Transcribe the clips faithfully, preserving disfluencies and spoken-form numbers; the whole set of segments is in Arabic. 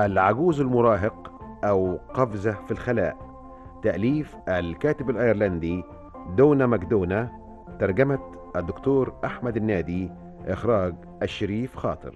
العجوز المراهق أو قفزة في الخلاء، تأليف الكاتب الأيرلندي دونا ماكدونا، ترجمة الدكتور أحمد النادي، إخراج الشريف خاطر.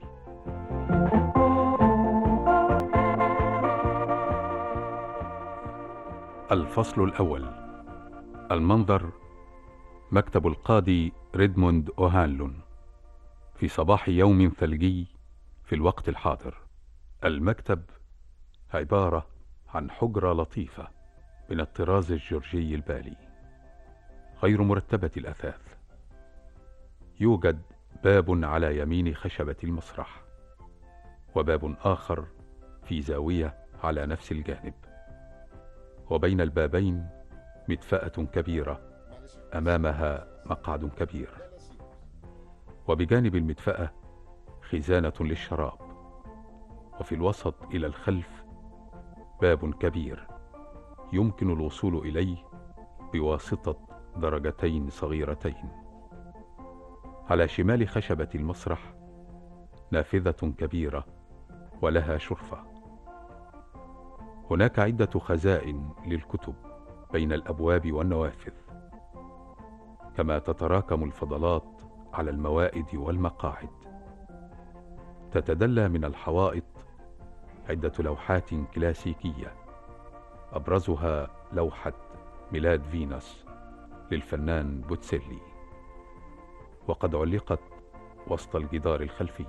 الفصل الأول. المنظر: مكتب القاضي ريدموند أوهانلون في صباح يوم ثلجي في الوقت الحاضر. المكتب عبارة عن حجرة لطيفة من الطراز الجورجي البالي غير مرتبة الأثاث. يوجد باب على يمين خشبة المسرح، وباب آخر في زاوية على نفس الجانب، وبين البابين مدفأة كبيرة أمامها مقعد كبير، وبجانب المدفأة خزانة للشراب، وفي الوسط إلى الخلف باب كبير يمكن الوصول إليه بواسطة درجتين صغيرتين. على شمال خشبة المسرح نافذة كبيرة ولها شرفة. هناك عدة خزائن للكتب بين الأبواب والنوافذ، كما تتراكم الفضلات على الموائد والمقاعد. تتدلى من الحوائط عدة لوحات كلاسيكية، أبرزها لوحة ميلاد فينوس للفنان بوتسيلي، وقد علقت وسط الجدار الخلفي.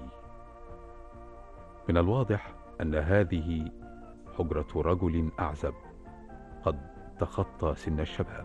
من الواضح أن هذه حجرة رجل أعزب قد تخطى سن الشباب.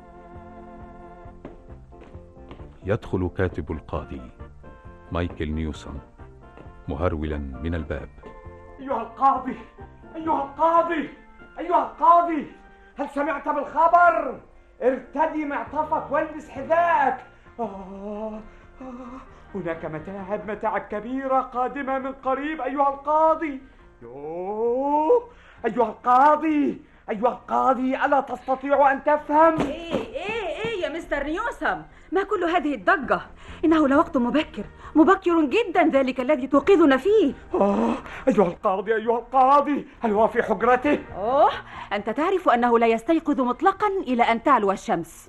يدخل كاتب القاضي مايكل نيوسون مهرولا من الباب. أيها القاضي، أيها القاضي، أيها القاضي، هل سمعت بالخبر؟ ارتدي معطفك والبس حذاءك. آه آه هناك متاعب متاعب كبيرة قادمة من قريب أيها القاضي. يوه أيها القاضي، أيها القاضي، ألا تستطيع أن تفهم؟ إيه إيه إيه يا مستر نيوسم، ما كل هذه الضجة؟ إنه لوقت مبكر، مبكر جدا ذلك الذي توقظنا فيه. آه أيها القاضي، أيها القاضي، هل هو في حجرته؟ أوه، أنت تعرف أنه لا يستيقظ مطلقا إلى أن تعلو الشمس.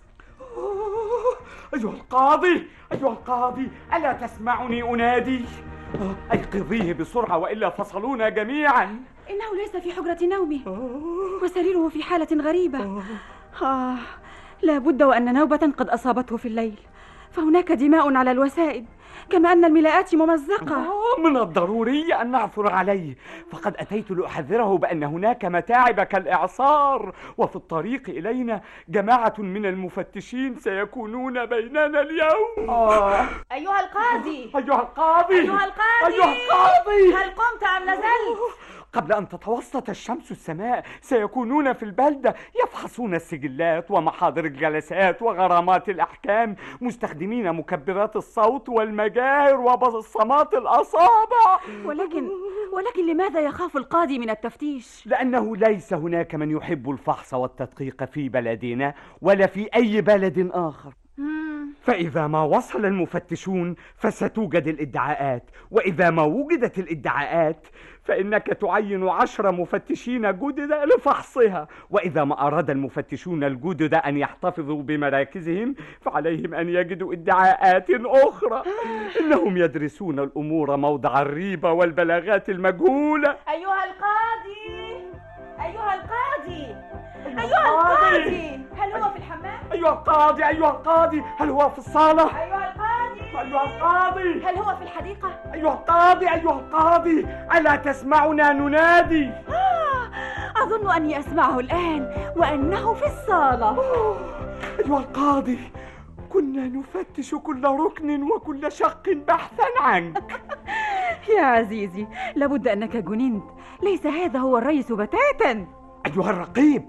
آه أيها القاضي، أيها القاضي، ألا تسمعني أنادي؟ آه أيقظيه بسرعة وإلا فصلونا جميعا. إنه ليس في حجرة نومه، وسريره في حالة غريبة. آه لا بد وأن نوبة قد أصابته في الليل، فهناك دماء على الوسائد، كما أن الملاءات ممزقة. آه من الضروري أن نعثر عليه، فقد أتيت لأحذره بأن هناك متاعب كالإعصار، وفي الطريق إلينا جماعة من المفتشين سيكونون بيننا اليوم. آه. أيها القاضي، أيها القاضي، أيها القاضي، أيها القاضي، هل قمت أم نزلت؟ قبل أن تتوسط الشمس السماء سيكونون في البلدة يفحصون السجلات ومحاضر الجلسات وغرامات الأحكام، مستخدمين مكبرات الصوت والمجاهر وبصمات الأصابع. ولكن ولكن لماذا يخاف القاضي من التفتيش؟ لأنه ليس هناك من يحب الفحص والتدقيق في بلدنا ولا في أي بلد آخر. فإذا ما وصل المفتشون فستوجد الادعاءات، وإذا ما وجدت الادعاءات فإنك تعين عشر مفتشين جدد لفحصها، وإذا ما أراد المفتشون الجدد أن يحتفظوا بمراكزهم فعليهم أن يجدوا ادعاءات أخرى. إنهم يدرسون الأمور موضع الريبة والبلاغات المجهولة. أيها القاضي، أيها القاضي، أيها القاضي، هل هو في الحمام؟ أيها القاضي، أيها القاضي، هل هو في الصالة؟ أيها القاضي، أيها القاضي، هل هو في الحديقة؟ أيها القاضي، أيها القاضي، ألا تسمعنا ننادي؟ آه، أظن أني أسمعه الآن وأنه في الصالة. أوه. أيها القاضي، كنا نفتش كل ركن وكل شق بحثا عنك. يا عزيزي، لابد أنك جننت، ليس هذا هو الرئيس بتاتا. أيها الرقيب،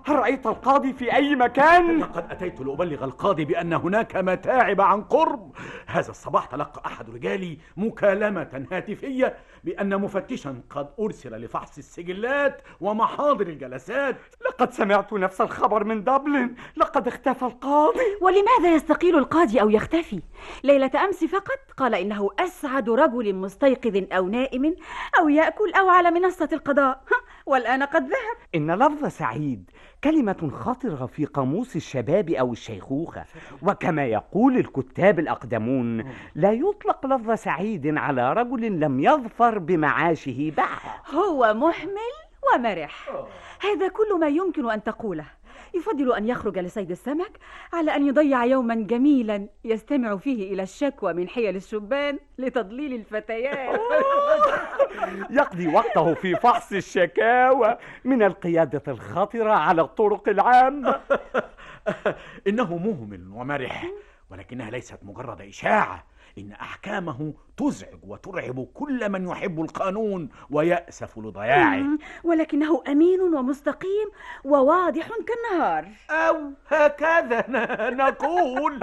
هل رأيت القاضي في أي مكان؟ لقد أتيت لأبلغ القاضي بأن هناك متاعب عن قرب. هذا الصباح تلقى أحد رجالي مكالمة هاتفية بأن مفتشا قد أرسل لفحص السجلات ومحاضر الجلسات. لقد سمعت نفس الخبر من دبلن. لقد اختفى القاضي. ولماذا يستقيل القاضي أو يختفي؟ ليلة أمس فقط قال إنه أسعد رجل مستيقظ أو نائم أو يأكل أو على منصة القضاء، والآن قد ذهب. إن لفظ سعيد كلمة خطرة في قاموس الشباب أو الشيخوخة، وكما يقول الكتاب الأقدمون لا يطلق لفظ سعيد على رجل لم يظفر بمعاشه بعد. هو محمل ومرح، هذا كل ما يمكن أن تقوله. يفضل أن يخرج لصيد السمك على أن يضيع يوما جميلا يستمع فيه إلى الشكوى من حيل الشبان لتضليل الفتيات. يقضي وقته في فحص الشكاوى من القيادة الخطرة على الطرق العامة. إنه مهمل ومرح، ولكنها ليست مجرد إشاعة. إن أحكامه تزعج وترعب كل من يحب القانون ويأسف لضياعه. ولكنه أمين ومستقيم وواضح كالنهار، أو هكذا نقول.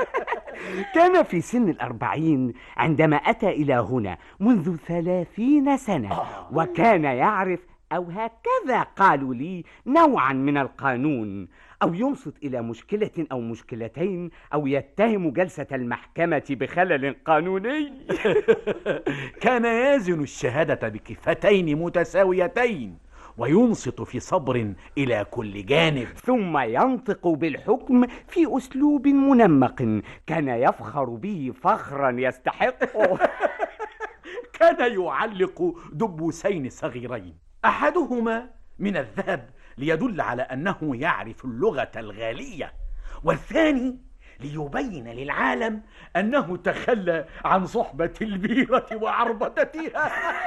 كان في سن الأربعين عندما أتى إلى هنا منذ ثلاثين سنة، وكان يعرف، أو هكذا قالوا لي، نوعا من القانون، أو ينصت إلى مشكلة أو مشكلتين، أو يتهم جلسة المحكمة بخلل قانوني. كان يزن الشهادة بكفتين متساويتين، وينصت في صبر إلى كل جانب، ثم ينطق بالحكم في أسلوب منمق كان يفخر به فخرا يستحقه. كان يعلق دبوسين صغيرين، أحدهما من الذهب ليدل على أنه يعرف اللغة الغالية، والثاني ليبين للعالم أنه تخلى عن صحبة البيرة وعربدتها.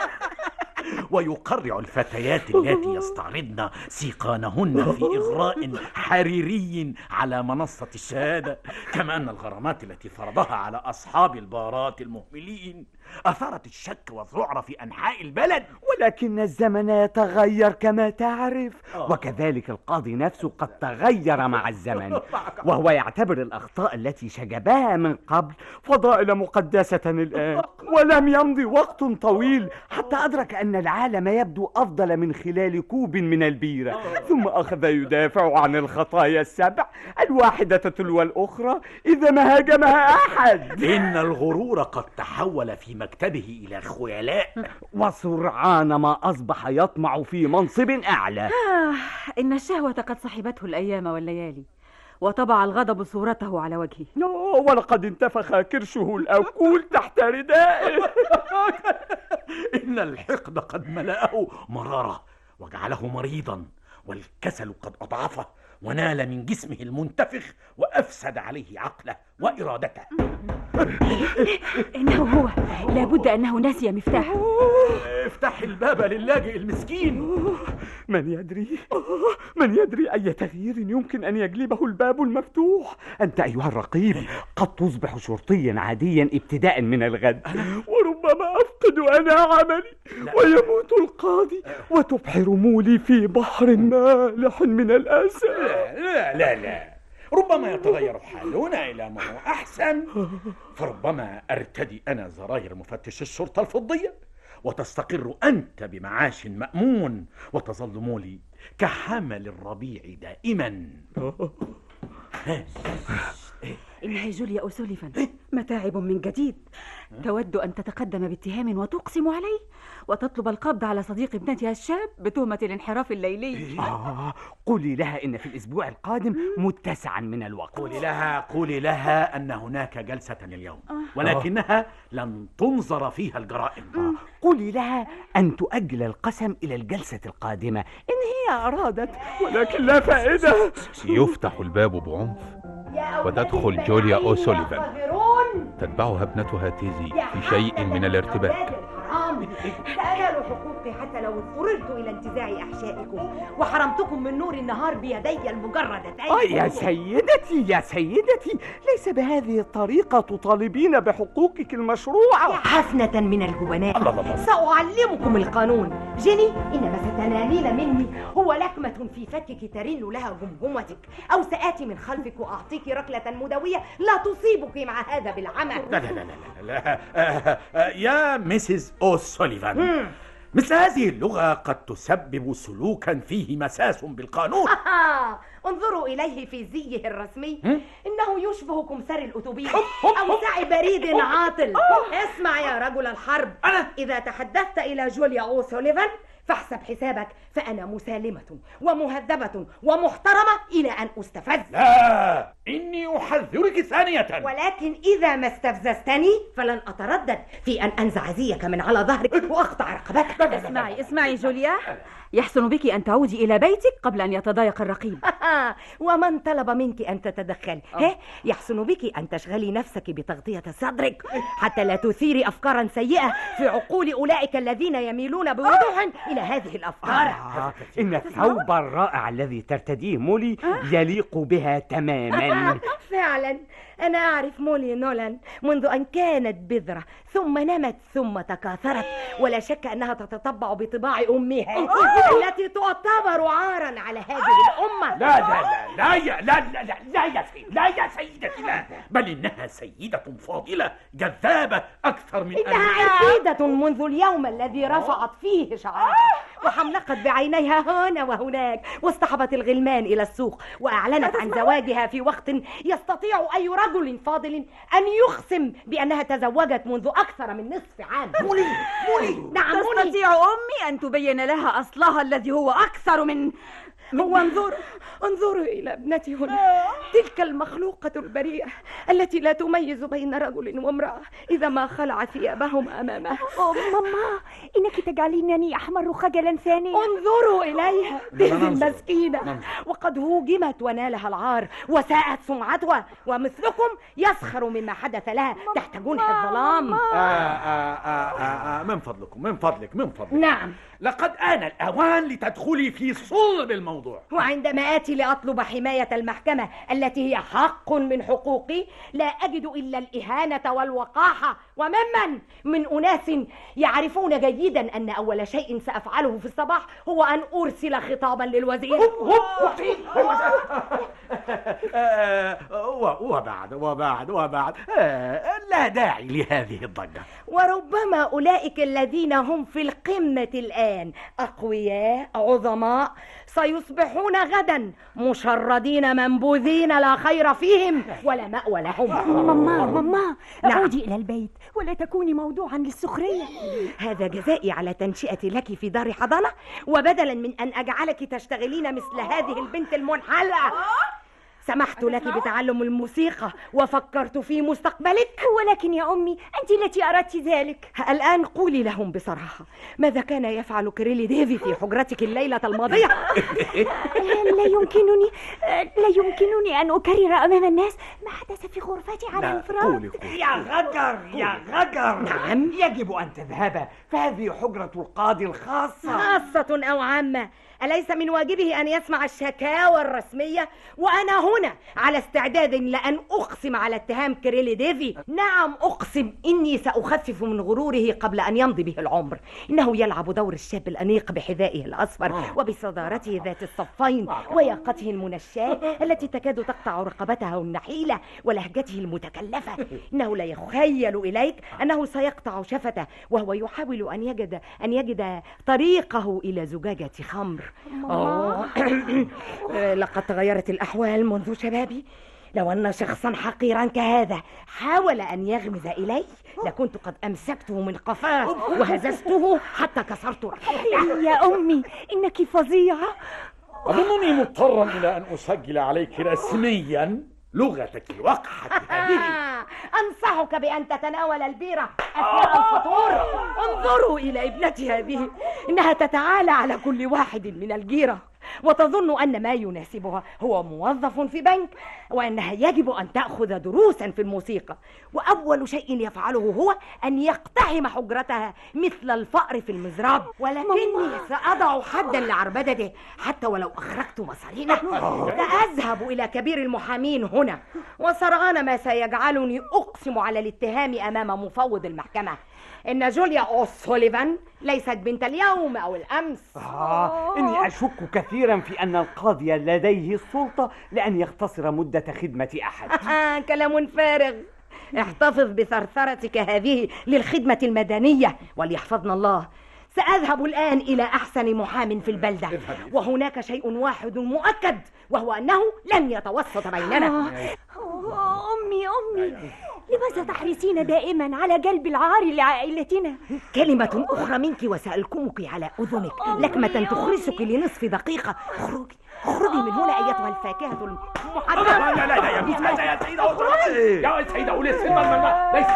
ويقرع الفتيات التي يستعرضن سيقانهن في إغراء حريري على منصة الشهادة، كما أن الغرامات التي فرضها على أصحاب البارات المهملين أثارت الشك والذعر في أنحاء البلد. ولكن الزمن يتغير كما تعرف، وكذلك القاضي نفسه قد تغير مع الزمن، وهو يعتبر الأخطاء التي شجبها من قبل فضائل مقدسة الآن. ولم يمضي وقت طويل حتى أدرك أن العالم يبدو أفضل من خلال كوب من البيرة، ثم أخذ يدافع عن الخطايا السبع الواحدة تلو الأخرى إذا ما هاجمها أحد. إن الغرور قد تحول في مكتبه إلى خيلاء، وسرعان ما أصبح يطمع في منصب أعلى. آه، إن الشهوة قد صحبته الأيام والليالي، وطبع الغضب صورته على وجهه. ولقد انتفخ كرشه الأكول تحت ردائه. إن الحقد قد ملأه مرارة وجعله مريضا، والكسل قد أضعفه ونال من جسمه المنتفخ وأفسد عليه عقله وإرادته. إنه هو، لابد أنه نسي مفتاحه. افتح الباب للاجئ المسكين. من يدري من يدري أي تغيير يمكن أن يجلبه الباب المفتوح. أنت أيها الرقيب قد تصبح شرطيا عاديا ابتداء من الغد، وربما أفقد أنا عملي ويموت القاضي وتبحر مولي في بحر مالح من الأسى. لا لا لا، ربما يتغير حالنا إلى ما هو أحسن، فربما أرتدي أنا زراير مفتش الشرطة الفضية، وتستقر أنت بمعاش مأمون، وتظل مولي كحمل الربيع دائما. إنها جوليا أوسوليفان، متاعب من جديد. تود أن تتقدم باتهام وتقسم عليه، وتطلب القبض على صديق ابنتها الشاب بتهمة الانحراف الليلي. آه، قولي لها إن في الأسبوع القادم متسعا من الوقت. قولي لها قولي لها أن هناك جلسة اليوم، ولكنها لن تنظر فيها الجرائم. آه. قولي لها أن تؤجل القسم إلى الجلسة القادمة إن هي أرادت، ولكن لا فائدة. يفتح الباب بعنف وتدخل جوليا أوسوليفان، تتبعها ابنتها تيزي في شيء من الارتباك. أمي، تأكلوا حقوقي حتى لو اضطررت إلى انتزاع أحشائكم وحرمتكم من نور النهار بيدي المجردتين. آه يا سيدتي يا سيدتي، ليس بهذه الطريقة تطالبين بحقوقك المشروعة. يا حفنة من الجبناء، سأعلمكم القانون. جيني، إنما ستنالين مني هو لكمة في فكك ترن لها جمجمتك، أو سآتي من خلفك وأعطيك ركلة مدوية لا تصيبك مع هذا بالعمى. لا لا لا لا لا, لا. يا ميسيس أوسوليفان، مثل هذه اللغة قد تسبب سلوكا فيه مساس بالقانون. انظروا إليه في زيه الرسمي، إنه يشبه كمثري الأتوبيس أو سعي بريد عاطل. اسمع يا رجل الحرب، إذا تحدثت إلى جوليا أوسوليفان فاحسب حسابك، فأنا مسالمة ومهذبة ومحترمة إلى أن أستفز. لا، إني أحذرك ثانية. ولكن إذا ما استفززتني فلن أتردد في أن أنزع زيك من على ظهرك وأقطع رقبتك. اسمعي اسمعي جوليا، يحسن بك أن تعودي إلى بيتك قبل أن يتضايق الرقيب. ومن طلب منك أن تتدخلي؟ ها؟ يحسن بك أن تشغلي نفسك بتغطية صدرك حتى لا تثيري أفكارا سيئة في عقول أولئك الذين يميلون بوضوح إلى هذه الأفكار. آه، إن الثوب الرائع الذي ترتديه مولي يليق بها تماما. فعلا أنا أعرف مولي نولان منذ أن كانت بذرة، ثم نمت ثم تكاثرت، ولا شك أنها تتطبع بطباع أمها التي تعتبر عارا على هذه الأمة. لا لا لا لا يا لا لا لا لا يا سيدتي، لا يا سيدتي، لا، بل إنها سيدة فاضلة جذابة أكثر من إنها عقيدة منذ اليوم الذي رفعت فيه شعرها وحملقت بعينيها هنا وهناك، واصطحبت الغلمان إلى السوق، وأعلنت عن زواجها في وقت يستطيع أي رجل فاضل أن يقسم بأنها تزوجت منذ أكثر من نصف عام. مولي مولي نعم مولي. تستطيع أمي أن تبين لها أصلها الذي هو أكثر من هو انظر انظروا إلى ابنتي هنا، تلك المخلوقة البريئة التي لا تميز بين رجل وامرأة إذا ما خلع ثيابهم أمامها. أوه ماما، إنك تجعلينني أحمر خجلا ثانيا. انظروا إليها، هذه المسكينة وقد هوجمت ونالها العار وساءت سمعتها، ومثلكم يسخر مما حدث لها تحت جنح الظلام. آه آه آه آه آه من فضلكم من فضلك من فضلك نعم، لقد آن الأوان لتدخلي في صلب الموضوع. وعندما آتي لأطلب حماية المحكمة التي هي حق من حقوقي، لا أجد إلا الإهانة والوقاحة، وممن من أناس يعرفون جيدا أن أول شيء سأفعله في الصباح هو أن أرسل خطابا للوزير. وبعد وبعد وبعد لا داعي لهذه الضجة. وربما أولئك الذين هم في القمة الآن أقوياء عظماء سيصبحون غدا مشردين منبوذين لا خير فيهم ولا مأوى لهم. ماما ماما، عودي إلى البيت ولا تكوني موضوعا للسخرية. هذا جزائي على تنشئتي لك في دار حضانة، وبدلا من أن أجعلك تشتغلين مثل هذه البنت المنحلة سمحت لك بتعلم الموسيقى وفكرت في مستقبلك. ولكن يا أمي، أنت التي أردت ذلك. الآن قولي لهم بصراحة، ماذا كان يفعل كريلي ديفي في حجرتك الليلة الماضية؟ لا يمكنني لا يمكنني أن أكرر أمام الناس ما حدث في غرفتي على انفراد. يا غجر يا غجر، نعم يجب أن تذهب، فهذه حجرة القاضي الخاصة. خاصة أو عامة، أليس من واجبه أن يسمع الشكاوى الرسمية؟ وأنا هنا على استعداد لأن أقسم على اتهام كريلي ديفي. نعم أقسم إني سأخفف من غروره قبل أن يمضي به العمر. إنه يلعب دور الشاب الأنيق بحذائه الأصفر وبصدارته ذات الصفين وياقته المنشاة التي تكاد تقطع رقبته النحيلة ولهجته المتكلفة. إنه لا يخيل إليك أنه سيقطع شفته وهو يحاول أن يجد أن يجد طريقه إلى زجاجة خمر. أوه. لقد تغيرت الأحوال منذ شبابي. لو أن شخصا حقيرا كهذا حاول أن يغمز إلي لكنت قد أمسكته من قفاه وهززته حتى كسرت رقبته. يا أمي، إنك فظيعة. أظنني مضطرا إلى أن أسجل عليك رسميا لغتك الوقحة هذه. أنصحك بأن تتناول البيرة أثناء الفطور. انظروا إلى ابنتي هذه، إنها تتعالى على كل واحد من الجيرة. وتظن أن ما يناسبها هو موظف في بنك، وأنها يجب أن تأخذ دروسا في الموسيقى، وأول شيء يفعله هو أن يقتحم حجرتها مثل الفأر في المزراب. ولكني سأضع حدا لعربدته حتى ولو أخرجت مصارينا. سأذهب إلى كبير المحامين هنا وسرعان ما سيجعلني أقسم على الاتهام أمام مفوض المحكمة إن جوليا أوسوليفان ليست بنت اليوم أو الأمس. آه إني أشك كثيرا في أن القاضي لديه السلطة لأن يختصر مدة خدمة أحد. آه كلام فارغ. احتفظ بثرثرتك هذه للخدمة المدنية وليحفظنا الله. سأذهب الآن إلى أحسن محام في البلدة، وهناك شيء واحد مؤكد وهو أنه لن يتوسط بيننا. أمي أمي لماذا تحرصين دائما على جلب العار لعائلتنا؟ كلمة أخرى منك وسألكمك على أذنك، لكمة تخرسك لنصف دقيقة. اخرجي اخرجي من هنا أيتها الفاكهة المحرمة. لا لا لا يا بنت يا سيدة أخرجي يا سيدة أولي السلمى ليس.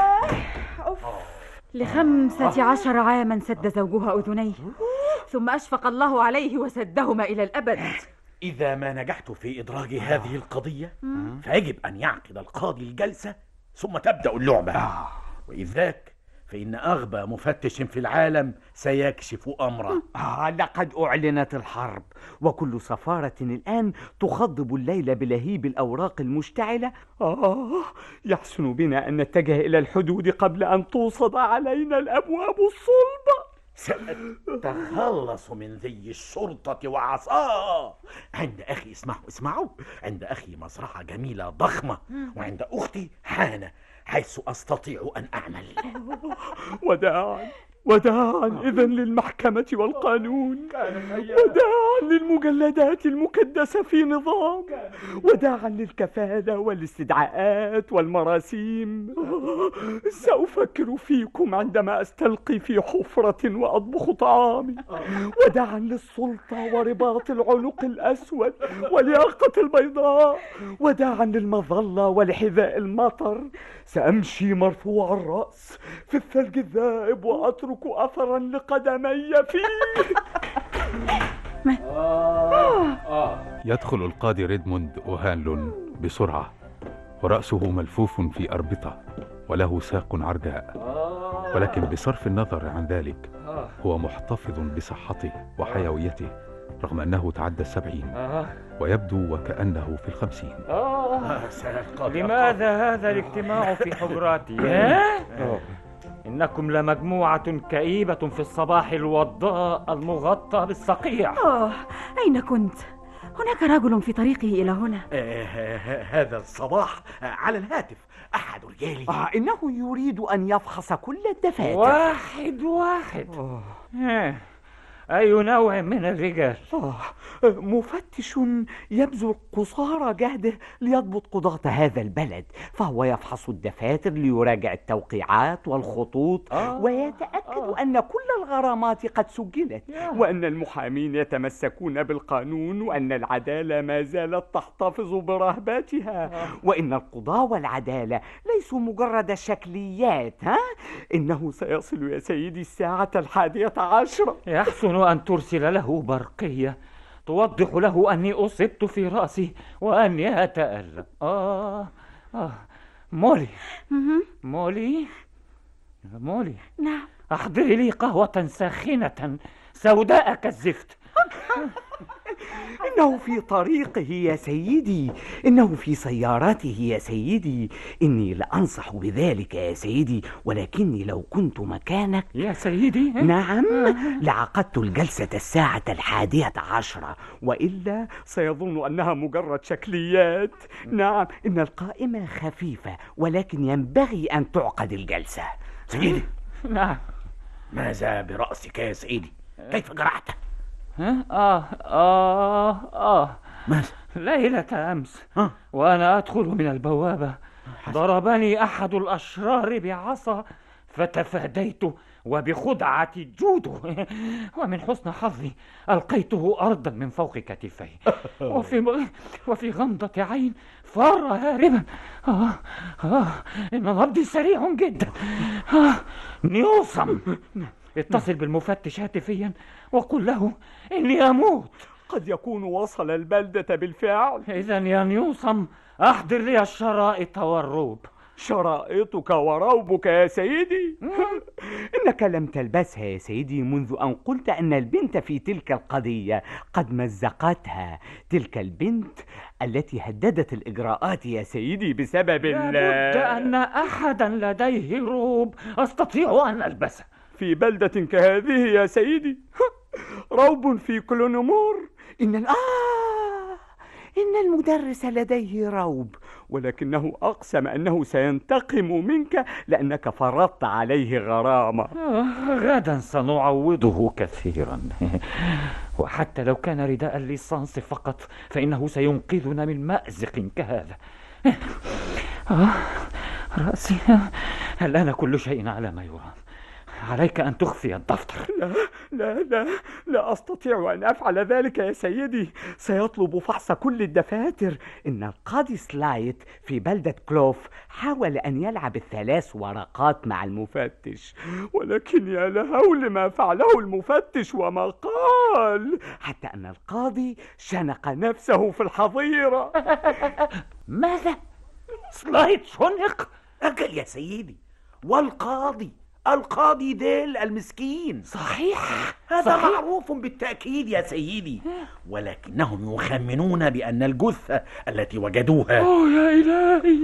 لخمسة عشر عاما سد زوجها أذنيه، ثم أشفق الله عليه وسدهما إلى الأبد. إذا ما نجحت في إدراج هذه القضية فيجب أن يعقد القاضي الجلسة ثم تبدأ اللعبة. وإذ ذاك فإن أغبى مفتش في العالم سيكشف أمره. آه لقد أعلنت الحرب، وكل سفارة الآن تخضب الليل بلهيب الأوراق المشتعلة. آه يحسن بنا أن نتجه إلى الحدود قبل أن توصد علينا الأبواب الصلبة. سأتخلص من ذي الشرطة وعصاه. عند أخي اسمعوا اسمعوا عند أخي مزرعة جميلة ضخمة، وعند أختي حانة حيث أستطيع أن أعمل. وداعا وداعا إذن للمحكمة والقانون، وداعا للمجلدات المكدسة في نظام، وداعا للكفالة والاستدعاءات والمراسيم. سأفكر فيكم عندما أستلقي في حفرة وأطبخ طعامي، وداعا للسلطة ورباط العنق الأسود والياقة البيضاء، وداعا للمظلة ولحذاء المطر. سأمشي مرفوع الرأس في الثلج الذائب وأترك أثرا لقدمي فيه. يدخل القاضي ريدموند أوهانلون بسرعة، ورأسه ملفوف في أربطة وله ساق عرجاء، ولكن بصرف النظر عن ذلك هو محتفظ بصحته وحيويته رغم أنه تعدى السبعين ويبدو وكأنه في الخمسين. لماذا هذا الاجتماع في حجراتي؟ إنكم لمجموعة كئيبة في الصباح الوضاء المغطى بالصقيع. أوه أين كنت؟ هناك رجل في طريقه إلى هنا. هذا الصباح على الهاتف أحد رجالي. آه إنه يريد أن يفحص كل الدفاتر واحد واحد. آه. أي نوع من الرجال؟ آه مفتش يبذل قصارى جهده ليضبط قضاة هذا البلد، فهو يفحص الدفاتر ليراجع التوقيعات والخطوط آه. ويتأكد آه. أن كل الغرامات قد سجلت، وأن المحامين يتمسكون بالقانون، وأن العدالة ما زالت تحتفظ برهباتها آه. وإن القضاء والعدالة ليسوا مجرد شكليات. ها؟ إنه سيصل يا سيدي الساعة الحادية عشرة. يحسن أن ترسل له برقية توضح له أني أصبت في رأسي وأني أتألم. آه آه مولي مولي مولي نعم. أحضري لي قهوة ساخنة سوداء كالزفت. إنه في طريقه يا سيدي، إنه في سيارته يا سيدي. إني لأنصح بذلك يا سيدي، ولكني لو كنت مكانك يا سيدي نعم لعقدت الجلسة الساعة الحادية عشرة، وإلا سيظن أنها مجرد شكليات. نعم إن القائمة خفيفة، ولكن ينبغي أن تعقد الجلسة. سيدي نعم. ماذا برأسك يا سيدي؟ كيف جرحت؟ ها؟ آه آه آه ماذا؟ ليلة أمس ها؟ وأنا أدخل من البوابة ضربني أحد الأشرار بعصا فتفاديت وبخدعة جودو، ومن حسن حظي ألقيته أرضا من فوق كتفي، وفي وفي غمضة عين فار هاربا. آه آه إن نبضي سريع جدا. آه نيوسم اتصل بالمفتش هاتفيا وقل له إني أموت. قد يكون وصل البلدة بالفعل. إذا يا نيوصم أحضر لي الشرائط والروب. شرائطك وروبك يا سيدي؟ إنك لم تلبسها يا سيدي منذ أن قلت أن البنت في تلك القضية قد مزقتها، تلك البنت التي هددت الإجراءات يا سيدي بسبب ال لابد أن أحدا لديه روب أستطيع أن ألبسه في بلدة كهذه يا سيدي. روب في كلونمور. إن ال... آه إن المدرس لديه روب، ولكنه أقسم أنه سينتقم منك لأنك فرضت عليه غرامة. آه غدا سنعوضه كثيرا. وحتى لو كان رداء الليسانس فقط فإنه سينقذنا من مأزق كهذا. آه رأسي الآن كل شيء على ما يرام. عليك أن تخفي الدفتر. لا لا لا لا أستطيع أن أفعل ذلك يا سيدي. سيطلب فحص كل الدفاتر. إن القاضي سلايت في بلدة كلوف حاول أن يلعب الثلاث ورقات مع المفتش، ولكن يا لهول ما فعله المفتش وما قال، حتى أن القاضي شنق نفسه في الحظيرة. ماذا؟ سلايت شنق؟ أجل يا سيدي، والقاضي القاضي ديل المسكين. صحيح، هذا صحيح. معروف بالتأكيد يا سيدي، ولكنهم يخمنون بأن الجثة التي وجدوها أوه يا إلهي.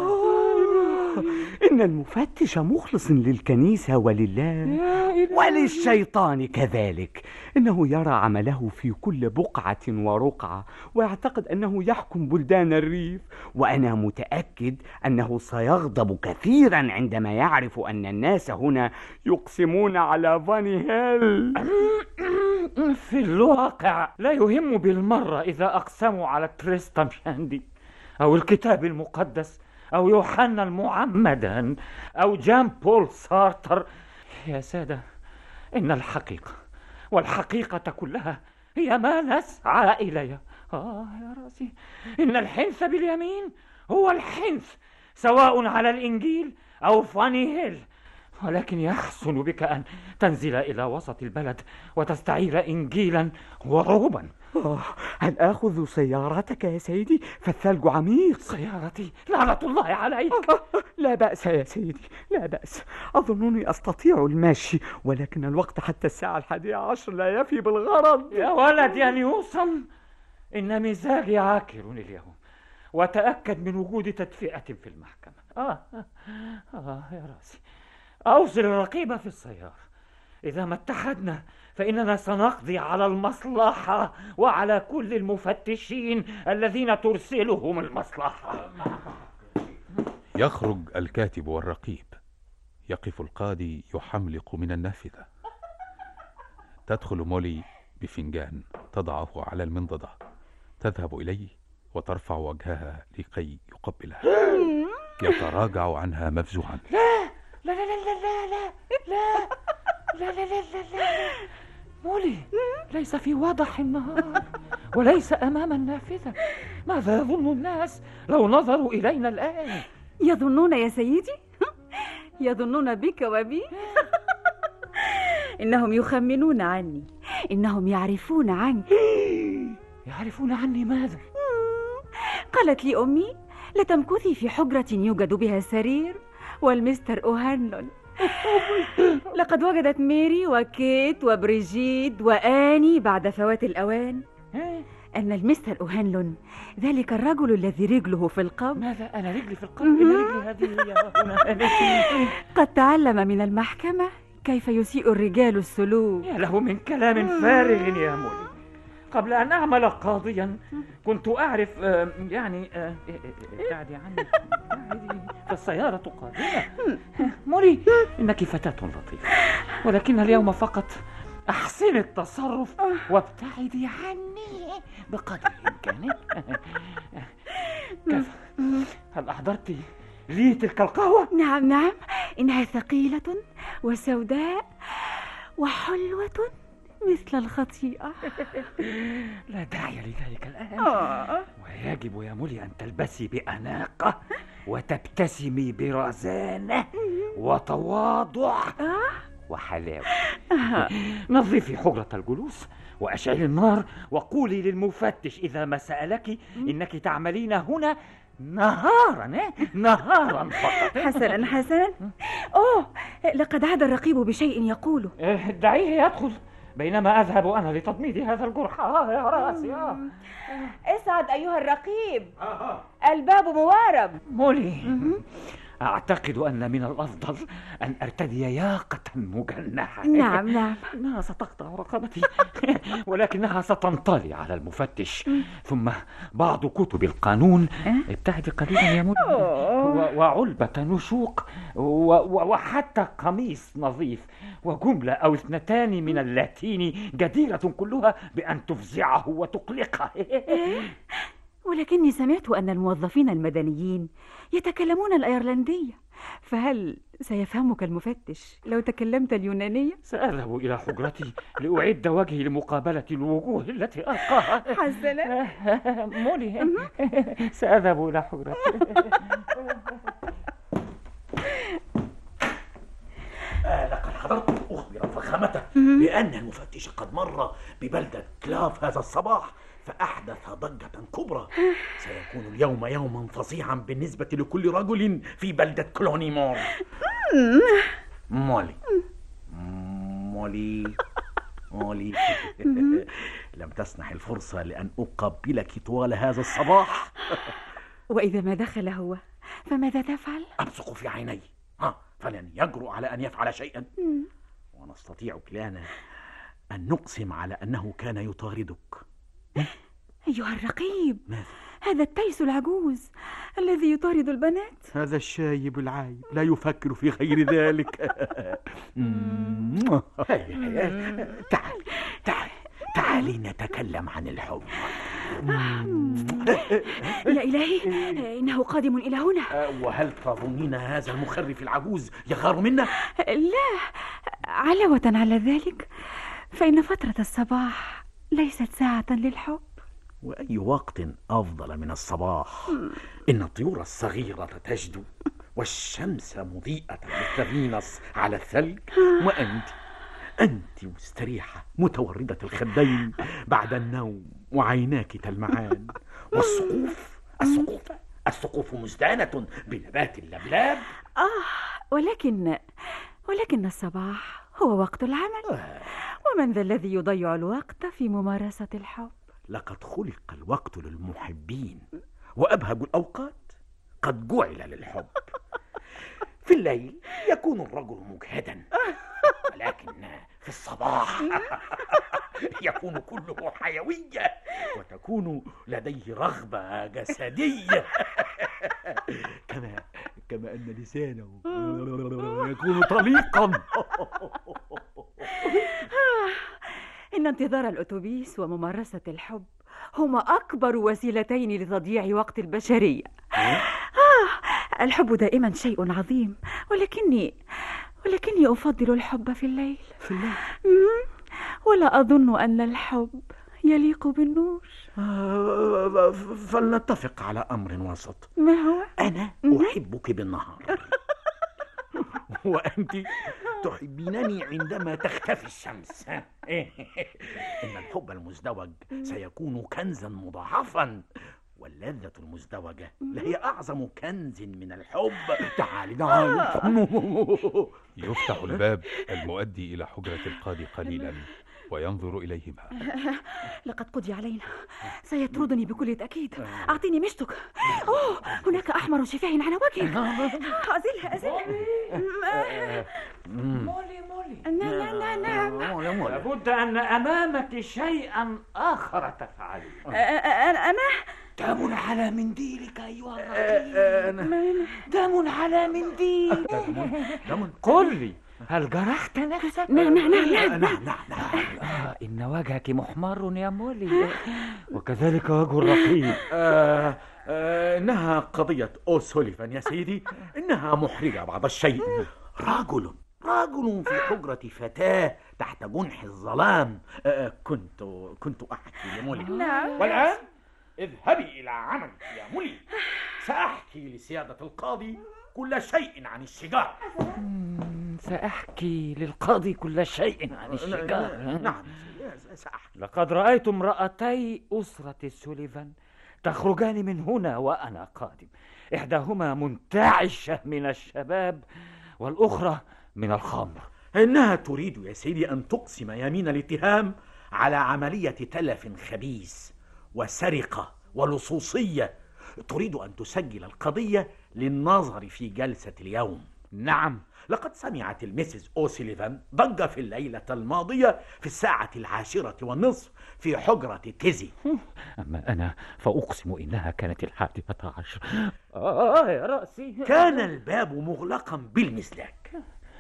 آه. إن المفتش مخلص للكنيسة ولله وللشيطان كذلك. إنه يرى عمله في كل بقعة ورقعة، ويعتقد أنه يحكم بلدان الريف. وأنا متأكد أنه سيغضب كثيرا عندما يعرف أن الناس هنا يقسمون على فاني هيل. في الواقع لا يهم بالمرة إذا أقسموا على تريستام شاندي أو الكتاب المقدس أو يوحنا المعمدان أو جان بول سارتر. يا سادة، إن الحقيقة والحقيقة كلها هي ما نسعى إليها. آه يا راسي، إن الحنث باليمين هو الحنث سواء على الإنجيل أو فاني هيل. ولكن يحسن بك أن تنزل إلى وسط البلد وتستعير إنجيلا وروبا. آه، هل آخذ سيارتك يا سيدي؟ فالثلج عميق. سيارتي؟ لعنة الله عليك. آه، لا بأس يا سيدي، لا بأس. أظنني أستطيع المشي، ولكن الوقت حتى الساعة الحادية عشر لا يفي بالغرض. يا ولد يا نيوصم، إن مزاجي عاكر اليوم، وتأكد من وجود تدفئة في المحكمة. آه, آه, آه يا راسي، أوصل الرقيبة في السيارة. إذا ما اتحدنا فإننا سنقضي على المصلحة وعلى كل المفتشين الذين ترسلهم المصلحة. يخرج الكاتب والرقيب. يقف القاضي يحملق من النافذة. تدخل مولي بفنجان تضعه على المنضدة، تذهب إليه وترفع وجهها لكي يقبلها. يتراجع عنها مفزوعا. لا لا لا لا لا لا لا لا لا لا لا لا مولي، ليس في وضح النهار وليس أمام النافذة. ماذا يظن الناس لو نظروا إلينا الآن؟ يظنون يا سيدي؟ يظنون بك وبي. إنهم يخمنون عني، إنهم يعرفون عنك. يعرفون عني ماذا؟ قالت لي أمي لتمكثي في حجرة يوجد بها سرير والمستر أوهانلون. لقد وجدت ميري وكيت وبريجيد وآني بعد فوات الأوان أن المستر أوهانلون ذلك الرجل الذي رجله في القبر. ماذا؟ أنا رجلي في القبر؟ إن رجلي هذه هنا. قد تعلم من المحكمة كيف يسيء الرجال السلوك. يا له من كلام فارغ يا مولي. قبل أن أعمل قاضيا كنت أعرف آه يعني آه ابتعدي عني في السيارة قادمة. مولي، إنك فتاة لطيفة، ولكن اليوم فقط أحسن التصرف وابتعدي عني بقدر إمكانك. كيف؟ هل أحضرت لي تلك القهوة؟ نعم نعم، إنها ثقيلة وسوداء وحلوة مثل الخطيئة. لا داعي لذلك الآن. آه. ويجب يا مولي أن تلبسي بأناقة وتبتسمي برزانة وتواضع. آه. وحلاوة. نظفي حجرة الجلوس وأشعلي النار وقولي للمفتش إذا ما سألك إنك تعملين هنا نهارا نهارا فقط. حسنا حسنا. أوه، لقد عاد الرقيب بشيء يقوله. دعيه يدخل بينما أذهب أنا لتضميد هذا الجرح. آه يا راسي. آه. اسعد أيها الرقيب. الباب موارب. مولي، أعتقد أن من الأفضل أن أرتدي ياقة مجنحة. نعم نعم. إنها ستقطع رقبتي ولكنها ستنطلي على المفتش. ثم بعض كتب القانون، ابتعدي قليلا يا مولي، وعلبة نشوق وحتى قميص نظيف وجملة أو اثنتان من اللاتيني جديرة كلها بأن تفزعه وتقلقه. ولكني سمعت أن الموظفين المدنيين يتكلمون الأيرلندية، فهل سيفهمك المفتش لو تكلمت اليونانية؟ سأذهب إلى حجرتي لأعد وجهي لمقابلة الوجوه التي ألقاها. حسنا. مولي، سأذهب إلى حجرتي. آه لقد حضرت أخبر فخامته بأن المفتش قد مر ببلدة كلاف هذا الصباح فأحدث ضجة كبرى. سيكون اليوم يوما فظيعا بالنسبة لكل رجل في بلدة كلونيمور. مولي مولي مولي لم تسنح الفرصة لأن أقبلك طوال هذا الصباح. وإذا ما دخل هو فماذا تفعل؟ أبصق في عيني، ها فلن يجرؤ على أن يفعل شيئا. ونستطيع كلانا أن نقسم على أنه كان يطاردك. أيها الرقيب، ماذا؟ هذا التيس العجوز الذي يطارد البنات. هذا الشايب العايب لا يفكر في غير ذلك. تعال تعال تعالي نتكلم عن الحب. يا إلهي، إنه قادم إلى هنا. وهل تظنين هذا المخرف العجوز يغار منا؟ لا، علاوة على ذلك فإن فترة الصباح ليست ساعة للحب. وأي وقت أفضل من الصباح؟ إن الطيور الصغيرة تجدو والشمس مضيئة مثل فينوس على الثلج، وأنت أنت مستريحة متوردة الخدين بعد النوم وعيناك تلمعان، والسقوف السقوف السقوف مزدانة بنبات اللبلاب. آه ولكن ولكن الصباح هو وقت العمل، ومن ذا الذي يضيع الوقت في ممارسة الحب؟ لقد خلق الوقت للمحبين، وأبهج الأوقات قد جعل للحب. في الليل يكون الرجل مجهدا، ولكن في الصباح يكون كله حيوية وتكون لديه رغبة جسدية. كما كما أن لسانه يكون طليقا. إن انتظار الأتوبيس وممارسة الحب هما أكبر وسيلتين لتضييع وقت البشرية. آه الحب دائما شيء عظيم، ولكني ولكني أفضل الحب في الليل. في الليل؟ ولا أظن أن الحب يليق بالنور. آه فلنتفق على أمر وسط. ما هو؟ أنا أحبك بالنهار وأنت تحبينني عندما تختفي الشمس. إن الحب المزدوج سيكون كنزا مضاعفا، واللذة المزدوجة لهي أعظم كنز من الحب. تعالي تعالي. يفتح الباب المؤدي إلى حجرة القاضي قليلا وينظر إليهما. لقد قضي علينا، سيطردني بكل تأكيد. أعطيني مشتك. أوه، هناك أحمر شفاه على وجهك. أزلها أزلها. مولي مولي. نعم نعم نعم. لابد أن أمامك شيئا آخر تفعله. أنا دم على منديلك أيها الرقيب. دم على منديلك. قل لي، هل جرحت نفسك؟ نعم نعم نعم نعم نعم. آه إن وجهك محمر يا مولي، وكذلك وجه الرقيب. آه آه إنها قضية أوسوليفان يا سيدي، إنها محرجة بعض الشيء. رجل رجل في حجرة فتاة تحت جنح الظلام. آه كنت كنت أحكي لمولي. نعم. والآن اذهبي إلى عملك يا مولي، سأحكي لسيادة القاضي كل شيء عن الشجار. سأحكي للقاضي كل شيء عن الشجار. نعم سأحكي. لقد رأيت امرأتي أسرة سوليفان تخرجان من هنا وأنا قادم، إحداهما منتعشة من الشباب والأخرى من الخمر. إنها تريد يا سيدي أن تقسم يمين الاتهام على عملية تلف خبيث وسرقة ولصوصية. تريد أن تسجل القضية للنظر في جلسة اليوم. نعم، لقد سمعت المسز أوسيليفان ضجة في الليلة الماضية في الساعة العاشرة والنصف في حجرة تيزي. أما أنا فأقسم إنها كانت الحادية عشر. آه يا رأسي. كان الباب مغلقا بالمسلاك،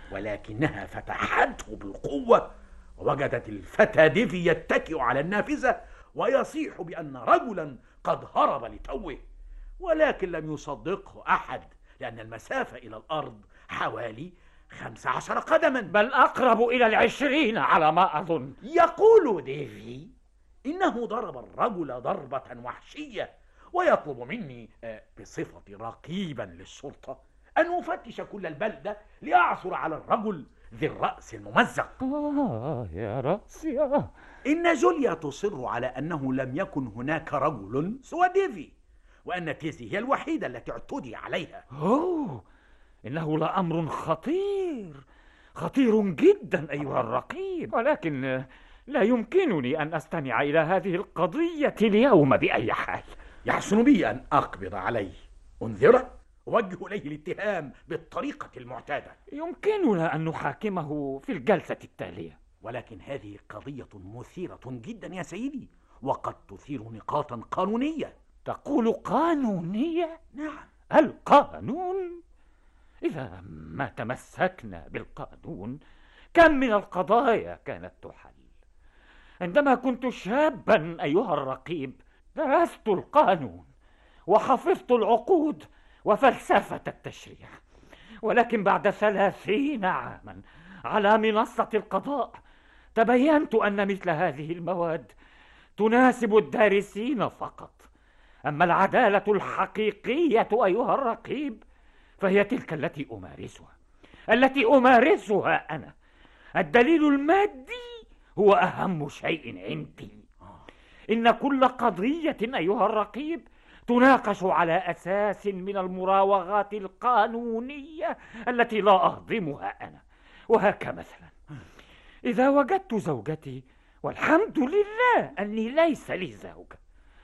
ولكنها فتحته بالقوة ووجدت الفتى ديفي يتكئ على النافذة ويصيح بأن رجلا قد هرب لتوه، ولكن لم يصدقه أحد لأن المسافة إلى الأرض حوالي خمس عشر قدما، بل أقرب إلى العشرين على ما أظن. يقول ديفي إنه ضرب الرجل ضربة وحشية، ويطلب مني بصفة رقيبا للشرطة أن أفتش كل البلدة لأعثر على الرجل ذي الرأس الممزق. آه يا رأسي. آه. إن جوليا تصر على أنه لم يكن هناك رجل سوى ديفي، وأن تيزي هي الوحيدة التي اعتدي عليها. أوه، إنه لأمر خطير خطير جدا أيها الرقيب، ولكن لا يمكنني أن أستمع إلى هذه القضية اليوم بأي حال. يحسن بي أن أقبض عليه، أنذره، أوجه إليه الاتهام بالطريقة المعتادة. يمكننا أن نحاكمه في الجلسة التالية. ولكن هذه قضية مثيرة جدا يا سيدي، وقد تثير نقاطا قانونية. تقول قانونية؟ نعم. القانون؟ إذا ما تمسكنا بالقانون كم من القضايا كانت تحل. عندما كنت شابا أيها الرقيب درست القانون وحفظت العقود وفلسفة التشريع، ولكن بعد ثلاثين عاما على منصة القضاء تبينت أن مثل هذه المواد تناسب الدارسين فقط. أما العدالة الحقيقية أيها الرقيب فهي تلك التي أمارسها التي أمارسها أنا. الدليل المادي هو أهم شيء عندي. إن كل قضية أيها الرقيب تناقش على أساس من المراوغات القانونية التي لا أهضمها أنا. وهكذا مثلا إذا وجدت زوجتي، والحمد لله أني ليس لي زوجة،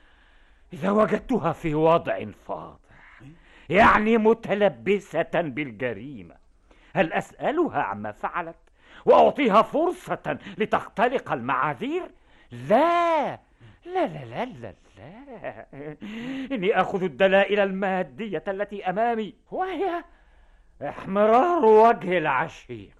إذا وجدتها في وضع فاضح يعني متلبسة بالجريمة، هل أسألها عما فعلت وأعطيها فرصة لتختلق المعاذير؟ لا لا لا لا لا, لا. إني أخذ الدلائل المادية التي أمامي، وهي احمرار وجه العشيق،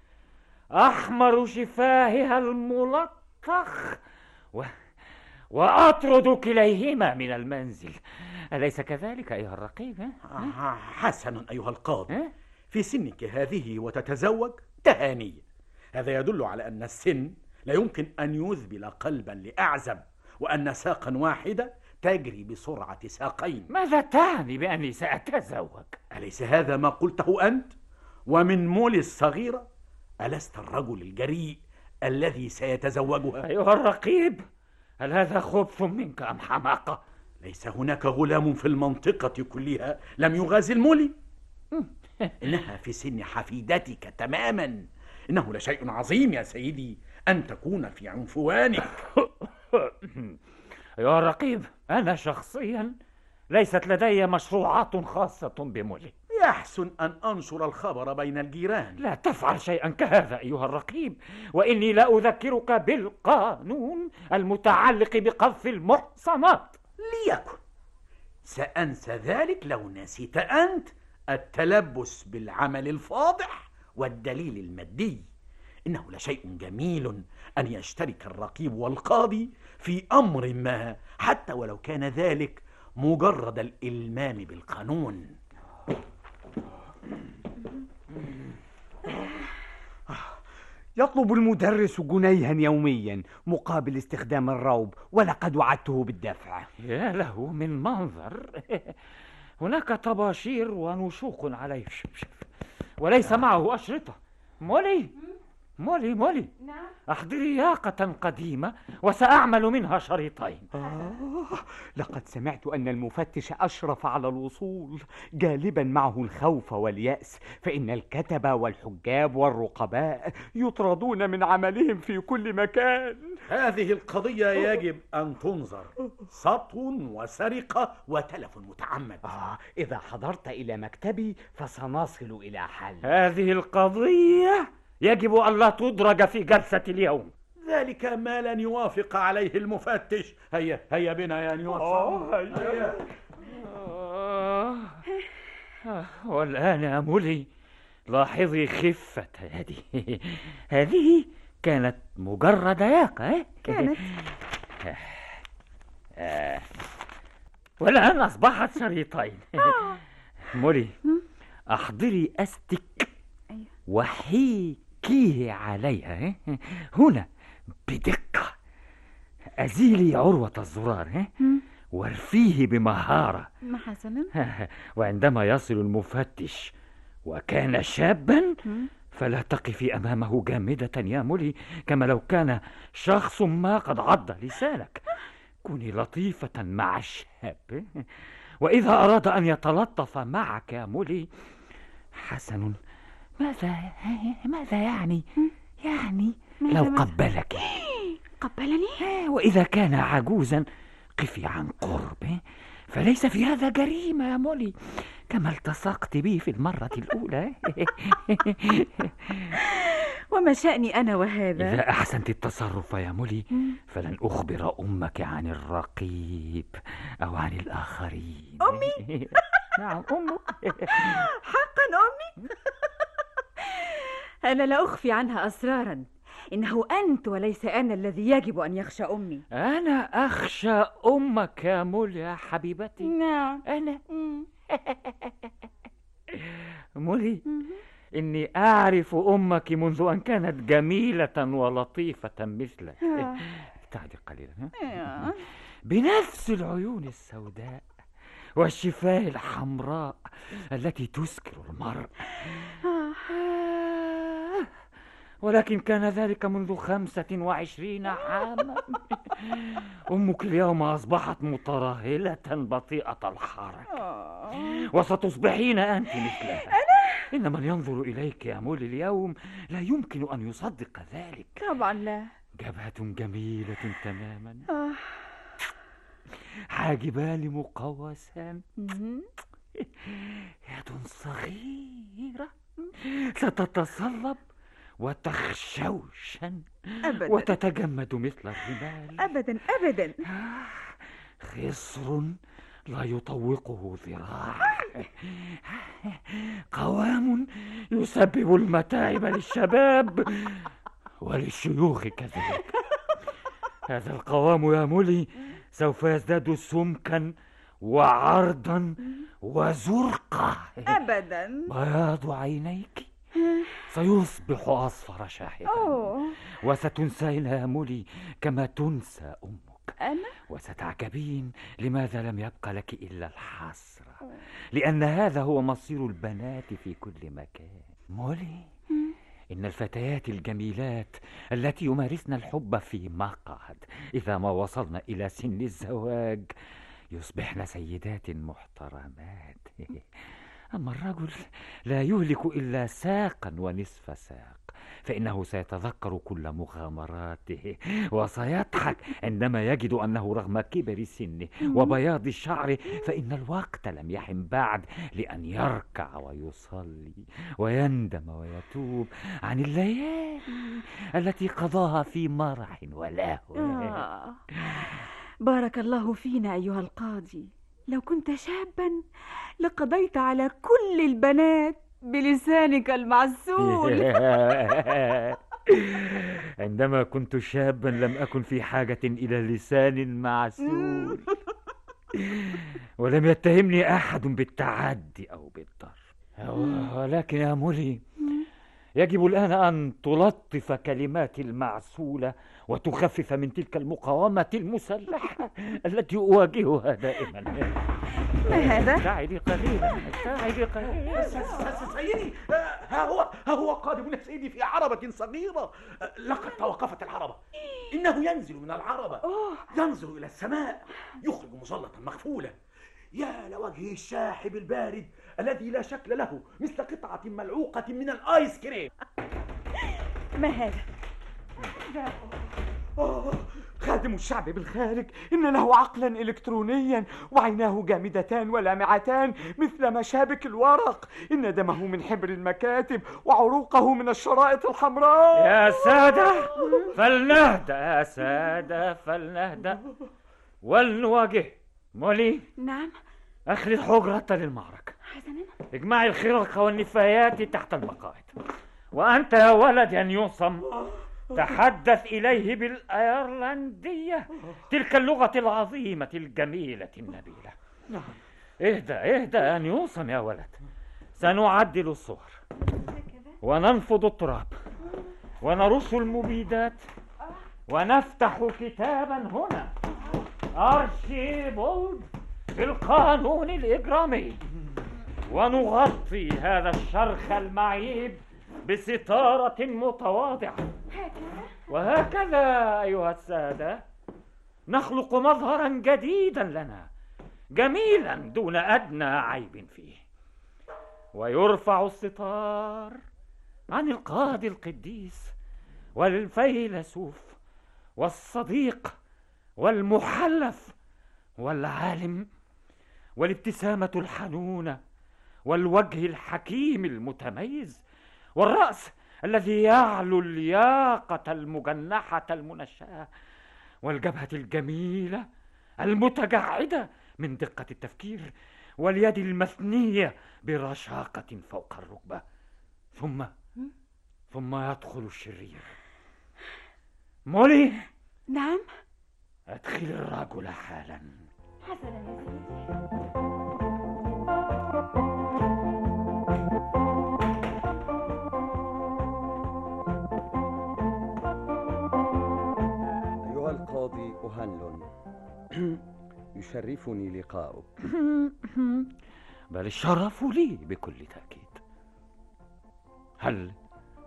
أحمر شفاهها الملطخ، و... وأطرد كليهما من المنزل. أليس كذلك أيها الرقيب؟ آه حسنا أيها القاضي، في سنك هذه وتتزوج تهانية. هذا يدل على أن السن لا يمكن أن يذبل قلبا لأعزب، وأن ساقا واحدة تجري بسرعة ساقين. ماذا تعني بأني سأتزوج؟ أليس هذا ما قلته أنت؟ ومن مولي الصغيرة ألست الرجل الجريء الذي سيتزوجها؟ أيها الرقيب، هل هذا خبث منك أم حماقة؟ ليس هناك غلام في المنطقة كلها لم يغازل مولي. إنها في سن حفيدتك تماما. إنه لشيء عظيم يا سيدي أن تكون في عنفوانك. أيها الرقيب، أنا شخصيا ليست لدي مشروعات خاصة بمولي. يحسن أن أنشر الخبر بين الجيران. لا تفعل شيئا كهذا أيها الرقيب، وإني لا أذكرك بالقانون المتعلق بقذف المحصنات. ليكن، سأنسى ذلك لو نسيت أنت التلبس بالعمل الفاضح والدليل المادي. إنه لشيء جميل أن يشترك الرقيب والقاضي في أمر ما، حتى ولو كان ذلك مجرد الإلمام بالقانون. يطلب المدرس جنيها يوميا مقابل استخدام الروب، ولقد وعدته بالدفع. يا له من منظر. هناك طباشير ونشوق عليه، وليس معه أشرطة. مولي مولي مولي نعم. أحضري ياقة قديمة وسأعمل منها شريطين. آه لقد سمعت أن المفتش أشرف على الوصول جالبا معه الخوف واليأس، فإن الكتبة والحجاب والرقباء يطردون من عملهم في كل مكان. هذه القضية يجب أن تنظر، سطو وسرقة وتلف متعمد. آه إذا حضرت إلى مكتبي فسنصل إلى حل. هذه القضية يجب أن لا تدرج في جلسة اليوم. ذلك ما لن يوافق عليه المفتش. هيا هيا بنا يا نيوتن. هيا. آه. آه. والآن يا مولي لاحظي خفة يدي. هذه كانت مجرد ياقة. كانت. آه. والآن أصبحت شريطين. مولي أحضري أستك وحيكيه عليها هنا بدقة. أزيلي عروة الزرار وارفيه بمهارة. ما حسنا. وعندما يصل المفتش وكان شابا فلا تقفي أمامه جامدة يا مولي كما لو كان شخص ما قد عض لسانك. كوني لطيفة مع الشاب، وإذا أراد أن يتلطف معك يا مولي حسن. ماذا ماذا يعني؟ يعني لو قبلك. قبلني؟ وإذا كان عجوزا قفي عن قرب، فليس في هذا جريمة يا مولي كما التصقت بي في المرة الأولى. وما شأني أنا وهذا؟ إذا أحسنت التصرف يا مولي فلن أخبر أمك عن الرقيب أو عن الآخرين. أمي؟ نعم أمك. حقا أمي؟ أنا لا أخفي عنها أسرارا. إنه أنت وليس أنا الذي يجب أن يخشى أمي. أنا أخشى أمك يا مولي يا حبيبتي. نعم. أنا مولي إني أعرف أمك منذ أن كانت جميلة ولطيفة مثلك. ابتعدي قليلا. بنفس العيون السوداء والشفاه الحمراء التي تسكر المرء. ولكن كان ذلك منذ خمسة وعشرين عاما. أمك اليوم أصبحت مترهلة بطيئة الحركة، وستصبحين أنت مثلها. إن من ينظر إليك يا مولي اليوم لا يمكن أن يصدق ذلك. طبعا لا. جبهة جميلة تماما، حاجبان مقوسان، يد صغيرة ستتصلب وتخشوشا أبداً. وتتجمد مثل الرمال. أبدا أبدا. خصر لا يطوقه ذراع، قوام يسبب المتاعب للشباب وللشيوخ كذلك. هذا القوام يا مولي سوف يزداد سمكا وعرضا وزرقة. أبدا. بياض عينيك سيصبح أصفر شاحبا، وستنسين يا مولي كما تنسى أمك. أنا؟ وستعجبين لماذا لم يبقى لك إلا الحسرة، لأن هذا هو مصير البنات في كل مكان. مولي، إن الفتيات الجميلات التي يمارسن الحب في مقعد إذا ما وصلن إلى سن الزواج يصبحن سيدات محترمات. أما الرجل لا يهلك إلا ساقا ونصف ساق، فإنه سيتذكر كل مغامراته وسيضحك عندما يجد أنه رغم كبر سنه وبياض الشعر فإن الوقت لم يحن بعد لأن يركع ويصلي ويندم ويتوب عن الليالي التي قضاها في مرح ولهو. آه. بارك الله فينا أيها القاضي. لو كنت شابا لقضيت على كل البنات بلسانك المعسول. عندما كنت شابا لم أكن في حاجة إلى لسان معسول، ولم يتهمني أحد بالتعدي أو بالضرب. ولكن يا مولي يجب الآن أن تلطف كلمات المعسولة وتخفف من تلك المقاومة المسلحة التي أواجهها دائما. ما هذا؟ ابتعدي قليلا، ابتعدي قليلا. سيدي، ها هو ها هو قادم سيدي في عربة صغيرة. لقد توقفت العربة. إنه ينزل من العربة، ينظر إلى السماء، يخرج مظلة مغفولة. يا لوجهه الشاحب البارد الذي لا شكل له، مثل قطعة ملعوقة من الآيس كريم. ما هذا؟ آه، خادم الشعب بالخارج، إن له عقلا إلكترونيا وعيناه جامدتان ولامعتان مثل مشابك الورق، إن دمه من حبر المكاتب وعروقه من الشرائط الحمراء. يا سادة فلنهدأ، يا سادة فلنهدأ ولنواجه. مولي. نعم. أخلي الحجرة للمعركة. حسنا. اجمعي الخرق والنفايات تحت المقاعد. وأنت يا ولد يا نيوصم، تحدث إليه بالأيرلندية، تلك اللغة العظيمة الجميلة النبيلة. اهدأ اهدأ يا نيوصم يا ولد. سنعدل الصور وننفض التراب ونرش المبيدات ونفتح كتابا هنا، أرشيبولد في القانون الإجرامي، ونغطي هذا الشرخ المعيب بستارة متواضعة. وهكذا أيها السادة نخلق مظهرا جديدا لنا، جميلا دون أدنى عيب فيه. ويرفع الستار عن القاضي القديس والفيلسوف والصديق والمحلف والعالم، والابتسامة الحنونة والوجه الحكيم المتميز والرأس الذي يعلو اللياقة المجنحة المنشأة والجبهة الجميلة المتجعدة من دقة التفكير واليد المثنية برشاقة فوق الركبة. ثم ثم يدخل الشرير. مولي. نعم. ادخل الرجل حالا. حسنا يا سيدي. أيها القاضي أوهانلون، يشرفني لقاؤك. بل الشرف لي بكل تأكيد. هل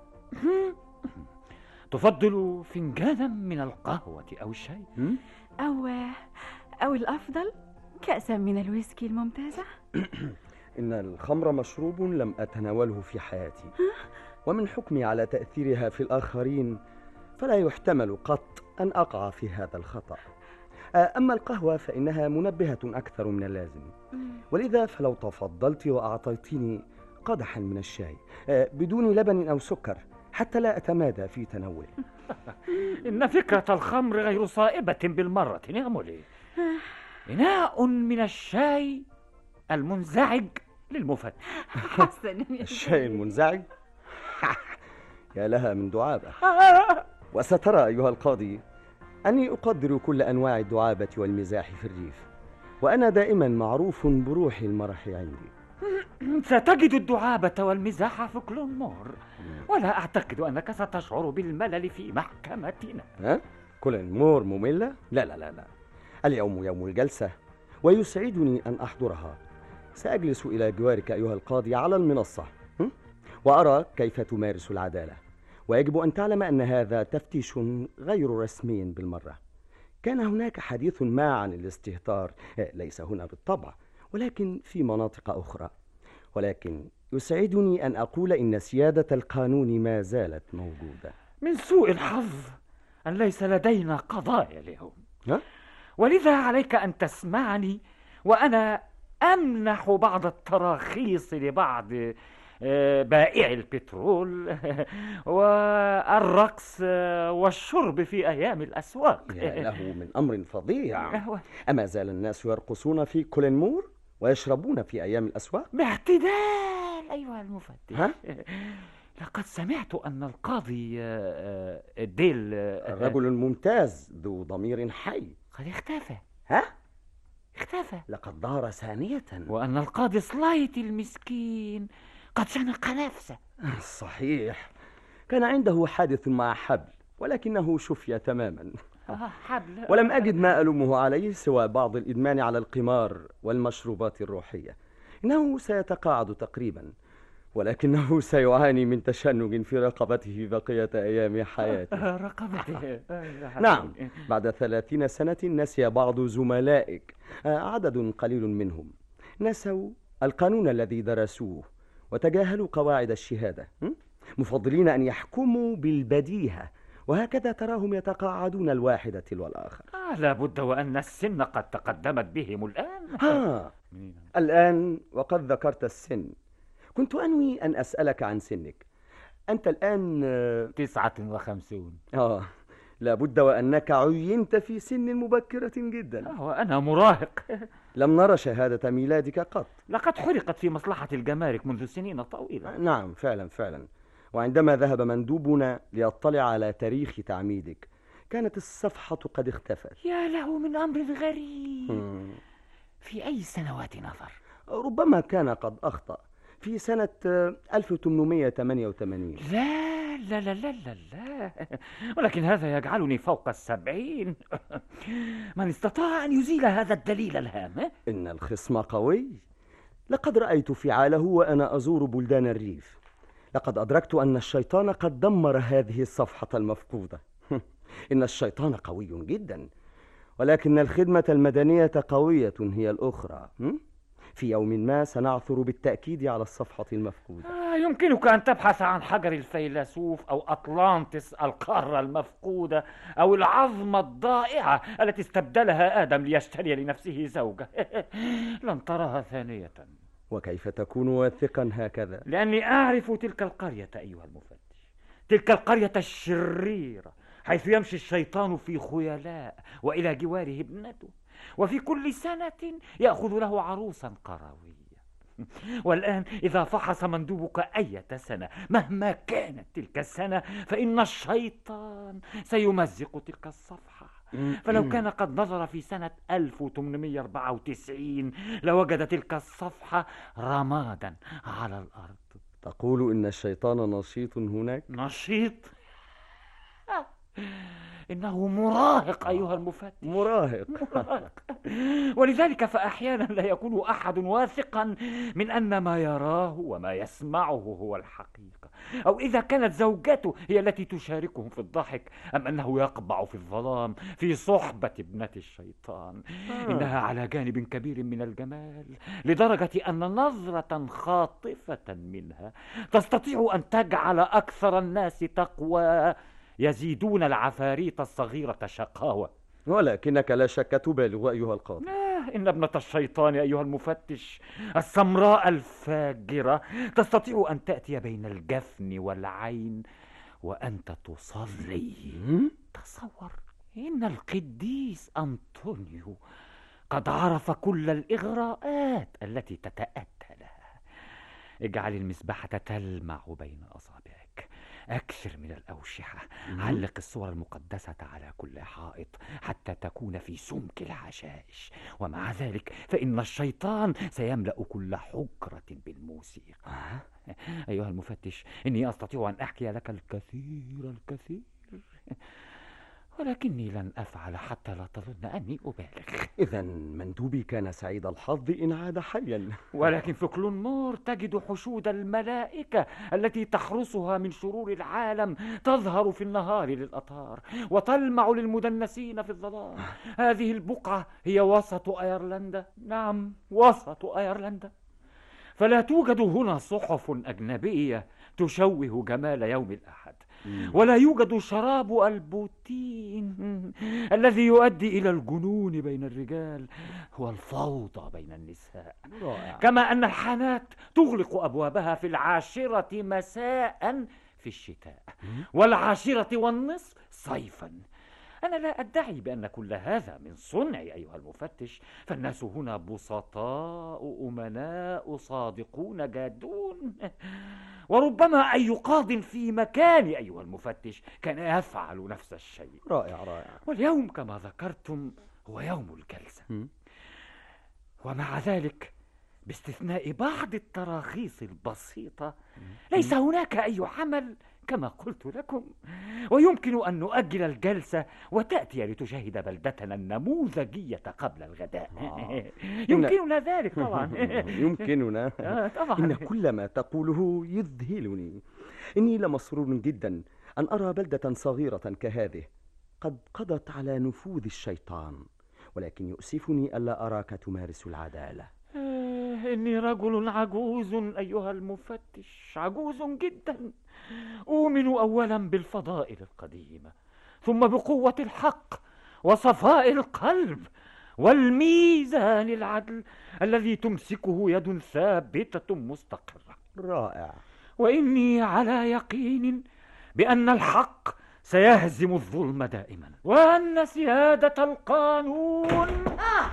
تفضل فنجانا من القهوة أو الشاي؟ أو أو الأفضل كأسا من الويسكي الممتازة. إن الخمر مشروب لم أتناوله في حياتي، ومن حكمي على تأثيرها في الآخرين فلا يحتمل قط أن أقع في هذا الخطأ. أما القهوة فإنها منبهة أكثر من اللازم، ولذا فلو تفضلت وأعطيتني قدحا من الشاي بدون لبن أو سكر حتى لا أتمادى في تناوله. إن فكرة الخمر غير صائبة بالمرة يا مولي. إناء من الشاي المنزعج للمفتش. حسنا. الشاي المنزعج؟ يا لها من دعابة. وسترى أيها القاضي أني أقدر كل أنواع الدعابة والمزاح في الريف، وأنا دائما معروف بروح المرح عندي. ستجد الدعابة والمزاح في كلونمور، ولا أعتقد أنك ستشعر بالملل في محكمتنا. ها؟ كلونمور مملة؟ لا لا لا لا، اليوم يوم الجلسة ويسعدني أن أحضرها. سأجلس إلى جوارك أيها القاضي على المنصة وأرى كيف تمارس العدالة. ويجب أن تعلم أن هذا تفتيش غير رسمي بالمرة. كان هناك حديث ما عن الاستهتار، ليس هنا بالطبع ولكن في مناطق أخرى، ولكن يسعدني أن أقول إن سيادة القانون ما زالت موجودة. من سوء الحظ أن ليس لدينا قضايا اليوم، ها؟ ولذا عليك أن تسمعني وأنا أمنح بعض التراخيص لبعض بائع البترول والرقص والشرب في أيام الأسواق. يا له من أمر فظيع. أما زال الناس يرقصون في كولينمور ويشربون في أيام الأسواق؟ باعتدال أيها المفتش. ها؟ لقد سمعت أن القاضي ديل الرجل الممتاز ذو ضمير حي قد اختفى. ها؟ اختفى. لقد ظهر ثانية. وأن القاضي سلايت المسكين قد شنق نفسه. صحيح، كان عنده حادث مع حبل ولكنه شفي تماما. حبل. ولم أجد ما ألومه عليه سوى بعض الإدمان على القمار والمشروبات الروحية. إنه سيتقاعد تقريبا، ولكنه سيعاني من تشنج في رقبته بقية أيام حياته. رقبته. نعم، بعد ثلاثين سنة نسي بعض زملائك، عدد قليل منهم، نسوا القانون الذي درسوه وتجاهلوا قواعد الشهادة، مفضلين أن يحكموا بالبديهة، وهكذا تراهم يتقاعدون الواحدة تلو الآخر. آه لا بد وأن السن قد تقدمت بهم الآن. ها الآن وقد ذكرت السن، كنت أنوي أن أسألك عن سنك. أنت الآن تسعة وخمسون. آه لابد وأنك عينت في سن مبكرة جدا. آه وأنا مراهق. لم نرى شهادة ميلادك قط. لقد حرقت في مصلحة الجمارك منذ سنين طويلة. نعم فعلا فعلا. وعندما ذهب مندوبنا ليطلع على تاريخ تعميدك كانت الصفحة قد اختفت. يا له من أمر غريب. مم. في أي سنوات نظر؟ ربما كان قد أخطأ في سنة ألف وثمانمائة وثمانية وثمانين. لا لا لا لا لا لا، ولكن هذا يجعلني فوق السبعين. من استطاع أن يزيل هذا الدليل الهام؟ إن الخصم قوي. لقد رأيت فعاله وأنا أزور بلدان الريف. لقد أدركت أن الشيطان قد دمر هذه الصفحة المفقودة. إن الشيطان قوي جدا، ولكن الخدمة المدنية قوية هي الأخرى. في يوم ما سنعثر بالتأكيد على الصفحة المفقودة. آه يمكنك أن تبحث عن حجر الفيلسوف أو أطلانتس القارة المفقودة أو العظمة الضائعة التي استبدلها آدم ليشتري لنفسه زوجة. لن تراها ثانية. وكيف تكون واثقا هكذا؟ لأني أعرف تلك القرية أيها المفتش، تلك القرية الشريرة حيث يمشي الشيطان في خيلاء وإلى جواره ابنته، وفي كل سنة يأخذ له عروسا قروية. والآن إذا فحص مندوبك أي سنة مهما كانت تلك السنة فإن الشيطان سيمزق تلك الصفحة. فلو كان قد نظر في سنة ألف وثمانمائة وأربعة وتسعين لوجد تلك الصفحة رمادا على الأرض. تقول إن الشيطان نشيط هناك؟ نشيط؟ إنه مراهق أيها المفتش. مراهق. مراهق. ولذلك فأحيانا لا يكون أحد واثقا من أن ما يراه وما يسمعه هو الحقيقة، أو إذا كانت زوجته هي التي تشاركهم في الضحك، أم أنه يقبع في الظلام في صحبة ابنة الشيطان. آه. إنها على جانب كبير من الجمال، لدرجة أن نظرة خاطفة منها تستطيع أن تجعل أكثر الناس تقوى يزيدون العفاريت الصغيرة شقاوة. ولكنك لا شك تبالغ أيها القاضي. آه إن ابنة الشيطان أيها المفتش السمراء الفاجرة تستطيع أن تأتي بين الجفن والعين وأنت تصلي. تصور إن القديس أنطونيو قد عرف كل الإغراءات التي تتأتى لها. اجعل المسبحة تلمع بين أصابعك، أكثر من الأوشحة، علق الصور المقدسة على كل حائط حتى تكون في سمك الحشائش، ومع ذلك فإن الشيطان سيملأ كل حجرة بالموسيقى. أيها المفتش، إني أستطيع أن أحكي لك الكثير الكثير، ولكني لن أفعل حتى لا تظن أني أبالغ. إذن مندوبي كان سعيد الحظ إن عاد حيا. ولكن في كلونمور تجد حشود الملائكة التي تحرسها من شرور العالم تظهر في النهار للأطهار وتلمع للمدنسين في الظلام. هذه البقعة هي وسط أيرلندا. نعم، وسط أيرلندا. فلا توجد هنا صحف أجنبية تشوه جمال يوم الأحد، ولا يوجد شراب البوتين الذي يؤدي إلى الجنون بين الرجال والفوضى بين النساء. رائع. كما أن الحانات تغلق أبوابها في العاشرة مساء في الشتاء والعاشرة والنصف صيفا. أنا لا أدعي بأن كل هذا من صنعي أيها المفتش، فالناس هنا بسطاء أمناء صادقون جادون، وربما أي قاض في مكاني أيها المفتش كان يفعل نفس الشيء. رائع رائع. واليوم كما ذكرتم هو يوم الجلسة، ومع ذلك باستثناء بعض التراخيص البسيطة ليس هناك أي عمل كما قلت لكم، ويمكن أن نؤجل الجلسة وتأتي لتشاهد بلدتنا النموذجية قبل الغداء. آه. يمكننا ذلك طبعا. يمكننا. آه طبعا. إن كل ما تقوله يذهلني. إني لمسرور جدا أن أرى بلدة صغيرة كهذه قد قضت على نفوذ الشيطان، ولكن يؤسفني ألا أراك تمارس العدالة. آه إني رجل عجوز أيها المفتش، عجوز جدا. أؤمن أولا بالفضائل القديمة، ثم بقوة الحق وصفاء القلب والميزان العدل الذي تمسكه يد ثابتة مستقرة. رائع. وإني على يقين بأن الحق سيهزم الظلم دائما، وأن سيادة القانون آه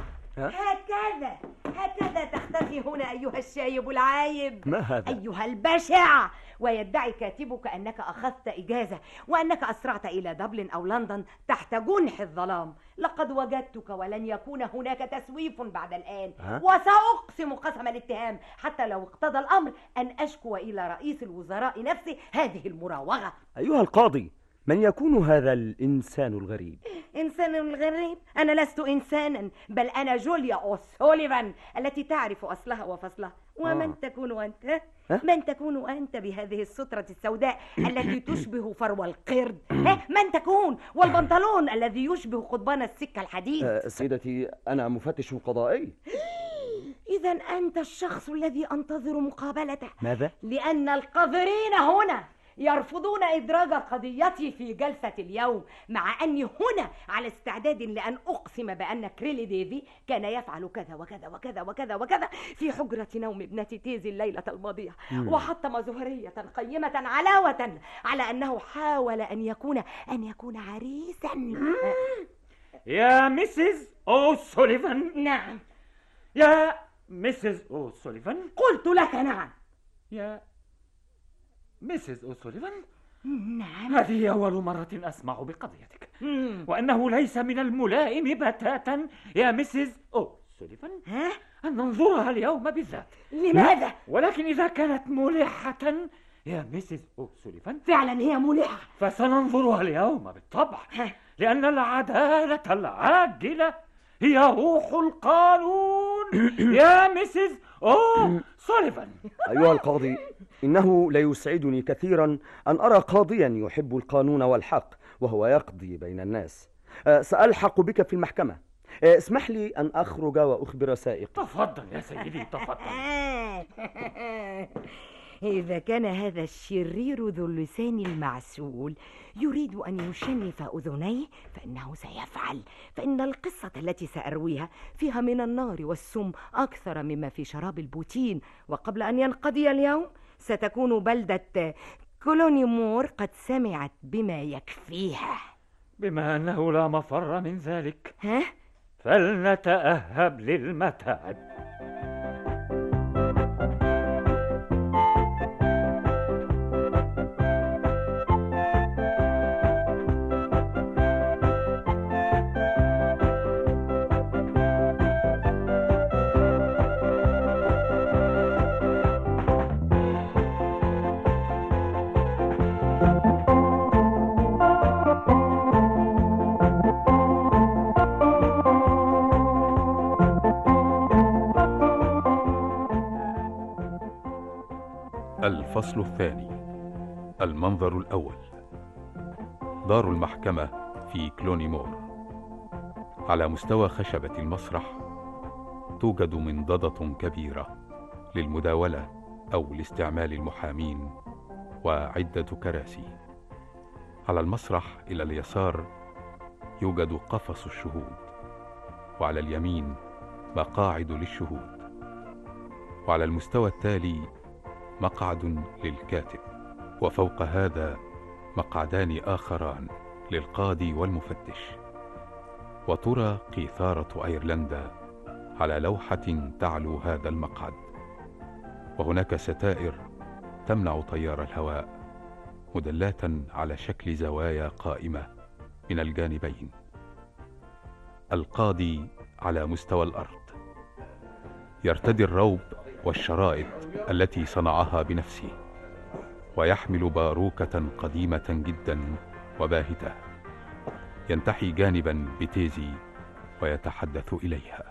هكذا هكذا تختفي هنا أيها الشايب العايب. ما هذا؟ أيها البشع. ويدعي كاتبك أنك أخذت إجازة وأنك أسرعت إلى دبلن أو لندن تحت جنح الظلام. لقد وجدتك ولن يكون هناك تسويف بعد الآن. ها؟ وسأقسم قسم الاتهام حتى لو اقتضى الأمر أن أشكو إلى رئيس الوزراء نفسه هذه المراوغة. أيها القاضي، من يكون هذا الإنسان الغريب؟ إنسان الغريب؟ أنا لست إنسانا، بل أنا جوليا أوسوليفان التي تعرف أصلها وفصلها. ومن آه. تكون أنت؟ ها؟ من تكون أنت بهذه السترة السوداء التي تشبه فرو القرد؟ من تكون؟ والبنطلون الذي يشبه قضبان السكة الحديد؟ أه سيدتي، أنا مفتش قضائي. إذا أنت الشخص الذي أنتظر مقابلته. ماذا؟ لأن القاذرين هنا يرفضون إدراج قضيتي في جلسة اليوم، مع أني هنا على استعداد لأن أقسم بأن كريلي ديفي كان يفعل كذا وكذا وكذا وكذا وكذا في حجرة نوم ابنة تيزي الليلة الماضية، وحطم زهرية قيمة علاوة على أنه حاول أن يكون أن يكون عريسا. يا ميسيس أوسوليفان. نعم. يا ميسيس أوسوليفان. قلت لك نعم. يا ميسيس أوسوليفان. نعم. هذه أول مرة أسمع بقضيتك، وأنه ليس من الملائم بتاتا يا ميسيس أوسوليفان أن ننظرها اليوم بالذات. لماذا؟ ولكن إذا كانت ملحة يا ميسيس أوسوليفان. فعلا هي ملحة. فسننظرها اليوم بالطبع، لأن العدالة العاجلة هي روح القانون يا ميسيس أوسوليفان. أيها القاضي، إنه ليسعدني كثيرا أن أرى قاضيا يحب القانون والحق وهو يقضي بين الناس. أه سألحق بك في المحكمة. أه اسمح لي أن أخرج وأخبر سائقي. تفضل يا سيدي تفضل. إذا كان هذا الشرير ذو اللسان المعسول يريد أن يشنف أذنيه فإنه سيفعل، فإن القصة التي سأرويها فيها من النار والسم أكثر مما في شراب البوتين، وقبل أن ينقضي اليوم ستكون بلدة كلوني مور قد سمعت بما يكفيها. بما أنه لا مفر من ذلك، ها؟ فلنتأهب للمتاعب. الفصل الثاني. المنظر الأول. دار المحكمة في كلوني مور. على مستوى خشبة المسرح توجد منضدة كبيرة للمداولة أو لاستعمال المحامين وعدة كراسي. على المسرح إلى اليسار يوجد قفص الشهود، وعلى اليمين مقاعد للشهود، وعلى المستوى التالي مقعد للكاتب، وفوق هذا مقعدان آخران للقاضي والمفتش. وترى قيثارة أيرلندا على لوحة تعلو هذا المقعد، وهناك ستائر تمنع تيار الهواء مدلاة على شكل زوايا قائمة من الجانبين. القاضي على مستوى الأرض يرتدي الروب والشرائط التي صنعها بنفسه، ويحمل باروكة قديمة جدا وباهتة. ينتحي جانبا بتيزي ويتحدث إليها.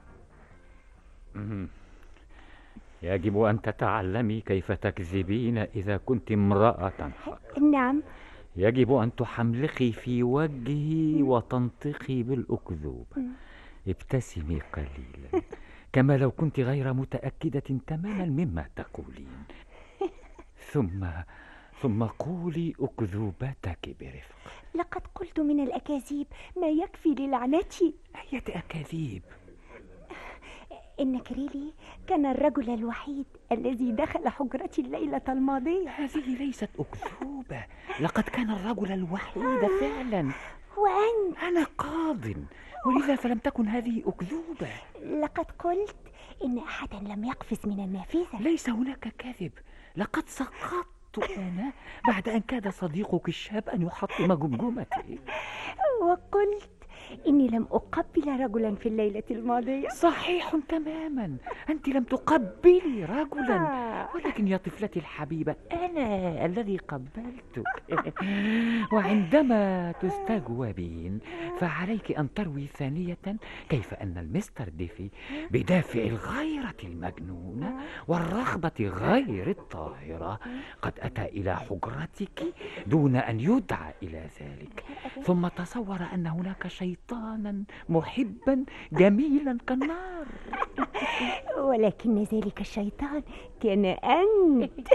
يجب أن تتعلمي كيف تكذبين إذا كنت امرأة حق. نعم. يجب أن تحملقي في وجهي وتنطقي بالأكذوب. ابتسمي قليلا كما لو كنت غير متأكدة تماما مما تقولين. ثم ثم قولي أكذوبتك برفق. لقد قلت من الأكاذيب ما يكفي للعنتي. أية أكاذيب؟ إن كريلي كان الرجل الوحيد الذي دخل حجرتي الليلة الماضية. هذه ليست أكذوبة، لقد كان الرجل الوحيد فعلا. وأنت؟ أنا قاض، ولذا فلم تكن هذه أكذوبة. لقد قلت إن أحدا لم يقفز من النافذة. ليس هناك كذب، لقد سقطت أنا بعد أن كاد صديقك الشاب أن يحطم جمجمتي. وقلت إني لم أقبل رجلا في الليلة الماضية. صحيح تماما، أنت لم تقبلي رجلا، ولكن يا طفلتي الحبيبة أنا الذي قبلتك. وعندما تستجوبين فعليك أن تروي ثانية كيف أن المستر ديفي بدافع الغيرة المجنونة والرغبة غير الطاهرة قد أتى إلى حجرتك دون أن يدعى إلى ذلك، ثم تصور أن هناك شيطانا محبا جميلا كالنار. ولكن ذلك الشيطان كان أنت.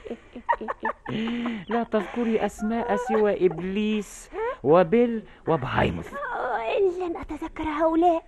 لا تذكري أسماء سوى إبليس وبيل وبهايموث. لن أتذكر هؤلاء.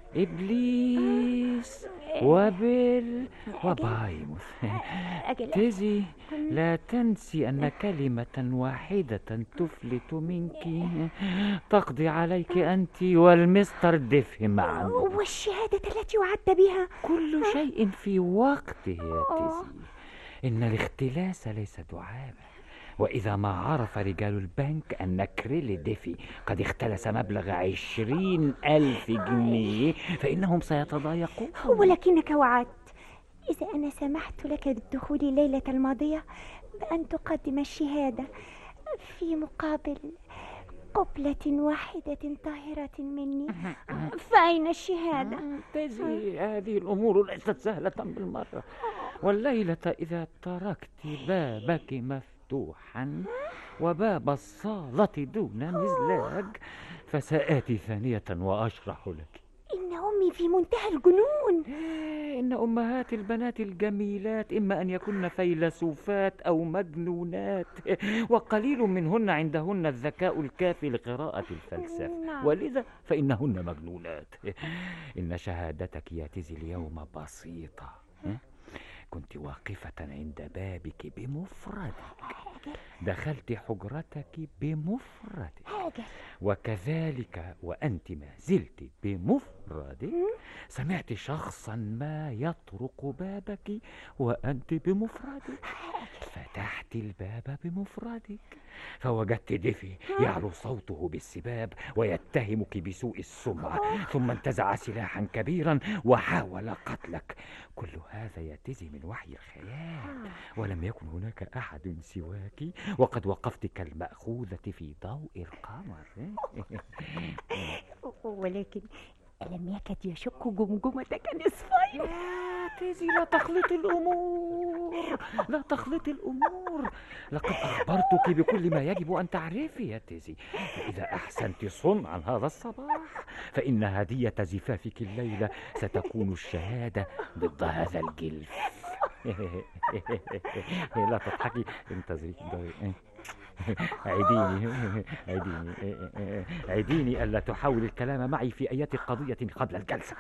إبليس وبيل وبهايموث. تيزي، لا تنسي أن كلمة واحدة تفلت منك تقضي عليك أنت والمستر ديفي معا. والشهادة التي وعدت بها. كل شيء في وقته يا تيزي. إن الاختلاس ليس دعابة، وإذا ما عرف رجال البنك أن كريلي ديفي قد اختلس مبلغ عشرين ألف جنيه فإنهم سيتضايقون. ولكنك وعدت إذا أنا سمحت لك بالدخول الليلة الماضية بأن تقدم الشهادة في مقابل قبلة واحدة طاهرة مني. فأين الشهادة؟ تزي، هذه الأمور ليست سهلة بالمرة، والليلة إذا تركت بابك مفتوحا وباب الصالة دون مزلاج فسآتي ثانية وأشرح لك. إن أمي في منتهى الجنون. إن أمهات البنات الجميلات إما أن يكن فيلسوفات أو مجنونات، وقليل منهن عندهن الذكاء الكافي لقراءة الفلسفة، ولذا فإنهن مجنونات. إن شهادتك يا تيزي اليوم بسيطة. كنت واقفة عند بابك بمفردك، دخلت حجرتك بمفردك، وكذلك وأنت ما زلت بمفردك سمعت شخصا ما يطرق بابك وأنت بمفردك، فتحت الباب بمفردك فوجدت ديفي يعلو صوته بالسباب ويتهمك بسوء السمعة، ثم انتزع سلاحا كبيرا وحاول قتلك. كل هذا يتزي من وحي الخيال، ولم يكن هناك أحد سواك، وقد وقفت كالمأخوذة في ضوء القمر. ولكن ألم يكد يشق جمجمتك نصفين؟ لا تيزي، لا تخلط الأمور، لا تخلط الأمور. لقد أخبرتك بكل ما يجب أن تعرفي يا تيزي. فإذا أحسنت صنعا هذا الصباح فإن هدية زفافك الليلة ستكون الشهادة ضد هذا الجلف. لا تضحكي، انتظري. عيديني عيديني عيديني ألا تحاول الكلام معي في أي قضية قبل الجلسة.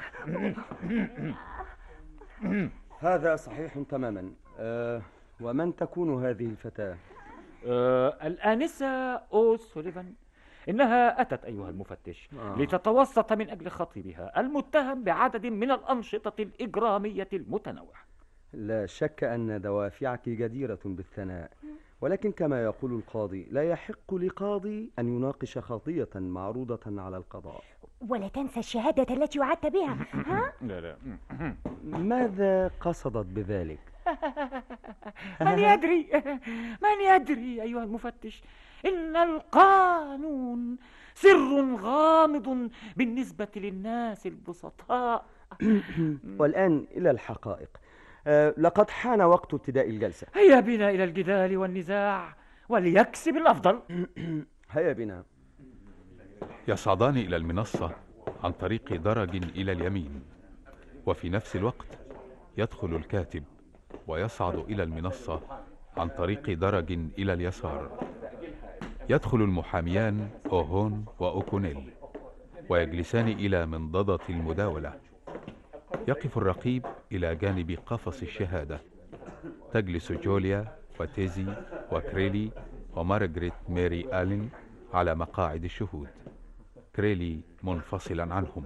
هذا صحيح تماما. أه ومن تكون هذه الفتاة؟ أه الآنسة أو سوليفان. إنها أتت أيها المفتش آه. لتتوسط من أجل خطيبها المتهم بعدد من الأنشطة الإجرامية المتنوعة. لا شك أن دوافعك جديرة بالثناء، ولكن كما يقول القاضي لا يحق لقاضي أن يناقش قضية معروضة على القضاء. ولا تنسى الشهادة التي وعدت بها. ها؟ لا لا. ماذا قصدت بذلك؟ من يدري من يدري أيها المفتش، إن القانون سر غامض بالنسبة للناس البسطاء. والآن إلى الحقائق. أه لقد حان وقت ابتداء الجلسة. هيا بنا إلى الجدال والنزاع وليكسب الأفضل. هيا بنا. يصعدان إلى المنصة عن طريق درج إلى اليمين، وفي نفس الوقت يدخل الكاتب ويصعد إلى المنصة عن طريق درج إلى اليسار. يدخل المحاميان أوهون وأوكونيل ويجلسان إلى منضدة المداولة. يقف الرقيب إلى جانب قفص الشهادة. تجلس جوليا وتيزي وكريلي ومارغريت ماري آلين على مقاعد الشهود، كريلي منفصلا عنهم.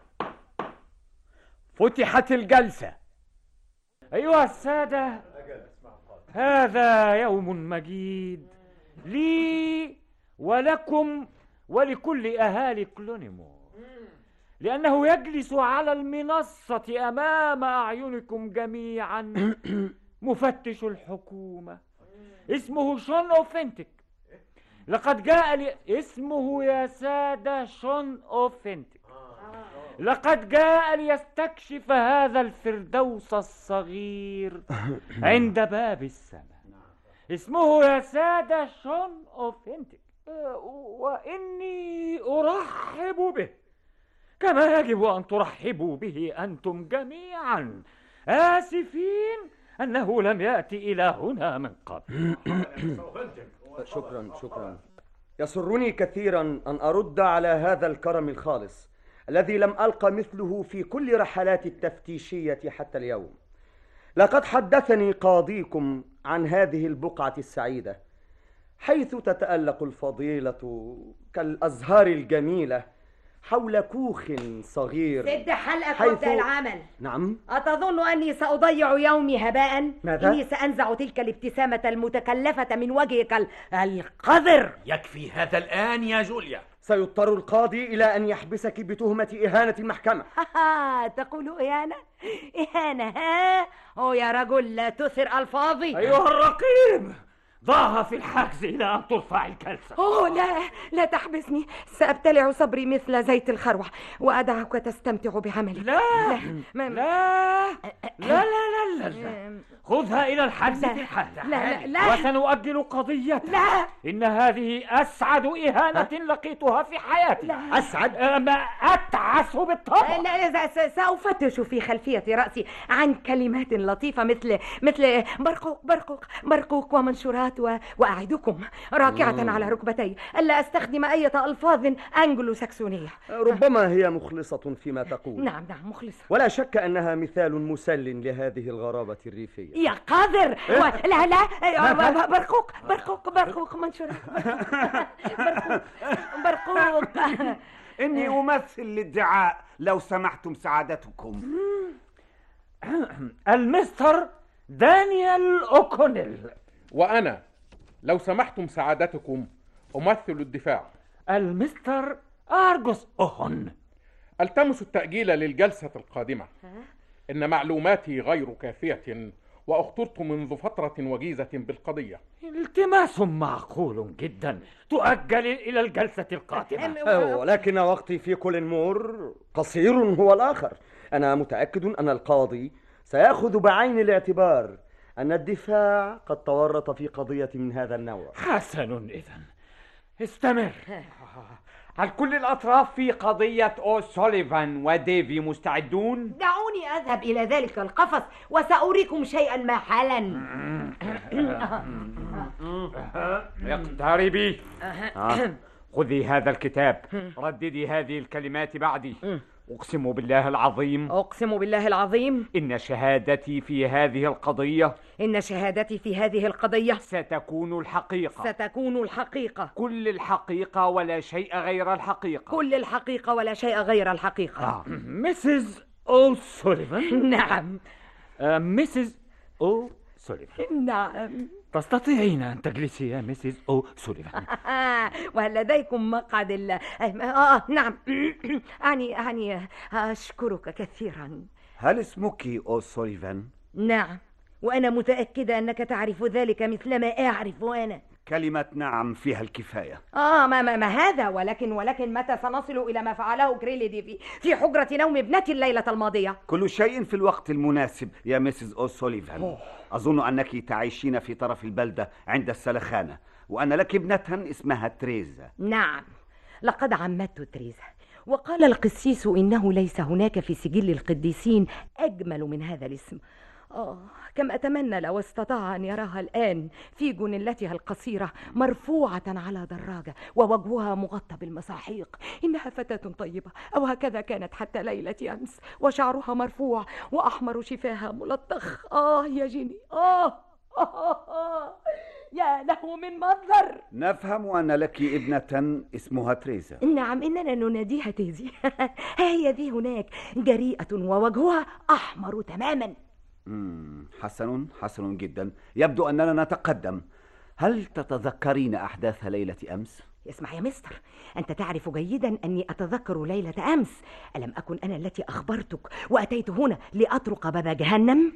فتحت الجلسة. أيها السادة، هذا يوم مجيد لي ولكم ولكل أهالي كلونيمور، لأنه يجلس على المنصة أمام أعينكم جميعا مفتش الحكومة اسمه شون أوفنتك. لقد جاء لي اسمه يا سادة شون أوفنتك. لقد جاء ليستكشف هذا الفردوس الصغير عند باب السماء. اسمه يا سادة شون أوفنتك، وإني أرحب به كما يجب أن ترحبوا به أنتم جميعا، آسفين أنه لم يأتي إلى هنا من قبل. شكرا شكرا. يسرني كثيرا أن أرد على هذا الكرم الخالص الذي لم ألق مثله في كل رحلات التفتيشية حتى اليوم. لقد حدثني قاضيكم عن هذه البقعة السعيدة حيث تتألق الفضيلة كالأزهار الجميلة حول كوخ صغير. سد حلقك وابدأ العمل. نعم. أتظن أني سأضيع يومي هباء؟ ماذا؟ إني سأنزع تلك الابتسامة المتكلفة من وجهك القذر. يكفي هذا الآن يا جوليا. سيضطر القاضي إلى أن يحبسك بتهمة إهانة المحكمة. تقول إهانة؟ إهانة ها؟ أو يا رجل لا تثر ألفاظي. أيها الرقيب، ضعها في الحجز إلى أن ترفع الجلسة. أوه لا لا تحبسني، سأبتلع صبري مثل زيت الخروع وأدعك تستمتع بعملك. لا لا لا لا لا لا, لا, لا. خذها إلى الحجز في الحال. لا لا لا وسنؤجل قضية. لا إن هذه أسعد إهانة لقيتها في حياتي. لا. أسعد ما أتعس بالطبع. لا لا سأفتش في خلفية رأسي عن كلمات لطيفة مثل مثل برقوق برقوق برقوق ومنشورات و... وأعدكم راكعة مم. على ركبتي ألا أستخدم أي ألفاظ أنجلو ساكسونية. ربما هي مخلصة فيما تقول. نعم نعم مخلصة، ولا شك أنها مثال مسل لهذه الغرابة الريفية. يا قادر و... لا لا برقوق برقوق برقوق منشورات برقوق برقوق. إني أمثل للدعاء لو سمحتم سعادتكم. المستر دانيال أوكونيل. وأنا لو سمحتم سعادتكم أمثل الدفاع. المستر أرغوس أوهون. التمس التأجيل للجلسة القادمة. إن معلوماتي غير كافية وأخطرت منذ فترة وجيزة بالقضية. التماس معقول جدا، تؤجل إلى الجلسة القادمة. ولكن وقتي في كولينمور قصير هو الآخر. أنا متأكد أن القاضي سيأخذ بعين الاعتبار أن الدفاع قد تورط في قضية من هذا النوع. حسن، إذن استمر. هل كل الأطراف في قضية أوسوليفان وديفي مستعدون؟ دعوني أذهب إلى ذلك القفص وسأريكم شيئا ما حالا. اقتربي. خذي هذا الكتاب، رددي هذه الكلمات بعدي. أقسم بالله العظيم. أقسم بالله العظيم. إن شهادتي في هذه القضية. إن شهادتي في هذه القضية. ستكون الحقيقة. ستكون الحقيقة. كل الحقيقة ولا شيء غير الحقيقة. كل الحقيقة ولا شيء غير الحقيقة. آه. مسز أوسوليفان. نعم. آه. مسز أوسوليفان. نعم. تستطيعين أن تجلسي يا مسز أوسوليفان. وهل لديكم مقعد ال... آه نعم. أعني أعني أشكرك كثيرا. هل اسمك أوسوليفان؟ نعم. وأنا متأكدة أنك تعرف ذلك مثلما أعرف أنا. كلمة نعم فيها الكفاية. آه ما, ما, ما هذا ولكن ولكن متى سنصل إلى ما فعله كريلي في في حجرة نوم ابنتي الليلة الماضية؟ كل شيء في الوقت المناسب يا ميسيس أوسوليفان. أظن أنك تعيشين في طرف البلدة عند السلخانة، وأن لك ابنة اسمها تريزا. نعم، لقد عمدت تريزا، وقال القسيس إنه ليس هناك في سجل القديسين أجمل من هذا الاسم. آه كم أتمنى لو استطاع أن يراها الآن في جنلتها القصيرة مرفوعة على دراجة ووجهها مغطى بالمساحيق. إنها فتاة طيبة، أو هكذا كانت حتى ليلة أمس، وشعرها مرفوع وأحمر شفاها ملطخ. آه يا جيني، آه, آه, آه يا له من منظر. نفهم أن لك ابنة اسمها تريزا. نعم، إننا نناديها تيزي. هي ذي هناك جريئة ووجهها أحمر تماما. مم. حسن حسن جدا، يبدو أننا نتقدم. هل تتذكرين أحداث ليلة أمس؟ اسمع يا مستر، أنت تعرف جيدا أني أتذكر ليلة أمس. ألم أكن أنا التي أخبرتك وأتيت هنا لأطرق باب جهنم؟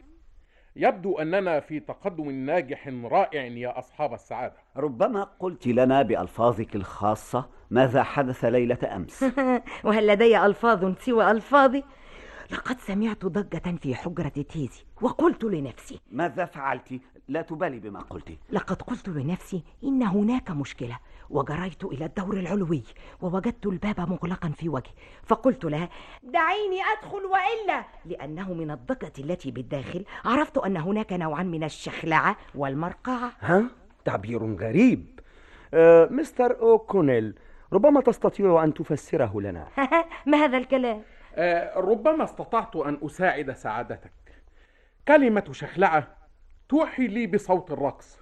يبدو أننا في تقدم ناجح رائع يا أصحاب السعادة. ربما قلت لنا بألفاظك الخاصة ماذا حدث ليلة أمس. وهل لدي ألفاظ سوى ألفاظي؟ لقد سمعت ضجة في حجرة تيزي وقلت لنفسي. ماذا فعلت؟ لا تبالي بما قلت. لقد قلت لنفسي إن هناك مشكلة، وجريت إلى الدور العلوي ووجدت الباب مغلقا في وجهي، فقلت لها دعيني أدخل وإلا، لأنه من الضجة التي بالداخل عرفت أن هناك نوعا من الشخلعة والمرقعة. ها؟ تعبير غريب. أه مستر أوكونيل، ربما تستطيع أن تفسره لنا. ما هذا الكلام؟ آه ربما استطعت أن أساعد سعادتك. كلمة شخلعة توحي لي بصوت الرقص،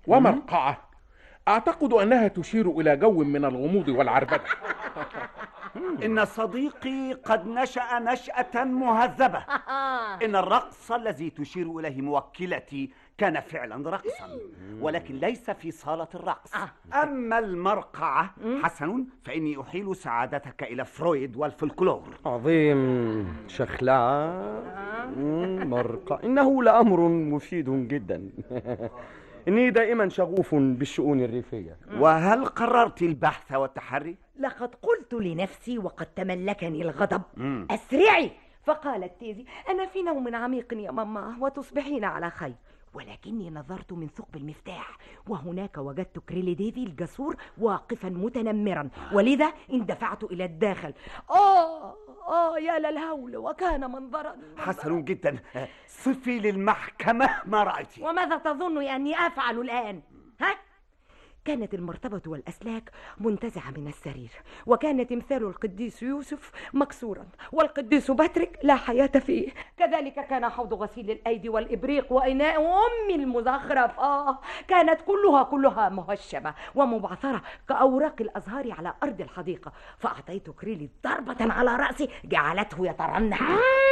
ومرقعة أعتقد أنها تشير إلى جو من الغموض والعربدة. إن صديقي قد نشأ نشأة مهذبة. إن الرقص الذي تشير إليه موكلتي كان فعلا رقصا، ولكن ليس في صالة الرقص. أما المرقعة حسن، فإني أحيل سعادتك إلى فرويد والفلكلور. عظيم. شخلعة، مرقعة، إنه لأمر مفيد جدا. إني دائما شغوف بالشؤون الريفية. وهل قررت البحث والتحري؟ لقد قلت لنفسي وقد تملكني الغضب مم. أسرعي. فقالت تيزي أنا في نوم عميق يا ماما وتصبحين على خير، ولكني نظرت من ثقب المفتاح وهناك وجدت كريلي ديفي الجسور واقفا متنمرا، ولذا اندفعت إلى الداخل. آه آه يا للهول، وكان منظرا. حسن جدا. صفي للمحكمة ما رأيت. وماذا تظن أني أفعل الآن؟ ها؟ كانت المرتبة والأسلاك منتزعة من السرير، وكان تمثال القديس يوسف مكسورا، والقديس باتريك لا حياة فيه. كذلك كان حوض غسيل الأيدي والإبريق وإناء أمي المزخرف. آه كانت كلها كلها مهشمة ومبعثرة كأوراق الأزهار على أرض الحديقة. فأعطيت كريلي ضربة على رأسي جعلته يترنح.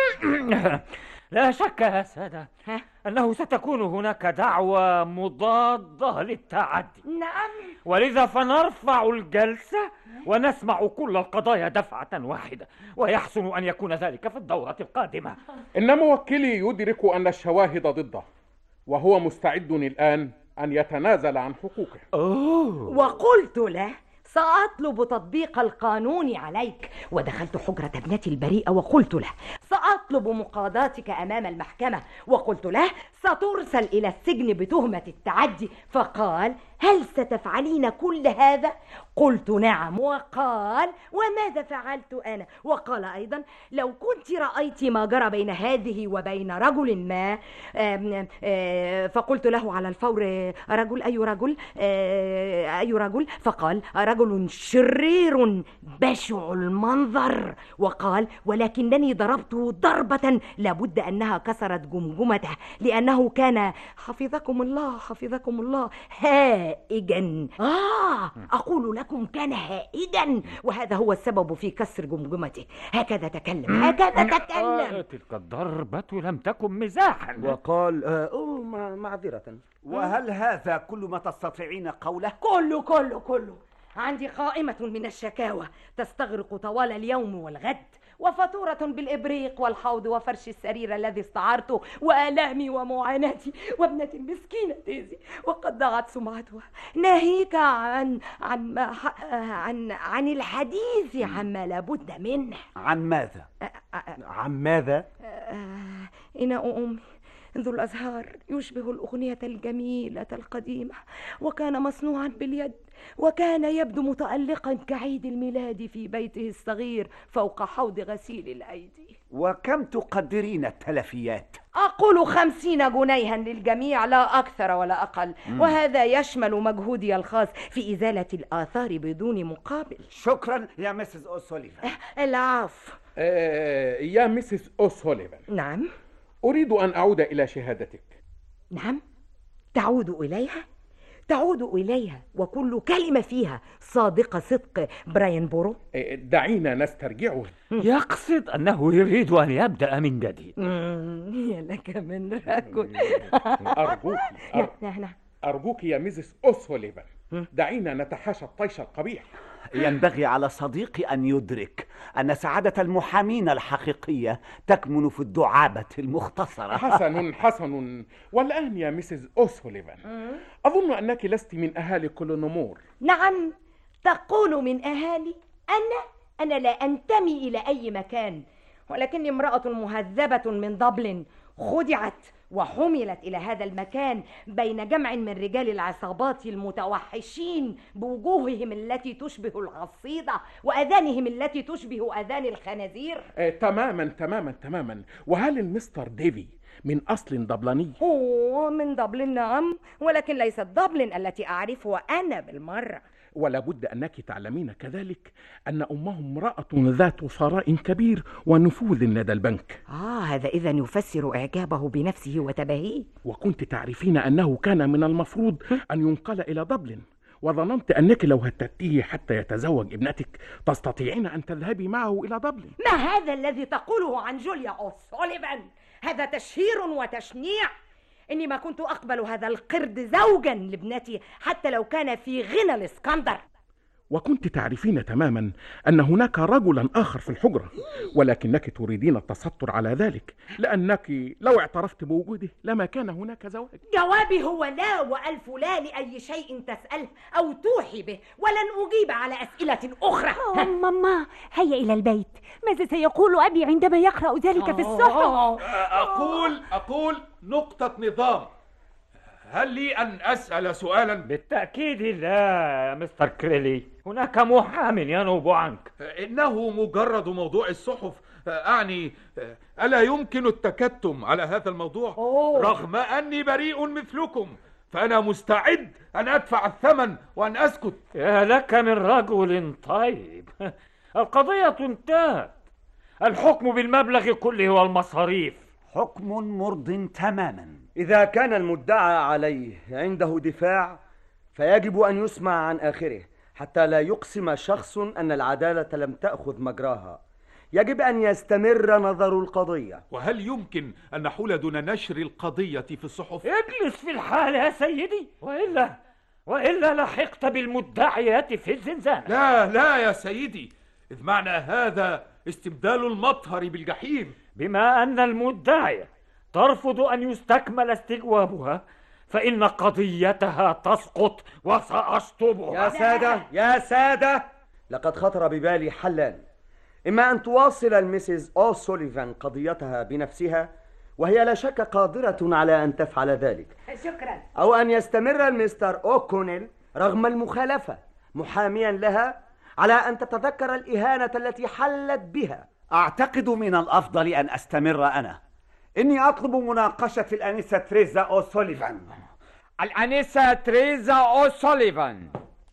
لا شك يا سادة أنه ستكون هناك دعوة مضادة للتعدي. نعم. ولذا فنرفع الجلسة ونسمع كل القضايا دفعة واحدة، ويحسن أن يكون ذلك في الدورة القادمة. إن موكلي يدرك أن الشواهد ضده، وهو مستعد الآن أن يتنازل عن حقوقه. أوه. وقلت له سأطلب تطبيق القانون عليك، ودخلت حجرة ابنتي البريئة وقلت له سأطلب مقاضاتك أمام المحكمة، وقلت له سترسل إلى السجن بتهمة التعدي. فقال هل ستفعلين كل هذا؟ قلت نعم. وقال وماذا فعلت أنا؟ وقال أيضا لو كنت رأيت ما جرى بين هذه وبين رجل ما. آم آم فقلت له على الفور رجل أي رجل أي رجل؟ فقال رجل شرير بشع المنظر. وقال ولكنني ضربته ضربة لابد أنها كسرت جمجمته، لأنه كان حفظكم الله حفظكم الله هائجا. آه أقول لكم كان هائجا، وهذا هو السبب في كسر جمجمته. هكذا تكلم هكذا تكلم. تلك الضربة لم تكن مزاحا. وقال أوه معذرة. وهل هذا كل ما تستطيعين قوله؟ كله كله كله. عندي قائمة من الشكاوى تستغرق طوال اليوم والغد، وفاتورة بالإبريق والحوض وفرش السرير الذي استعرته، وآلامي ومعاناتي، وابنة المسكينة ديزي وقد ضاعت سمعتها، ناهيك عن عن ما عن عن الحديث عما لابد منه. عن ماذا؟ عن ماذا؟ إناء أمي ذو الأزهار يشبه الأغنية الجميلة القديمة، وكان مصنوعا باليد، وكان يبدو متألقا كعيد الميلاد في بيته الصغير فوق حوض غسيل الأيدي. وكم تقدرين التلفيات؟ أقول خمسين جنيها للجميع، لا أكثر ولا أقل. مم. وهذا يشمل مجهودي الخاص في إزالة الآثار بدون مقابل. شكرا يا مسز أوسوليفان. العفو. آه يا مسز أوسوليفان. نعم. أريد أن أعود إلى شهادتك. نعم، تعود إليها؟ تعود إليها وكل كلمة فيها صادقة صدق براين بورو؟ دعينا نسترجعه. يقصد أنه يريد أن يبدأ من جديد. يا لك من رجل. أرجوك أر... أرجوك يا ميزيس أوسوليفان، دعينا نتحاشى الطيش القبيح. ينبغي على صديقي أن يدرك أن سعادة المحامين الحقيقية تكمن في الدعابة المختصرة. حسن حسن. والآن يا ميسيس أوسوليفان، أظن أنك لست من أهالي كولونومور. نعم، تقول من أهالي؟ أنا؟ أنا لا أنتمي إلى أي مكان، ولكني امرأة مهذبة من دبلن، خدعت وحملت إلى هذا المكان بين جمع من رجال العصابات المتوحشين بوجوههم التي تشبه العصيدة وأذانهم التي تشبه أذان الخنازير. آه، تماما تماما تماما. وهل المستر ديفي من أصل دبلني؟ هو من دبلن نعم، ولكن ليست دبلن التي أعرفها أنا بالمرة. ولا بد أنك تعلمين كذلك أن أمه امرأة ذات ثراء كبير ونفوذ لدى البنك. آه، هذا إذن يفسر إعجابه بنفسه وتباهيه. وكنت تعرفين أنه كان من المفروض أن ينقل إلى دبلن، وظننت أنك لو هددتيه حتى يتزوج ابنتك تستطيعين أن تذهبي معه إلى دبلن. ما هذا الذي تقوله عن جوليا أوسوليفان؟ هذا تشهير وتشنيع. إني ما كنت أقبل هذا القرد زوجا لابنتي حتى لو كان في غنى الإسكندر. وكنت تعرفين تماما أن هناك رجلا آخر في الحجرة، ولكنك تريدين التستر على ذلك، لأنك لو اعترفت بوجوده لما كان هناك زواج. جوابي هو لا وألف لا لأي شيء تسأله أو توحي به، ولن أجيب على أسئلة أخرى. ماما، هيا إلى البيت. ماذا سيقول أبي عندما يقرأ ذلك في الصحف؟ أقول أقول نقطة نظام. هل لي أن أسأل سؤالا؟ بالتأكيد لا يا مستر كريلي، هناك محام ينوب عنك. إنه مجرد موضوع الصحف، أعني ألا يمكن التكتم على هذا الموضوع؟ أوه. رغم أني بريء مثلكم فأنا مستعد أن أدفع الثمن وأن أسكت. يا لك من رجل طيب. القضية انتهت، الحكم بالمبلغ كله والمصاريف. حكم مرض تماما. إذا كان المدعى عليه عنده دفاع فيجب أن يسمع عن آخره حتى لا يقسم شخص أن العدالة لم تأخذ مجراها. يجب أن يستمر نظر القضية. وهل يمكن أن نحول دون نشر القضية في الصحف؟ اجلس في الحال يا سيدي، وإلا وإلا لحقت بالمدعيات في الزنزانة. لا لا يا سيدي، إذ معنى هذا استبدال المطهر بالجحيم. بما أن المدعية ترفض أن يستكمل استجوابها فإن قضيتها تسقط وسأشطبها. يا سادة يا سادة، لقد خطر ببالي حلان. إما أن تواصل المسز أوسوليفان قضيتها بنفسها، وهي لا شك قادرة على أن تفعل ذلك. شكرا. أو أن يستمر المستر أوكونيل رغم المخالفة محاميا لها على أن تتذكر الإهانة التي حلت بها. أعتقد من الأفضل أن أستمر أنا. إني أطلب مناقشة الأنسة تريزا أوسوليفان. الأنسة تريزا أوسوليفان.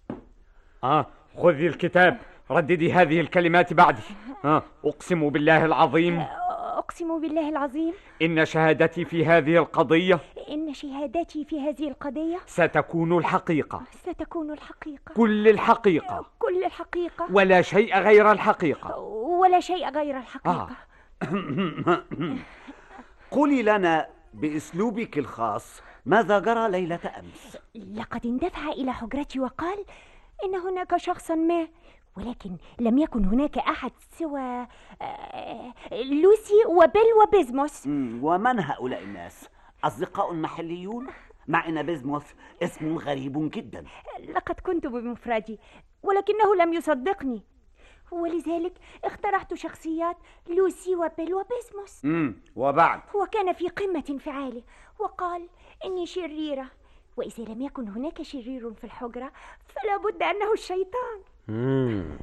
آه خذي الكتاب، رددي هذه الكلمات بعدي. آه أقسم بالله العظيم. أقسم بالله العظيم. إن شهادتي في هذه القضية. إن شهادتي في هذه القضية. ستكون الحقيقة. ستكون الحقيقة. كل الحقيقة. كل الحقيقة. ولا شيء غير الحقيقة. ولا شيء غير الحقيقة. آه. قولي لنا بأسلوبك الخاص ماذا جرى ليلة أمس. لقد اندفع إلى حجرتي وقال: إن هناك شخصا ما، ولكن لم يكن هناك أحد سوى لوسي وبيل وبيزموس. ومن هؤلاء الناس؟ أصدقاء محليون؟ مع أن بيزموس اسم غريب جدا. لقد كنت بمفردي ولكنه لم يصدقني، ولذلك اقترحت شخصيات لوسي وبيل وبيزموس. امم وبعد؟ وكان في قمة انفعاله وقال إني شريرة، وإذا لم يكن هناك شرير في الحجرة فلا بد أنه الشيطان. مم.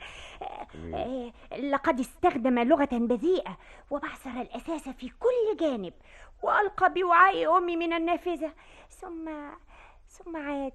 لقد استخدم لغة بذيئة وبعثر الأساس في كل جانب، وألقى بوعاء أمي من النافذة، ثم ثم عاد،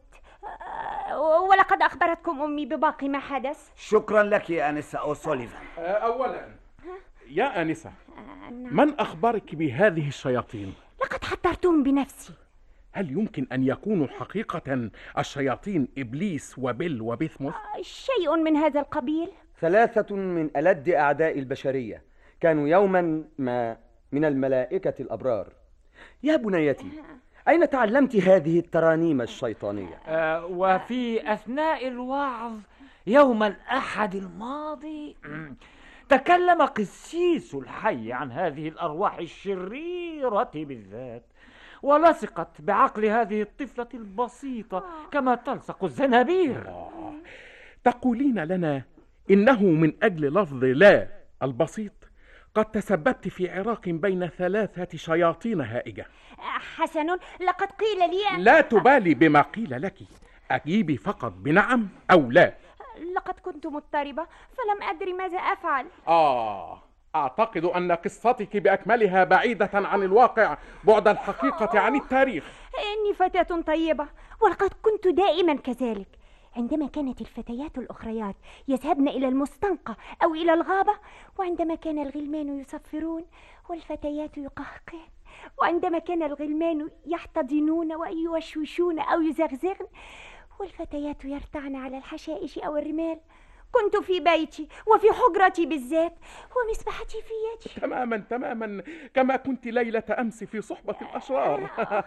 ولقد أخبرتكم أمي بباقي ما حدث. شكرا لك يا أنسة أوسوليفان. أولا يا أنسة، من أخبرك بهذه الشياطين؟ لقد حضرتهم بنفسي. هل يمكن أن يكونوا حقيقة الشياطين إبليس وبيل وبيثموس؟ شيء من هذا القبيل. ثلاثة من ألد أعداء البشرية كانوا يوما ما من الملائكة الأبرار. يا بنيتي، أين تعلمت هذه الترانيم الشيطانية؟ آه وفي أثناء الوعظ يوم الأحد الماضي تكلم قسيس الحي عن هذه الأرواح الشريرة بالذات، ولصقت بعقل هذه الطفلة البسيطة كما تلصق الزنابير. آه. تقولين لنا إنه من أجل لفظ لا البسيط قد تسببت في عراق بين ثلاثة شياطين هائجة. حسن، لقد قيل لي أن... لا تبالي بما قيل لك، أجيبي فقط بنعم أو لا. لقد كنت مضطربة فلم أدري ماذا أفعل. آه أعتقد أن قصتك بأكملها بعيدة عن الواقع بعد الحقيقة عن التاريخ. إني فتاة طيبة، ولقد كنت دائما كذلك. عندما كانت الفتيات الأخريات يذهبن إلى المستنقع أو إلى الغابة، وعندما كان الغلمان يصفرون والفتيات يقهقهن، وعندما كان الغلمان يحتضنون ويوشوشون أو يزغزغن والفتيات يرتعن على الحشائش أو الرمال، كنت في بيتي وفي حجرتي بالذات ومسبحتي في يدي. تماما تماما كما كنت ليلة أمس في صحبة الأشرار.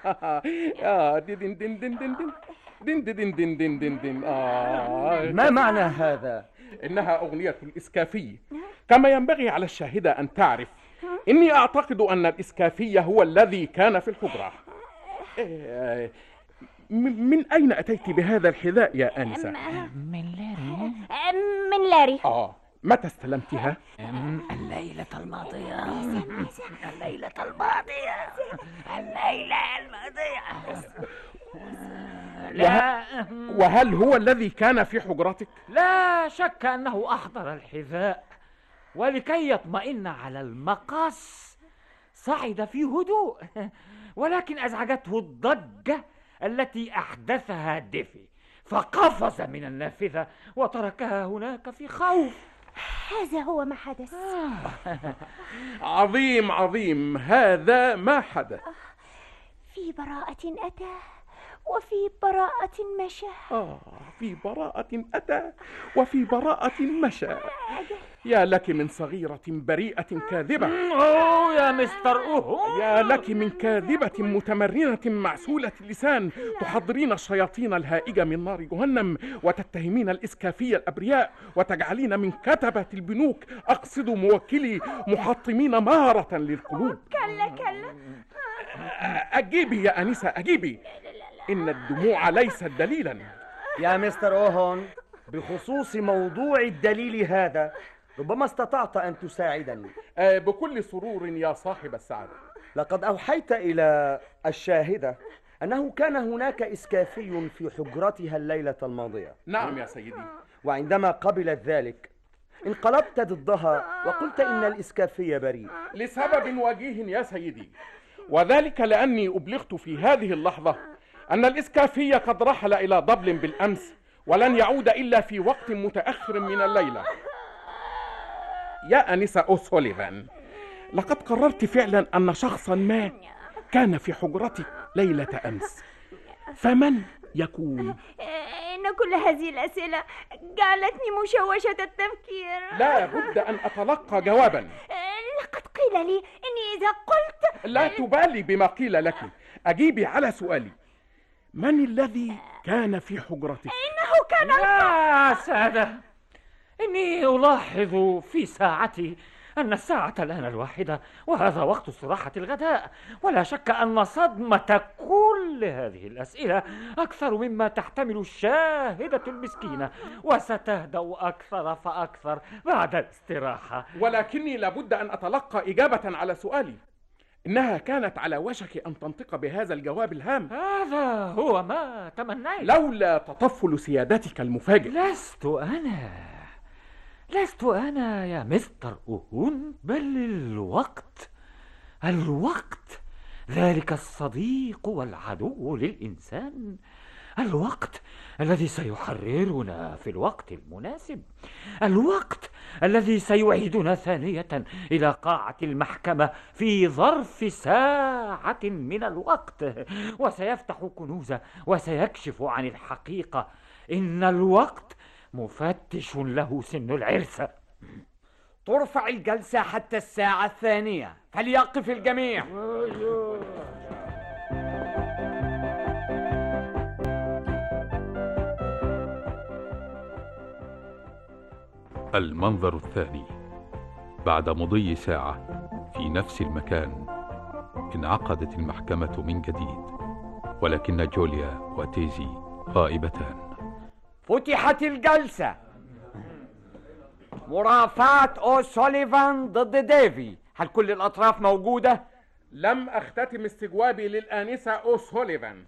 آه دين دين دين دين دين دين دين دين دين دين دين. آه ما معنى هذا؟ إنها أغنية الإسكافي، كما ينبغي على الشاهدة أن تعرف إني أعتقد أن الإسكافي هو الذي كان في الحجرة. من أين أتيت بهذا الحذاء يا آنسة؟ من لاري. من لاري. آه متى استلمتها؟ الليلة الماضية. الليلة الماضية. الليلة الماضية. لا. وهل هو الذي كان في حجرتك؟ لا شك أنه أحضر الحذاء، ولكي يطمئن على المقص صعد في هدوء، ولكن أزعجته الضجة التي أحدثها ديفي، فقفز من النافذة وتركها هناك في خوف. هذا هو ما حدث. عظيم عظيم، هذا ما حدث. في براءة أتى وفي براءة مشى. آه في براءة أتى وفي براءة مشى. يا لك من صغيرة بريئة كاذبة. أوه يا مستر أوه. يا لك من كاذبة متمرنة معسولة اللسان، تحضرين الشياطين الهائجة من نار جهنم، وتتهمين الإسكافية الأبرياء، وتجعلين من كتبة البنوك، أقصد موكلي، محطمين مهرة للقلوب. كلا كلا. أجيبي يا أنسة أجيبي، إن الدموع ليست دليلا. يا مستر أوهون، بخصوص موضوع الدليل هذا ربما استطعت أن تساعدني. آه بكل سرور يا صاحب السعادة. لقد أوحيت إلى الشاهدة أنه كان هناك إسكافي في حجرتها الليلة الماضية. نعم يا سيدي. وعندما قبلت ذلك انقلبت ضدها وقلت إن الإسكافي بريء. لسبب وجيه يا سيدي، وذلك لأني أبلغت في هذه اللحظة أن الإسكافي قد رحل إلى دبلن بالأمس، ولن يعود إلا في وقت متأخر من الليلة. يا أنسة أوسوليفان، لقد قررت فعلا أن شخصا ما كان في حجرتك ليلة أمس، فمن يكون؟ إن كل هذه الأسئلة جعلتني مشوشة التفكير. لا بد أن أتلقى جوابا. لقد قيل لي إني إذا قلت. لا تبالي بما قيل لك، أجيبي على سؤالي، من الذي كان في حجرتك؟ إنه كان يا سادة، إني ألاحظ في ساعتي أن الساعة الآن الواحدة، وهذا وقت استراحة الغداء، ولا شك أن صدمة كل هذه الأسئلة أكثر مما تحتمل الشاهدة المسكينة، وستهدأ أكثر فأكثر بعد الاستراحة. ولكني لابد أن أتلقى إجابة على سؤالي. إنها كانت على وشك أن تنطق بهذا الجواب الهام. هذا هو ما تمنيت. لولا تطفل سيادتك المفاجئ. لست أنا لست أنا يا مستر أوهون، بل الوقت. الوقت ذلك الصديق والعدو للإنسان، الوقت الذي سيحررنا في الوقت المناسب، الوقت الذي سيعيدنا ثانية إلى قاعة المحكمة في ظرف ساعة من الوقت، وسيفتح كنوزا وسيكشف عن الحقيقة. إن الوقت مفتش له سن العرسة. ترفع الجلسة حتى الساعة الثانية، فليقف الجميع. المنظر الثاني. بعد مضي ساعة في نفس المكان انعقدت المحكمة من جديد، ولكن جوليا وتيزي غائبتان. فتحت الجلسة. مرافعة أوسوليفان ضد ديفي. هل كل الأطراف موجودة؟ لم أختتم استجوابي للآنسة أوسوليفان.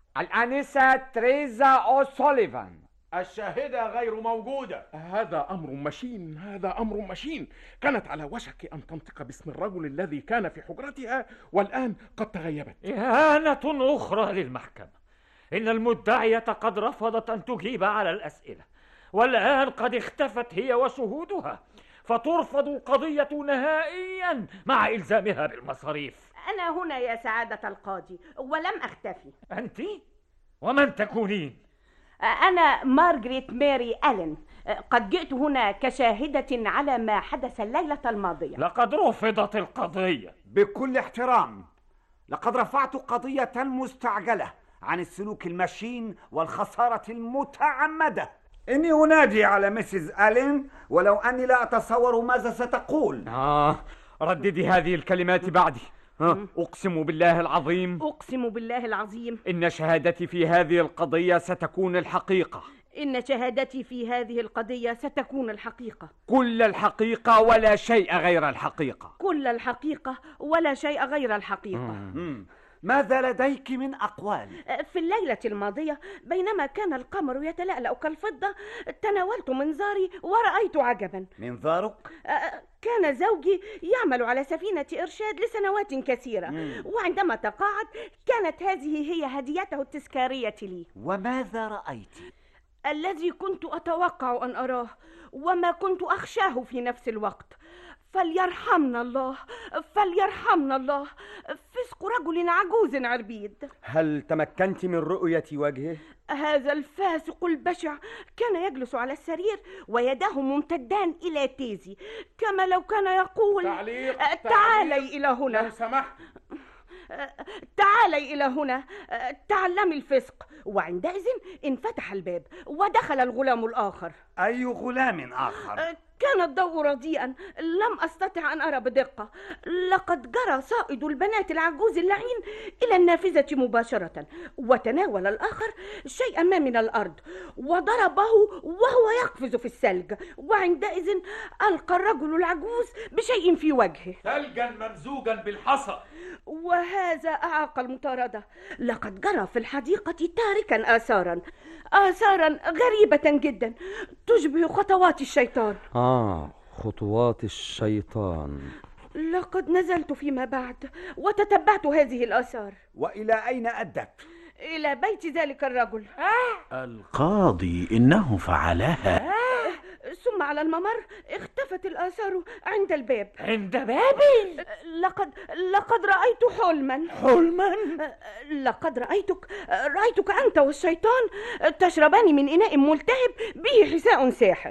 الآنسة تريزا أوسوليفان. الشاهدة غير موجودة. هذا أمر مشين، هذا أمر مشين. كانت على وشك أن تنطق باسم الرجل الذي كان في حجرتها، والآن قد تغيبت. إهانة أخرى للمحكمة. إن المدعية قد رفضت أن تجيب على الأسئلة، والآن قد اختفت هي وشهودها، فترفض القضية نهائيا مع إلزامها بالمصاريف. أنا هنا يا سعادة القاضي ولم أختفي. أنت؟ ومن تكونين؟ أنا مارغريت ماري ألين، قد جئت هنا كشاهدة على ما حدث الليلة الماضية. لقد رفضت القضية. بكل احترام، لقد رفعت قضية مستعجلة عن السلوك المشين والخسارة المتعمدة. إني أنادي على مسز ألين ولو أني لا أتصور ماذا ستقول. آه رددي هذه الكلمات بعدي. أقسم بالله العظيم أقسم بالله العظيم إن شهادتي في هذه القضية ستكون الحقيقة. إن شهادتي في هذه القضية ستكون الحقيقة. كل الحقيقة ولا شيء غير الحقيقة. كل الحقيقة ولا شيء غير الحقيقة. مم. ماذا لديك من أقوال؟ في الليلة الماضية بينما كان القمر يتلألأ كالفضة، تناولت منظاري ورأيت عجبا. منظارك؟ كان زوجي يعمل على سفينة إرشاد لسنوات كثيرة، مم. وعندما تقاعد كانت هذه هي هديته التذكارية لي. وماذا رأيت؟ الذي كنت أتوقع أن أراه وما كنت أخشاه في نفس الوقت. فليرحمنا الله، فليرحمنا الله، فسق رجل عجوز عربيد. هل تمكنت من رؤية وجهه؟ هذا الفاسق البشع كان يجلس على السرير ويداه ممتدان إلى تيزي، كما لو كان يقول تعليق. تعالي تعليق. إلى هنا لو سمحت. تعالي إلى هنا، تعلمي الفسق. وعندئذ انفتح الباب ودخل الغلام الآخر. أي غلام آخر؟ كان الضوء رديئا، لم أستطع أن أرى بدقة. لقد جرى صائد البنات العجوز اللعين إلى النافذة مباشرة، وتناول الآخر شيئا ما من الأرض وضربه وهو يقفز في الثلج. وعندئذ ألقى الرجل العجوز بشيء في وجهه، ثلجا ممزوجا بالحصى، وهذا أعاق المطاردة. لقد جرى في الحديقة تاركا آثارا آثارا غريبة جدا تشبه خطوات الشيطان. آه خطوات الشيطان. لقد نزلت فيما بعد وتتبعت هذه الآثار. وإلى أين أدت؟ إلى بيت ذلك الرجل. آه. القاضي إنه فعلها. آه. ثم على الممر اختفت الآثار عند الباب. عند بابي؟ لقد لقد رأيت حلما. حلما؟ لقد رأيتك رأيتك أنت والشيطان تشربان من إناء ملتهب به حساء ساحر.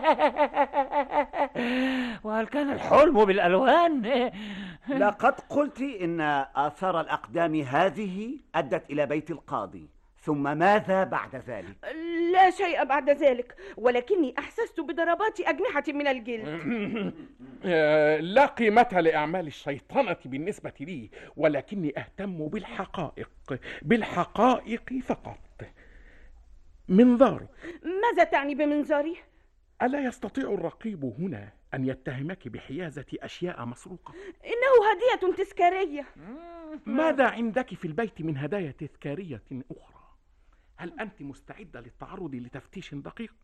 وهل كان الحلم بالألوان؟ لقد قلت إن آثار الأقدام هذه أدت إلى بيت القاضي، ثم ماذا بعد ذلك؟ لا شيء بعد ذلك، ولكني أحسست بضربات أجنحة من الجلد. لا قيمة لأعمال الشيطنة بالنسبة لي، ولكني أهتم بالحقائق بالحقائق فقط. منظارك. ماذا تعني بمنظاري؟ ألا يستطيع الرقيب هنا أن يتهمك بحيازة أشياء مسروقة؟ إنه هدية تذكارية. ماذا عندك في البيت من هدايا تذكارية أخرى؟ هل أنت مستعدة للتعرض لتفتيش دقيق؟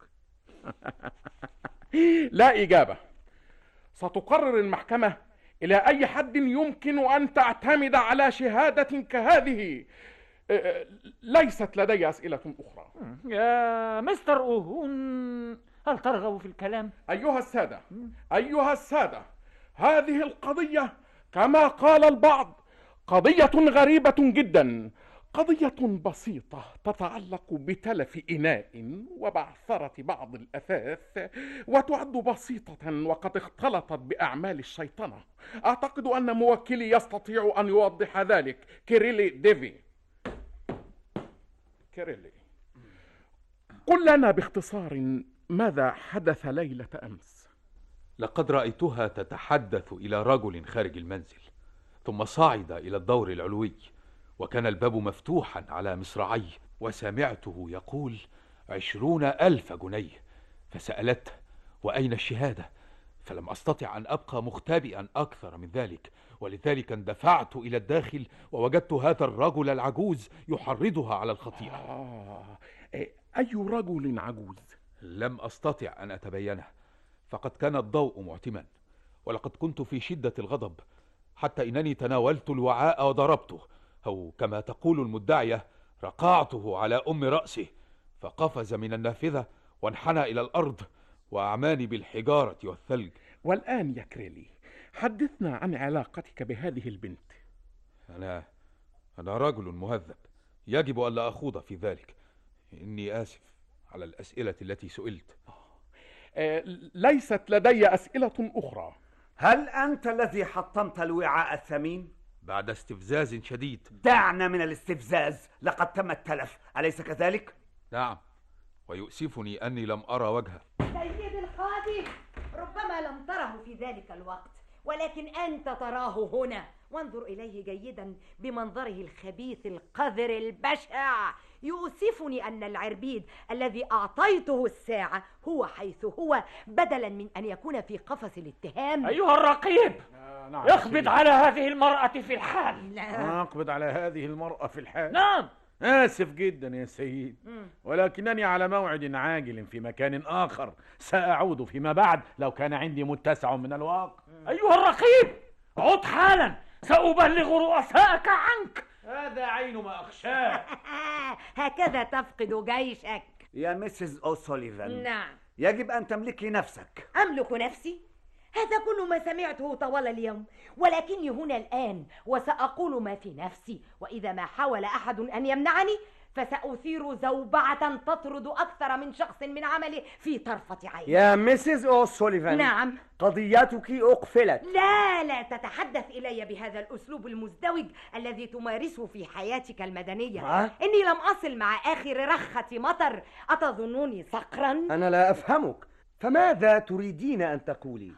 لا إجابة. ستقرر المحكمة إلى أي حد يمكن أن تعتمد على شهادة كهذه. ليست لدي أسئلة أخرى. يا مستر أوهون، هل ترغب في الكلام؟ أيها السادة أيها السادة هذه القضية كما قال البعض قضية غريبة جدا، قضية بسيطة تتعلق بتلف إناء وبعثرة بعض الأثاث، وتعد بسيطة وقد اختلطت بأعمال الشيطنة. أعتقد أن موكلي يستطيع أن يوضح ذلك. كيريلي ديفي. كيريلي، قل لنا باختصار ماذا حدث ليلة أمس؟ لقد رأيتها تتحدث إلى رجل خارج المنزل، ثم صعد إلى الدور العلوي، وكان الباب مفتوحا على مصراعيه، وسمعته يقول عشرون ألف جنيه. فسألته وأين الشهادة؟ فلم أستطع أن أبقى مختبئا أكثر من ذلك، ولذلك اندفعت إلى الداخل ووجدت هذا الرجل العجوز يحرضها على الخطيئة. آه. أي رجل عجوز؟ لم أستطع أن أتبينه، فقد كان الضوء معتما، ولقد كنت في شدة الغضب حتى إنني تناولت الوعاء وضربته، أو كما تقول المدعية رقعته على أم رأسه، فقفز من النافذة وانحنى إلى الأرض وأعماني بالحجارة والثلج. والآن يا كريلي، حدثنا عن علاقتك بهذه البنت. أنا أنا رجل مهذب، يجب ألا أخوض في ذلك. إني آسف على الأسئلة التي سئلت. آه، ليست لدي أسئلة أخرى. هل أنت الذي حطمت الوعاء الثمين؟ بعد استفزاز شديد. دعنا من الاستفزاز، لقد تم التلف، أليس كذلك؟ نعم، ويؤسفني أني لم أرى وجهه. سيد القاضي، ربما لم تره في ذلك الوقت، ولكن أنت تراه هنا. وانظر إليه جيدا بمنظره الخبيث القذر البشع. يؤسفني أن العربيد الذي أعطيته الساعة هو حيث هو، بدلا من أن يكون في قفص الاتهام. أيها الرقيب، آه نعم، اقبض على هذه المرأة في الحال. لا. اقبض على هذه المرأة في الحال. نعم. آسف جدا يا سيد، ولكنني على موعد عاجل في مكان آخر، سأعود فيما بعد لو كان عندي متسع من الوقت. أيها الرقيب، عد حالا، سأبلغ رؤساءك عنك. هذا عين ما أخشاه. هكذا تفقد جيشك يا ميسيس أوسوليفان. نعم، يجب أن تملكي نفسك. أملك نفسي؟ هذا كل ما سمعته طوال اليوم، ولكني هنا الآن وسأقول ما في نفسي، وإذا ما حاول أحد أن يمنعني فسأثير زوبعة تطرد أكثر من شخص من عملي في طرفة عين. يا ميسيس أوسوليفان. نعم. قضيتك أقفلت. لا لا تتحدث إلي بهذا الأسلوب المزدوج الذي تمارسه في حياتك المدنية. ها؟ إني لم أصل مع آخر رخة مطر. أتظنني صقرا؟ أنا لا أفهمك، فماذا تريدين أن تقولي؟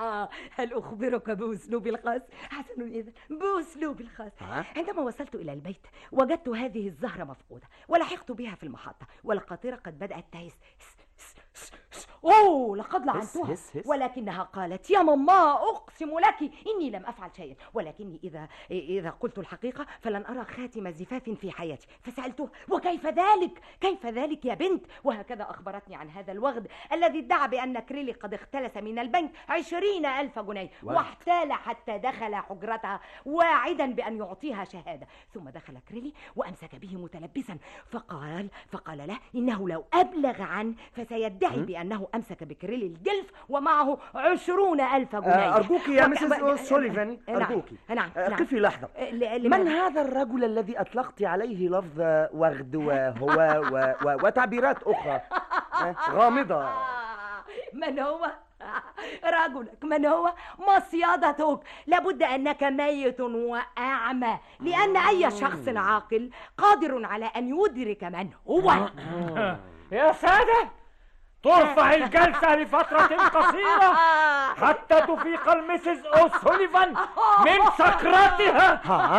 هل أخبرك بأسلوب الخاص؟ حسن إذا بأسلوب الخاص. عندما وصلت إلى البيت وجدت هذه الزهرة مفقودة، ولحقت بها في المحطة، والقاطرة قد بدأت تهس. أوه، لقد لعنتها، ولكنها قالت يا ماما أقسم لك إني لم أفعل شيئا، ولكني إذا إذا قلت الحقيقة فلن أرى خاتم زفاف في حياتي. فسألته وكيف ذلك؟ كيف ذلك يا بنت؟ وهكذا أخبرتني عن هذا الوغد الذي ادعى بأن كريلي قد اختلس من البنك عشرين ألف جنيه، واحتال حتى دخل حجرتها واعدا بأن يعطيها شهادة. ثم دخل كريلي وأمسك به متلبسا، فقال فقال له إنه لو أبلغ عنه فسيدعي بأنه أمسك بكريلي الجلف ومعه عشرون ألف جنيه. أرجوك يا مسز أوسوليفان، أرجوك. نعم. قفي لحظة. من هذا الرجل الذي أطلقت عليه لفظ وغد وهو و... و... وتعبيرات أخرى غامضة؟ من هو؟ رجلك من هو؟ مصيدتك. لابد أنك ميت وأعمى، لأن أي شخص عاقل قادر على أن يدرك من هو. يا سادة، ترفع الجلسة لفترة قصيرة حتى تفيق المسز أوسوليفان من سكرتها.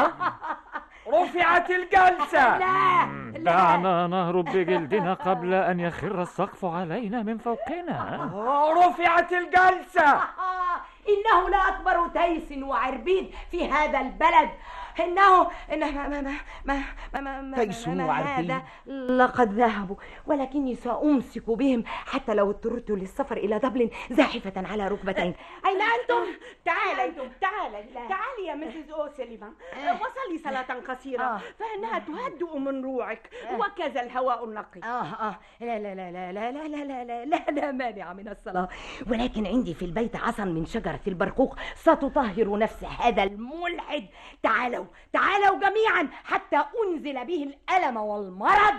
رفعت الجلسة. لا دعنا نهرب بجلدنا قبل أن يخر السقف علينا من فوقنا. رفعت الجلسة. إنه لا أكبر تيس وعربيد في هذا البلد. إنه إنه ما ما ما ما ما ما تيس وعربيد. هذا لقد ذهبوا، ولكني سأمسك بهم حتى لو اضطررت للسفر إلى دبلن زاحفة على ركبتين. أين أنتم؟ تعالي أنتم تعالي تعالي يا مسز أوسليفان، وصلي صلاة قصيرة آه. فإنها تهدئ من روعك آه. وكذا الهواء النقي. آه آه لا لا لا لا لا لا لا لا لا لا مانع من الصلاة، ولكن عندي في البيت عصا من شجرة البرقوق ستطهر نفس هذا الملحد. تعالوا تعالوا جميعا حتى أنزل به الألم والمرض.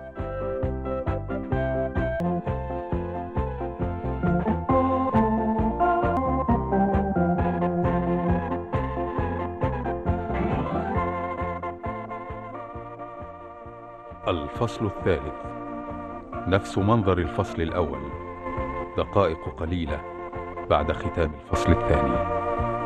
الفصل الثالث، نفس منظر الفصل الأول، دقائق قليلة بعد ختام الفصل الثاني.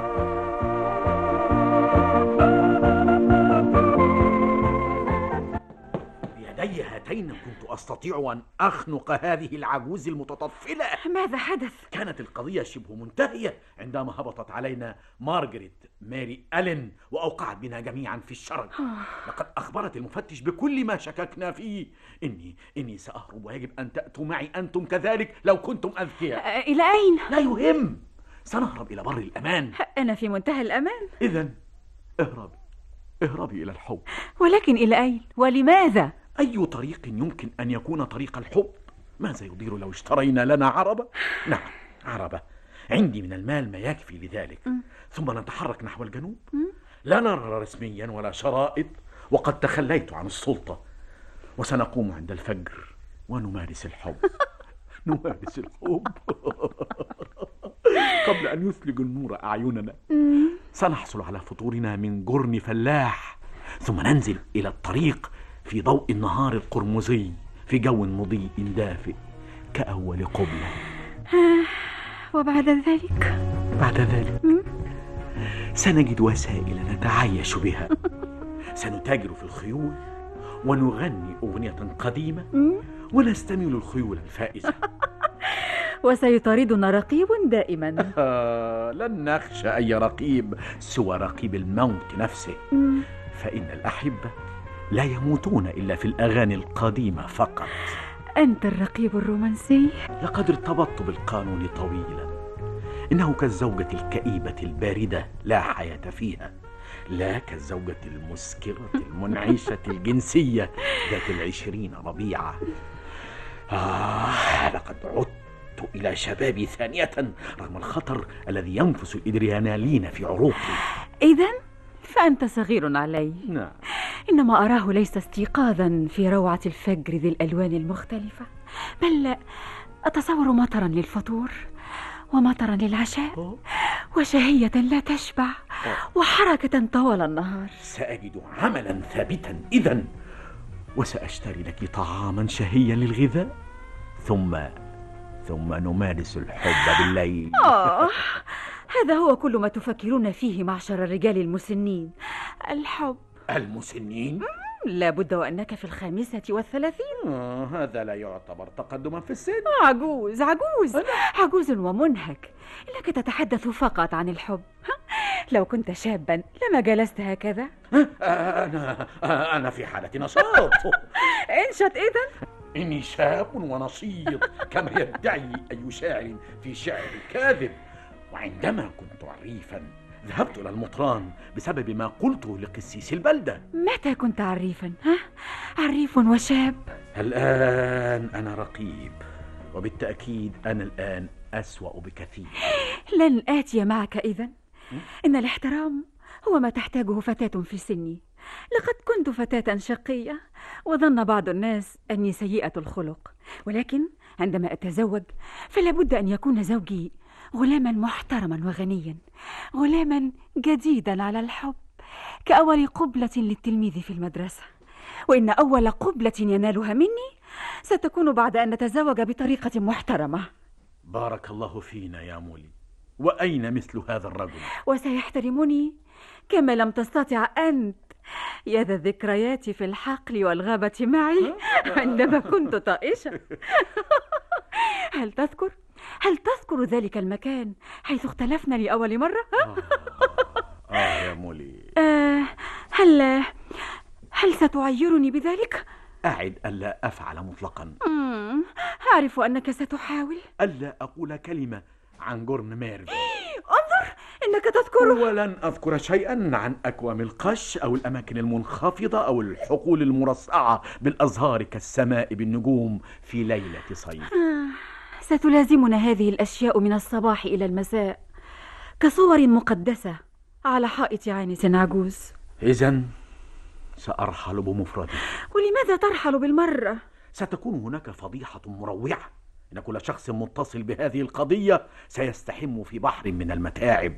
بيدي هاتين كنت أستطيع أن أخنق هذه العجوز المتطفلة. ماذا حدث؟ كانت القضية شبه منتهية عندما هبطت علينا مارغريت ماري ألين وأوقعت بنا جميعا في الشرج. لقد أخبرت المفتش بكل ما شككنا فيه. إني إني سأهرب، ويجب أن تأتوا معي أنتم كذلك لو كنتم أذكياء. إلى أين؟ لا يهم، سنهرب إلى بر الأمان. أنا في منتهى الأمان. إذن اهربي اهربي إلى الحب. ولكن إلى أين؟ ولماذا؟ أي طريق يمكن أن يكون طريق الحب؟ ماذا يضير لو اشترينا لنا عربة؟ نعم عربة، عندي من المال ما يكفي لذلك. م. ثم نتحرك نحو الجنوب. م. لا نرى رسميا ولا شرائط، وقد تخليت عن السلطة، وسنقوم عند الفجر ونمارس الحب. نمارس الحب قبل أن يثلج النور أعيننا. م. سنحصل على فطورنا من جرن فلاح، ثم ننزل إلى الطريق في ضوء النهار القرمزي في جو مضيء دافئ كأول قبلة. وبعد ذلك؟ بعد ذلك سنجد وسائل نتعايش بها. سنتاجر في الخيول ونغني أغنية قديمة ونستميل الخيول الفائزة. وسيطاردنا رقيب دائما. آه لن نخشى أي رقيب سوى رقيب الموت نفسه. فإن الأحبة لا يموتون إلا في الأغاني القديمة فقط. أنت الرقيب الرومانسي. لقد ارتبطت بالقانون طويلا. إنه كالزوجة الكئيبة الباردة لا حياة فيها، لا كالزوجة المسكرة المنعشة الجنسية ذات العشرين ربيعة. آه لقد عدت إلى شبابي ثانية رغم الخطر الذي ينفس الإدرينالين في عروقي. إذن فأنت صغير علي. نعم. إنما أراه ليس استيقاظا في روعة الفجر ذي الألوان المختلفة، بل أتصور مطرا للفطور ومطرا للعشاء وشهية لا تشبع وحركة طوال النهار. سأجد عملا ثابتا إذن، وسأشتري لك طعاما شهيا للغذاء، ثم ثم نمارس الحب بالليل. آه هذا هو كل ما تفكرون فيه معشر الرجال المسنين، الحب. المسنين؟ لا بد وأنك في الخامسة والثلاثين. آه هذا لا يعتبر تقدما في السن. عجوز عجوز عجوز ومنهك، إنك تتحدث فقط عن الحب. لو كنت شابا لما جلست هكذا. أنا أنا في حالة نشاط. انشط إذن. إني شاب ونشيط كما يدعي أي شاعر في شعر كاذب. وعندما كنت عريفا ذهبت إلى المطران بسبب ما قلته لقسيس البلدة. متى كنت عريفا؟ ها؟ عريف وشاب. الآن أنا رقيب، وبالتأكيد أنا الآن أسوأ بكثير. لن آتي معك إذن. إن الاحترام هو ما تحتاجه فتاة في سني. لقد كنت فتاة شقية، وظن بعض الناس أني سيئة الخلق، ولكن عندما أتزوج فلا بد أن يكون زوجي غلاما محترما وغنيا، غلاما جديدا على الحب، كأول قبلة للتلميذ في المدرسة. وإن أول قبلة ينالها مني ستكون بعد أن نتزوج بطريقة محترمة. بارك الله فينا يا مولي. وأين مثل هذا الرجل؟ وسيحترمني كما لم تستطع أنت يا ذا الذكريات في الحقل والغابة معي عندما كنت طائشة. هل تذكر؟ هل تذكر ذلك المكان حيث اختلفنا لأول مرة؟ آه, آه يا مولي. آه هل هل ستعيرني بذلك؟ أعد ألا أفعل مطلقا. مم. أعرف أنك ستحاول. ألا أقول كلمة عن جورن ميرفي. انظر إنك تذكره. ولن أذكر شيئا عن أكوام القش أو الأماكن المنخفضة أو الحقول المرصعة بالأزهار كالسماء بالنجوم في ليلة صيف. آه. ستلازمنا هذه الأشياء من الصباح إلى المساء كصور مقدسة على حائط عانس عجوز. إذن سأرحل بمفردي. ولماذا ترحل بالمرة؟ ستكون هناك فضيحة مروعة إن كل شخص متصل بهذه القضية سيستحم في بحر من المتاعب.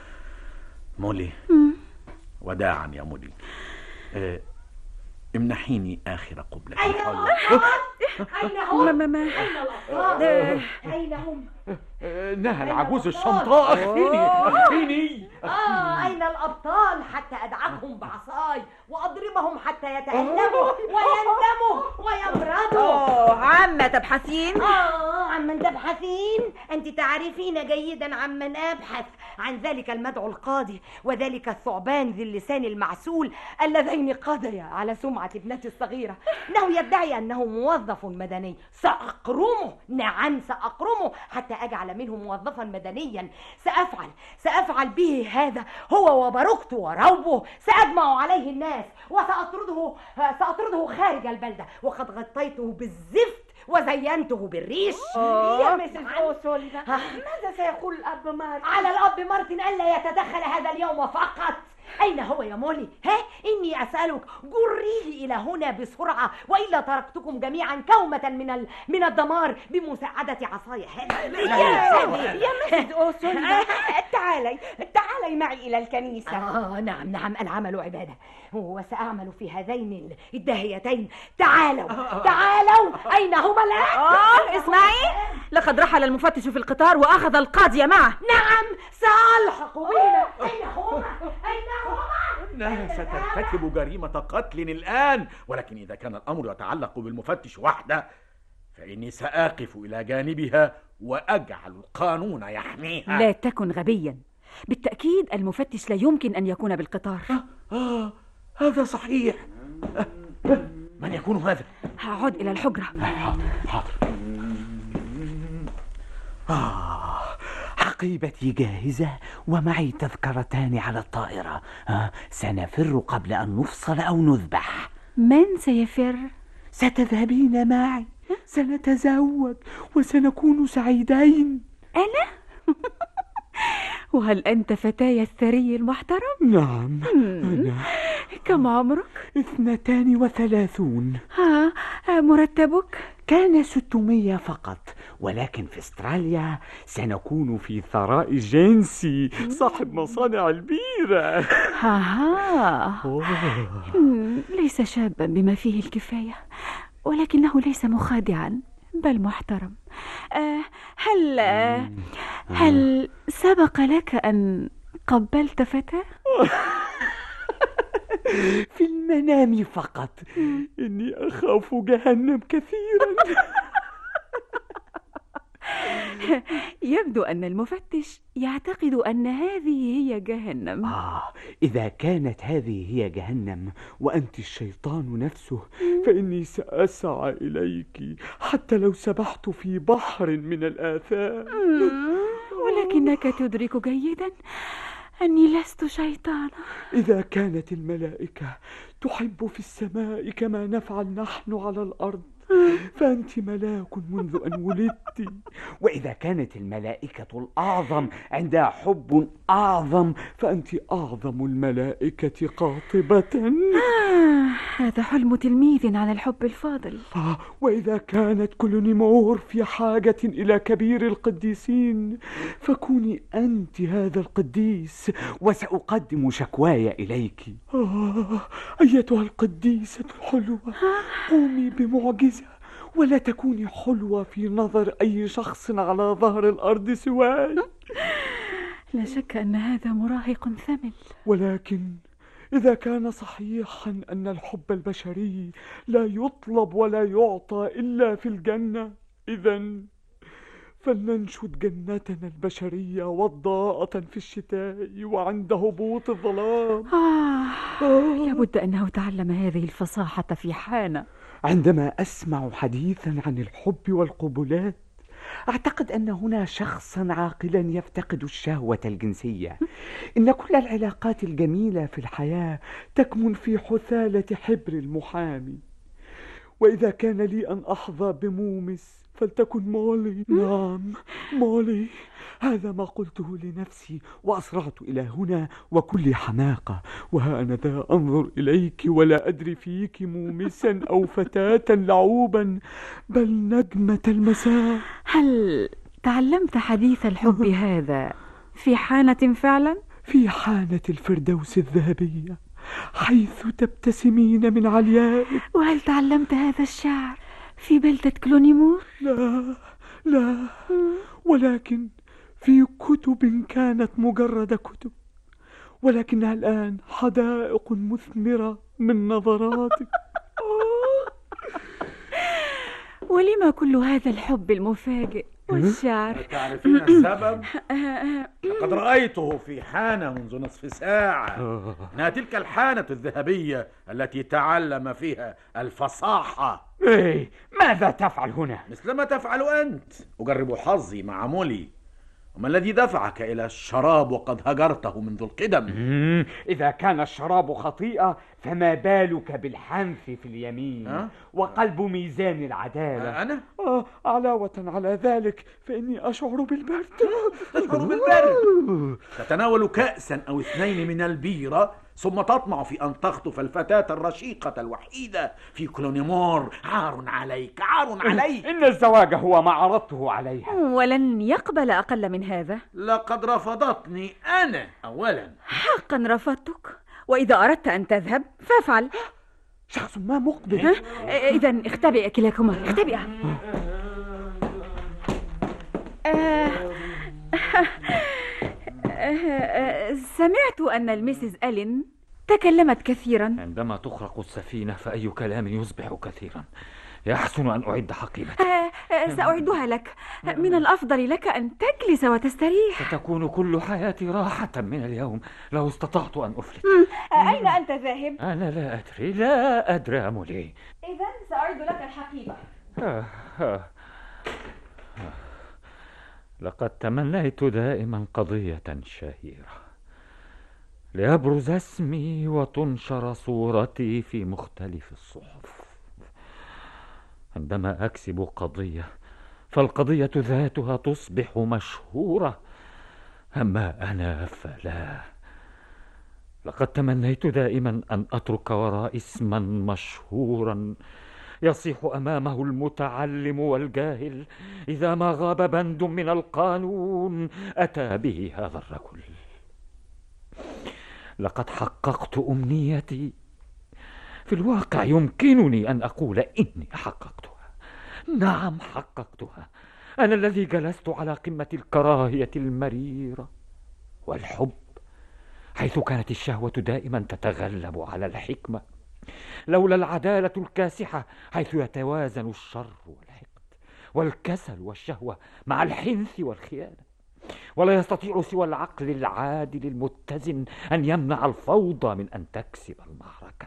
مولي مم. وداعا يا مولي. اه امنحيني آخر قبلة. أين هم؟ أين هم؟ ما ما ما أين الأطفال؟ أين هم؟ نهى العجوز الشمطاء. أخفيني أخفيني. آه أين الأبطال حتى أدعكهم بعصاي وأضربهم حتى يتألموا ويندموا ويبردوا. أوه عما تبحثين؟ آه عمن تبحثين؟ أنت تعرفين جيدا عمن أبحث، عن ذلك المدعو القاضي وذلك الثعبان ذي اللسان المعسول اللذين قضيا على سمعة ابنتي الصغيرة. إنه يدعي أنه موظف مدني. سأقرمه، نعم سأقرمه حتى أجعل منه موظفا مدنيا. سأفعل سأفعل به هذا هو وبركته وروبه. سأجمع عليه الناس وسأطرده سأطرده خارج البلدة، وقد غطيته بالزفت وزينته بالريش. يا مسز أوسوليفان، ماذا سيقول الأب مارتن؟ على الأب مارتن ألا يتدخل هذا اليوم فقط. أين هو يا مولي؟ ها؟ إني أسألك جريه إلى هنا بسرعة وإلا تركتكم جميعا كومة من ال... من الدمار بمساعدة عصاي هذه. يا يا مسز أوسوليفان، تعالي تعالي معي إلى الكنيسة. آه نعم نعم، العمل عبادة وسأعمل في هذين الداهيتين. تعالوا تعالوا. أين هما الآن؟ آه اسمعي، لقد رحل المفتش في القطار وأخذ القاضي معه. نعم سألحق بهما. أين هما؟ أين هما؟ إنها سترتكب جريمة قتل الآن، ولكن إذا كان الأمر يتعلق بالمفتش وحده فإني سأقف إلى جانبها وأجعل القانون يحميها. لا تكن غبيا، بالتأكيد المفتش لا يمكن أن يكون بالقطار. آه, آه هذا صحيح. آه آه من يكون هذا؟ هعود إلى الحجرة. حاضر حاضر. آه حقيبتي جاهزة ومعي تذكرتان على الطائرة. آه سنفر قبل أن نفصل أو نذبح. من سيفر؟ ستذهبين معي، سنتزوج وسنكون سعيدين. أنا؟ وهل أنت فتاي الثري المحترم؟ نعم. أنا. كم عمرك؟ اثنتان وثلاثون. ها مرتبك؟ كان ستمية فقط، ولكن في استراليا سنكون في ثراء جنسي صاحب مصانع البيرة. ها ها ليس شابا بما فيه الكفاية، ولكنه ليس مخادعا بل محترم. أه هل أه هل سبق لك أن قبلت فتاة؟ في المنام فقط. إني أخاف جهنم كثيرا. يبدو أن المفتش يعتقد أن هذه هي جهنم. آه إذا كانت هذه هي جهنم وأنت الشيطان نفسه فإني سأسعى إليك حتى لو سبحت في بحر من الآثام. ولكنك تدرك جيدا أني لست شيطانا. إذا كانت الملائكة تحب في السماء كما نفعل نحن على الأرض فأنت ملاك منذ أن ولدت. وإذا كانت الملائكة الأعظم عندها حب أعظم فأنت أعظم الملائكة قاطبة. آه، هذا حلم تلميذ عن الحب الفاضل. آه، وإذا كانت كلونيمور في حاجة إلى كبير القديسين فكوني أنت هذا القديس وسأقدم شكواي إليك. آه، أيتها القديسة الحلوة، قومي بمعجزة ولا تكوني حلوة في نظر أي شخص على ظهر الأرض سواي. لا شك أن هذا مراهق ثمل. ولكن إذا كان صحيحا أن الحب البشري لا يطلب ولا يعطى إلا في الجنة، إذن فلننشد جنتنا البشرية وضاءة في الشتاء وعند هبوط الظلام. آه, آه لابد أنه تعلم هذه الفصاحة في حانة. عندما أسمع حديثا عن الحب والقبلات أعتقد أن هنا شخصا عاقلا يفتقد الشهوة الجنسية. إن كل العلاقات الجميلة في الحياة تكمن في حثالة حبر المحامي. وإذا كان لي أن أحظى بمومس فلتكن مولي. نعم مولي، هذا ما قلته لنفسي وأسرعت إلى هنا وكل حماقة، وها أنا ذا أنظر إليك ولا أدري فيك مومسا أو فتاة لعوبا بل نجمة المساء. هل تعلمت حديث الحب هذا في حانة فعلا؟ في حانة الفردوس الذهبية حيث تبتسمين من عليائك. وهل تعلمت هذا الشعر في بلدة كلونيمور؟ لا لا، ولكن في كتب كانت مجرد كتب، ولكنها الآن حدائق مثمرة من نظراتك. ولما كل هذا الحب المفاجئ والشعر؟ تعرفين السبب؟ لقد رأيته في حانة منذ نصف ساعة. إنها تلك الحانة الذهبية التي تعلم فيها الفصاحة. إيه، ماذا تفعل هنا؟ مثل ما تفعل أنت، أجرب حظي مع مولي. وما الذي دفعك إلى الشراب وقد هجرته منذ القدم؟ إذا كان الشراب خطيئة فما بالك بالحنث في اليمين أه؟ وقلب ميزان العدالة. أه أنا؟ آه، علاوة على ذلك فإني أشعر بالبرد. تشعر بالبرد؟ تتناول كأسا أو اثنين من البيرة ثم تطمع في أن تخطف الفتاة الرشيقة الوحيدة في كلونيمور. عار عليك، عار عليك. إن الزواج هو ما عرضته عليها، ولن يقبل أقل من هذا. لقد رفضتني أنا أولا. حقا رفضتك، وإذا أردت أن تذهب فافعل. شخص ما مقبل. إذن اختبئ كلاكما، اختبئ. سمعت أن الميسيس ألين تكلمت كثيرا. عندما تخرق السفينة فأي كلام يصبح كثيرا. يحسن أن أعد حقيبتي. سأعدها لك. من الأفضل لك أن تجلس وتستريح. ستكون كل حياتي راحة من اليوم لو استطعت أن أفلت. أين أنت ذاهب؟ أنا لا أدري، لا أدري أمولي. إذن سأعد لك الحقيبة. آه آه. لقد تمنيت دائما قضية شهيرة ليبرز اسمي وتنشر صورتي في مختلف الصحف. عندما أكسب قضية فالقضية ذاتها تصبح مشهورة، أما أنا فلا. لقد تمنيت دائما أن أترك وراء اسما مشهورا يصيح أمامه المتعلم والجاهل إذا ما غاب بند من القانون أتى به هذا الرجل. لقد حققت أمنيتي. في الواقع يمكنني أن أقول إني حققتها. نعم حققتها. أنا الذي جلست على قمة الكراهية المريرة والحب، حيث كانت الشهوة دائما تتغلب على الحكمة، لولا العدالة الكاسحة حيث يتوازن الشر والحقد والكسل والشهوة مع الحنث والخيانة. ولا يستطيع سوى العقل العادل المتزن أن يمنع الفوضى من أن تكسب المعركة.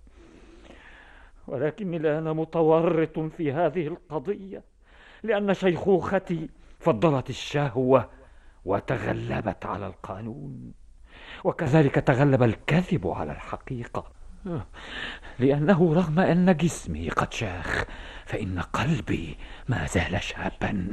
ولكني الآن متورط في هذه القضية، لأن شيخوختي فضلت الشهوة وتغلبت على القانون، وكذلك تغلب الكذب على الحقيقة. لأنه رغم أن جسمي قد شاخ فإن قلبي ما زال شابا.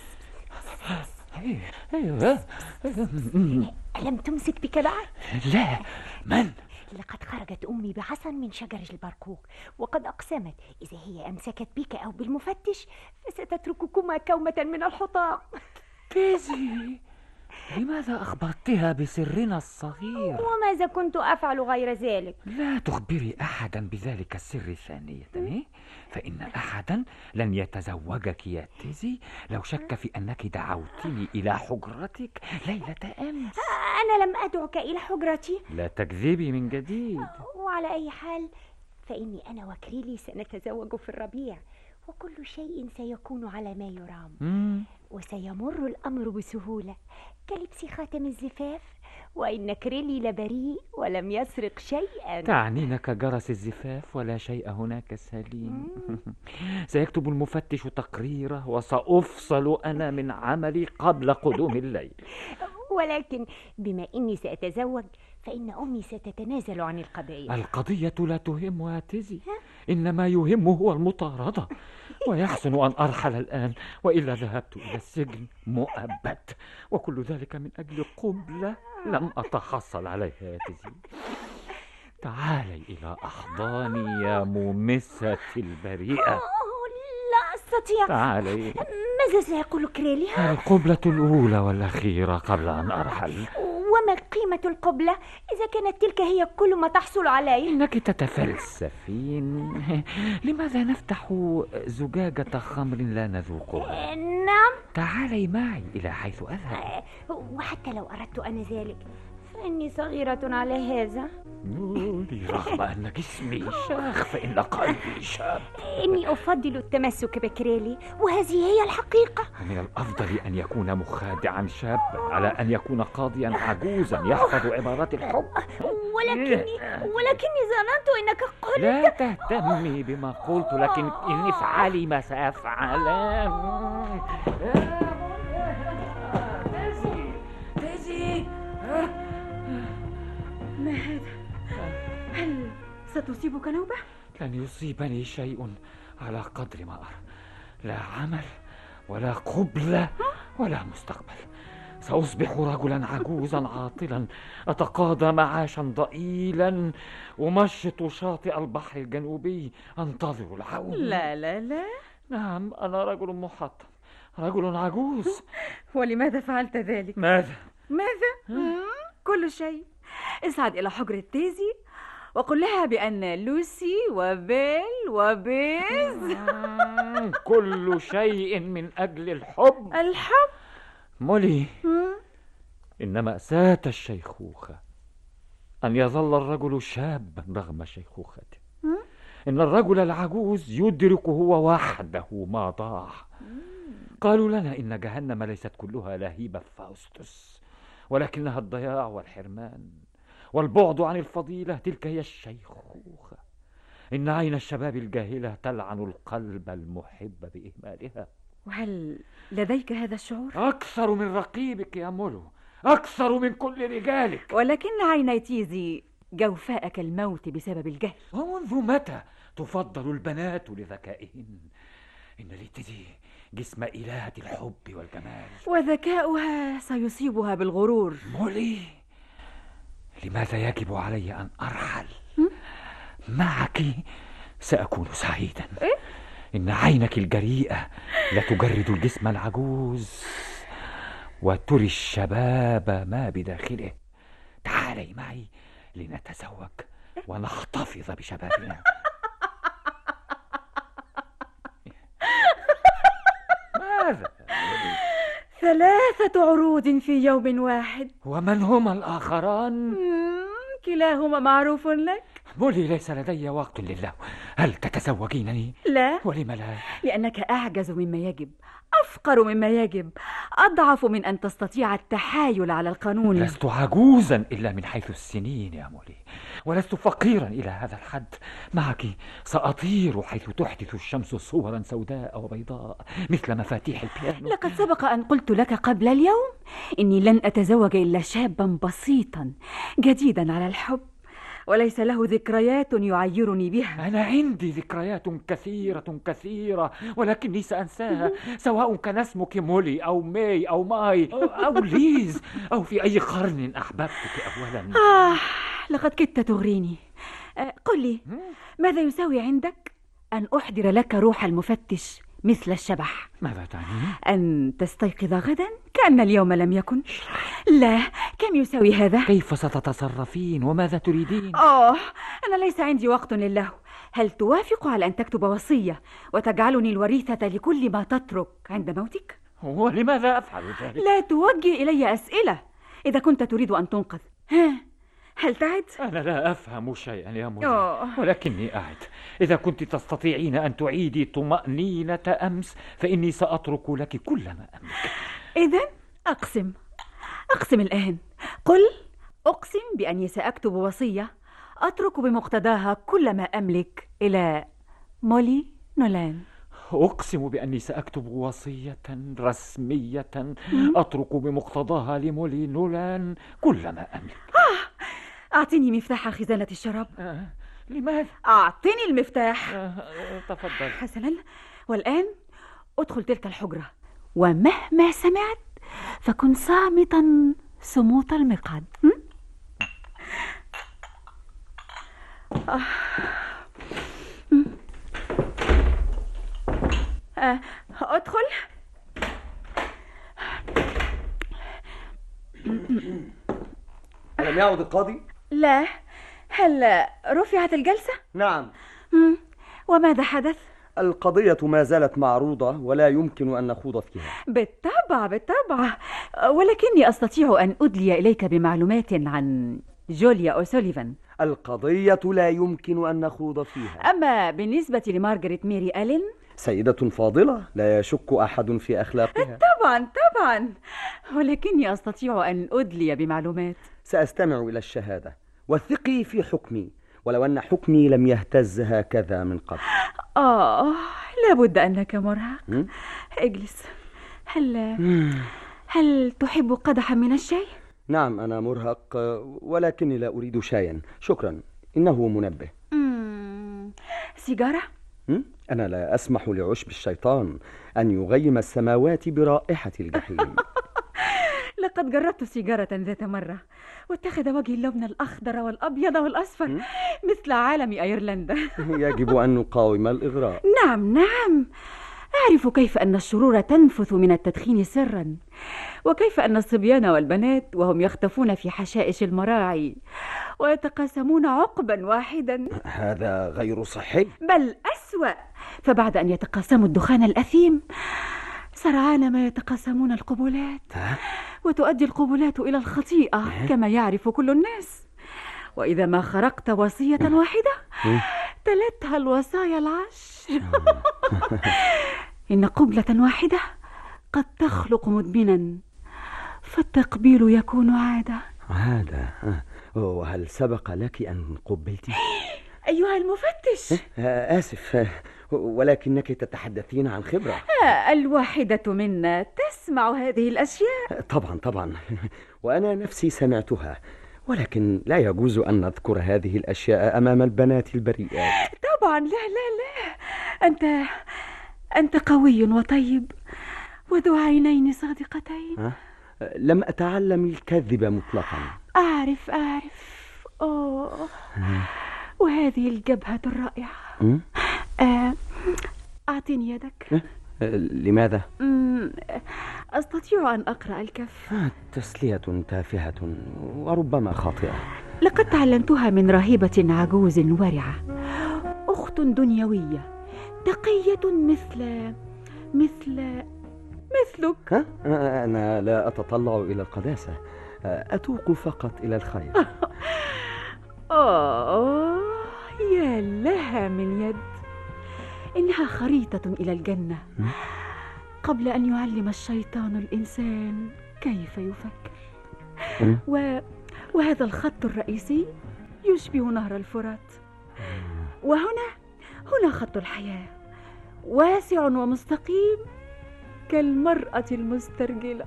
ألم تمسك بك بعد؟ لا. من؟ لقد خرجت أمي بعصا من شجر البرقوق، وقد أقسمت إذا هي أمسكت بك أو بالمفتش فستترككما كومة من الحطام. تيزي، لماذا أخبرتها بسرنا الصغير؟ وماذا كنت أفعل غير ذلك؟ لا تخبري أحدا بذلك السر ثانية، فإن أحدا لن يتزوجك يا تيزي لو شك في أنك دعوتني إلى حجرتك ليلة أمس. أنا لم أدعك إلى حجرتي. لا تكذبي من جديد. وعلى أي حال فإني أنا وكريلي سنتزوج في الربيع، وكل شيء سيكون على ما يرام. مم. وسيمر الأمر بسهولة كلبس خاتم الزفاف، وإن كريلي لبريء ولم يسرق شيئا. تعنين كجرس الزفاف ولا شيء هناك سليم. سيكتب المفتش تقريره وسأفصل أنا من عملي قبل قدوم الليل. ولكن بما إني سأتزوج فإن أمي ستتنازل عن القضية. القضية لا تهم يا تيزي، إنما يهم هو المطاردة، ويحسن أن أرحل الآن وإلا ذهبت إلى السجن مؤبد، وكل ذلك من أجل قبلة لم أتحصل عليها يا تيزي. تعالي إلى أحضاني يا ممسة البريئة. لا أستطيع. تعالي. ماذا سيقول كريلي؟ القبلة الأولى والأخيرة قبل أن أرحل. وما قيمة القبلة إذا كانت تلك هي كل ما تحصل عليه؟ إنك تتفلسفين. لماذا نفتح زجاجة خمر لا نذوقها؟ نعم. تعالي معي إلى حيث أذهب. وحتى لو أردت أنا ذلك فإني صغيرة على هذا. رغم أن جسمي شاخ فإن قلبي شاب. إني أفضل التمسك بكريلي، وهذه هي الحقيقة. من الأفضل أن يكون مخادعا شابا على أن يكون قاضيا عجوزا يحفظ عبارات الحب. ولكني ولكني ظننت إنك قلت. لا تهتمي بما قلت، لكن إن افعلي ما سأفعل. تيزي، ما هذا؟ هل ستصيبك نوبة؟ لن يصيبني شيء على قدر ما أرى، لا عمل ولا قبلة ولا مستقبل. سأصبح رجلا عجوزا عاطلا أتقاضى معاشا ضئيلا، أمشط شاطئ البحر الجنوبي أنتظر العون. لا لا لا. نعم، أنا رجل محطم، رجل عجوز. ولماذا فعلت ذلك؟ ماذا؟ ماذا؟ كل شيء. اصعد إلى حجرة تيزي وقل لها بأن لوسي وبيل وبيز كل شيء من أجل الحب. الحب؟ مولي، إن مأساة الشيخوخة أن يظل الرجل شابا رغم شيخوخته. إن الرجل العجوز يدرك هو وحده ما ضاع. قالوا لنا إن جهنم ليست كلها لهيب فاوستوس، ولكنها الضياع والحرمان والبعد عن الفضيلة. تلك هي الشيخوخة. إن عين الشباب الجاهلة تلعن القلب المحب بإهمالها. وهل لديك هذا الشعور؟ أكثر من رقيبك يا مولو، أكثر من كل رجالك. ولكن عيني تيزي جوفاء كالموت بسبب الجهل. ومنذ متى تفضل البنات لذكائهن؟ إن لتيزي جسم إلهة الحب والجمال، وذكاؤها سيصيبها بالغرور. مولي، لماذا يجب علي أن أرحل؟ معك سأكون سعيدا. إيه؟ إن عينك الجريئة لتجرد الجسم العجوز وتري الشباب ما بداخله. تعالي معي لنتزوج ونحتفظ بشبابنا. ماذا؟ ثلاثة عروض في يوم واحد. ومن هما الآخران؟ كلاهما معروف لك. مولي، ليس لدي وقت لله. هل تتزوجينني؟ لا. ولم لا؟ لأنك أعجز مما يجب، أفقر مما يجب، أضعف من أن تستطيع التحايل على القانون. لست عجوزا إلا من حيث السنين يا مولي، ولست فقيرا إلى هذا الحد. معك سأطير حيث تحدث الشمس صورا سوداء وبيضاء مثل مفاتيح البيانو. لقد سبق أن قلت لك قبل اليوم إني لن أتزوج إلا شابا بسيطا جديدا على الحب، وليس له ذكريات يعيرني بها. أنا عندي ذكريات كثيرة كثيرة ولكني سأنساها، سواء كان اسمك مولي أو ماي أو ماي أو ليز أو في أي قرن أحببتك أولا. آه لقد كدت تغريني. آه قل لي ماذا يساوي عندك أن أحضر لك روح المفتش مثل الشبح؟ ماذا تعني؟ أن تستيقظ غدا كأن اليوم لم يكن. لا، كم يساوي هذا؟ كيف ستتصرفين وماذا تريدين؟ آه أنا ليس عندي وقت لله. هل توافق على أن تكتب وصية وتجعلني الوريثة لكل ما تترك عند موتك؟ ولماذا أفعل ذلك؟ لا توجه إلي أسئلة إذا كنت تريد أن تنقذ. ها هل تعد؟ أنا لا أفهم شيئا يا مولي، أوه. ولكني أعد. إذا كنت تستطيعين أن تعيدي طمأنينة أمس فإني سأترك لك كل ما أملك. إذن أقسم أقسم الآن. قل أقسم بأني سأكتب وصية أترك بمقتضاها كل ما أملك إلى مولي نولان. أقسم بأني سأكتب وصية رسمية أترك بمقتضاها لمولي نولان كل ما أملك. آه أعطيني مفتاح خزانة الشراب. آه. لماذا؟ أعطيني المفتاح. آه. تفضل. حسنا، والآن أدخل تلك الحجرة ومهما سمعت فكن صامتا صموت المقعد. آه. آه. أدخل. ألم يعد القاضي؟ لا. هل رفعت الجلسة؟ نعم. مم. وماذا حدث؟ القضية ما زالت معروضة ولا يمكن أن نخوض فيها. بالطبع بالطبع، ولكني أستطيع أن أدلي إليك بمعلومات عن جوليا أوسوليفان. القضية لا يمكن أن نخوض فيها. أما بالنسبة لمارغريت ميري ألين سيدة فاضلة لا يشك أحد في أخلاقها. طبعا طبعا، ولكني أستطيع أن أدلي بمعلومات. سأستمع إلى الشهادة وثقي في حكمي، ولو أن حكمي لم يهتز هكذا من قبل. آه لابد أنك مرهق. اجلس. هل هل تحب قدحا من الشاي؟ نعم أنا مرهق ولكني لا أريد شايا شكرا، إنه منبه. مم. سيجارة؟ أنا لا أسمح لعشب الشيطان أن يغيم السماوات برائحة الجحيم. لقد جربت سيجارة ذات مرة واتخذ وجهي اللون الأخضر والأبيض والأصفر مثل عالم أيرلندا. يجب أن نقاوم الإغراء. نعم نعم، أعرف كيف أن الشرور تنفث من التدخين سرا، وكيف أن الصبيان والبنات وهم يختفون في حشائش المراعي ويتقاسمون عقبا واحدا. هذا غير صحي، بل أسوأ، فبعد أن يتقاسموا الدخان الأثيم سرعان ما يتقاسمون القبلات، وتؤدي القبلات إلى الخطيئة كما يعرف كل الناس. وإذا ما خرقت وصية واحدة تلتها الوصايا العشر. إن قبلة واحدة قد تخلق مدمنا، فالتقبيل يكون عادة. عادة؟ وهل سبق لك أن قبلت؟ أيها المفتش. آسف، ولكنك تتحدثين عن خبرة. الواحدة منا تسمع هذه الأشياء. طبعا طبعا، وأنا نفسي سمعتها، ولكن لا يجوز أن نذكر هذه الأشياء أمام البنات البريئات. طبعا لا لا لا، أنت أنت قوي وطيب وذو عينين صادقتين. أه؟ لم أتعلم الكذب مطلقا. أعرف أعرف. أوه. وهذه الجبهة الرائعة. أه. أعطيني يدك. أه؟ لماذا؟ أستطيع أن أقرأ الكف. تسلية تافهة وربما خاطئة. لقد تعلمتها من راهبة عجوز ورعة، أخت دنيوية تقية مثل مثل مثلك. ها؟ أنا لا أتطلع إلى القداسة، أتوق فقط إلى الخير. آه يا لها من يد، إنها خريطة إلى الجنة قبل أن يعلم الشيطان الإنسان كيف يفكر. و... وهذا الخط الرئيسي يشبه نهر الفرات، وهنا هنا خط الحياة واسع ومستقيم كالمرأة المسترجلة.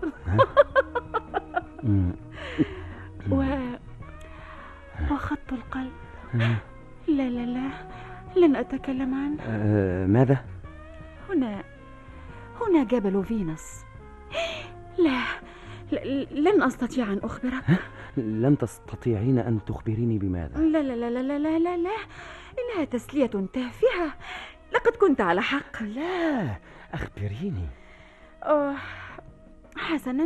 و... وخط القلب لا لا لا، لن أتكلم عنه. أه ماذا؟ هنا هنا جبل فينوس. لا, لا لن أستطيع أن أخبرك. لن تستطيعين أن تخبريني بماذا؟ لا لا لا لا لا لا لا, لا. إنها تسلية تافهة، لقد كنت على حق. لا، أخبريني. أوه. حسنا،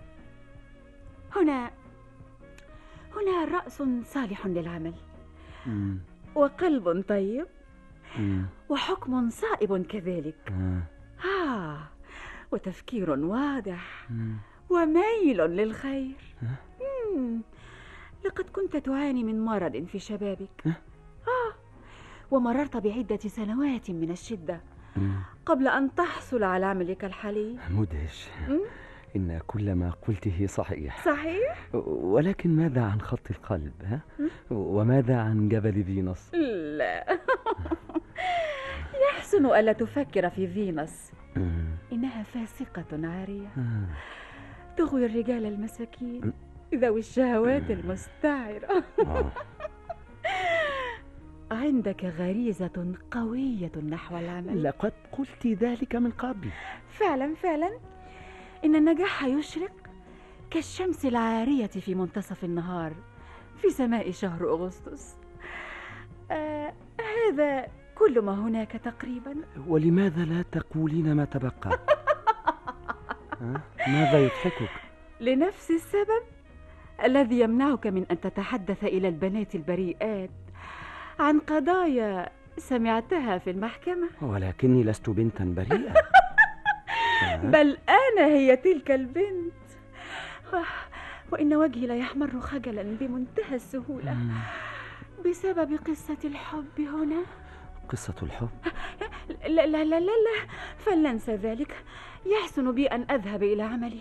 هنا هنا رأس صالح للعمل، مم. وقلب طيب، مم. وحكم صائب كذلك. آه. آه. وتفكير واضح، مم. وميل للخير. آه. مم. لقد كنت تعاني من مرض في شبابك. آه. آه. ومررت بعدة سنوات من الشدة مم. قبل أن تحصل على عملك الحالي. مدهش. مم. إن كل ما قلته صحيح. صحيح؟ ولكن ماذا عن خط القلب؟ ها؟ وماذا عن جبل فينوس؟ لا. يحسن ألا تفكر في فينوس. إنها فاسقة عارية تغوي الرجال المساكين ذوي الشهوات المستعرة. عندك غريزة قوية نحو العمل. لقد قلت ذلك من قبل. فعلا فعلا، إن النجاح يشرق كالشمس العارية في منتصف النهار في سماء شهر أغسطس. آه هذا كل ما هناك تقريبا. ولماذا لا تقولين ما تبقى؟ ماذا يضحكك؟ لنفس السبب الذي يمنعك من أن تتحدث إلى البنات البريئات عن قضايا سمعتها في المحكمة. ولكني لست بنتا بريئة. بل أنا هي تلك البنت، وإن وجهي لا يحمر خجلا بمنتهى السهولة بسبب قصة الحب هنا. قصة الحب؟ لا لا لا لا, لا. فلننسى ذلك. يحسن بي أن أذهب إلى عملي.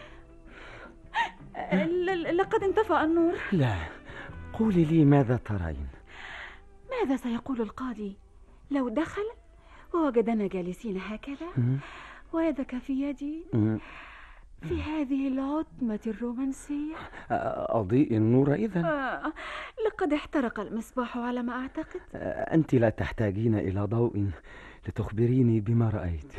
لقد انطفأ النور. لا، قولي لي ماذا ترين؟ ماذا سيقول القاضي لو دخل ووجدنا جالسين هكذا ويدك في يدي في هذه العتمة الرومانسية؟ أضيء النور إذن. آه. لقد احترق المصباح على ما أعتقد. أنت لا تحتاجين إلى ضوء لتخبريني بما رأيت.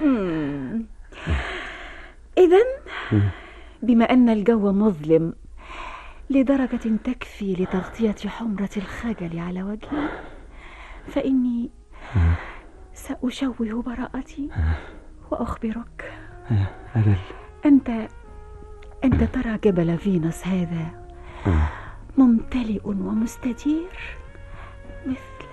إذن بما أن الجو مظلم لدرجة تكفي لتغطية حمرة الخجل على وجهي، فإني سأشوه براءتي وأخبرك. أجل. أنت أنت ترى جبل فينوس هذا ممتلئ ومستدير مثل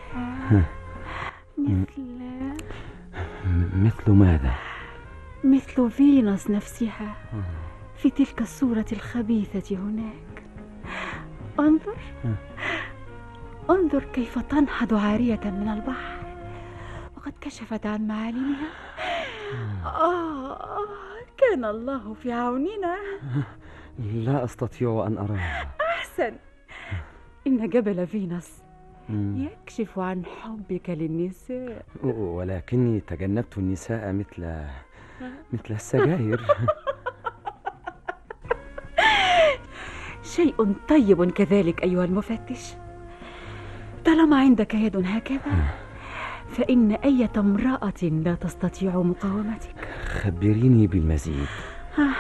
مثل مثل ماذا؟ مثل فينوس نفسها في تلك الصورة الخبيثة هناك. انظر انظر كيف تنهض عارية من البحر وقد كشفت عن معالمها. آه كان الله في عوننا. لا أستطيع أن أراها. أحسن. إن جبل فينوس يكشف عن حبك للنساء. ولكني تجنبت النساء مثل مثل السجاير. شيء طيب كذلك أيها المفتش. طالما عندك يد هكذا فإن أي امرأة لا تستطيع مقاومتك. خبريني بالمزيد. آه.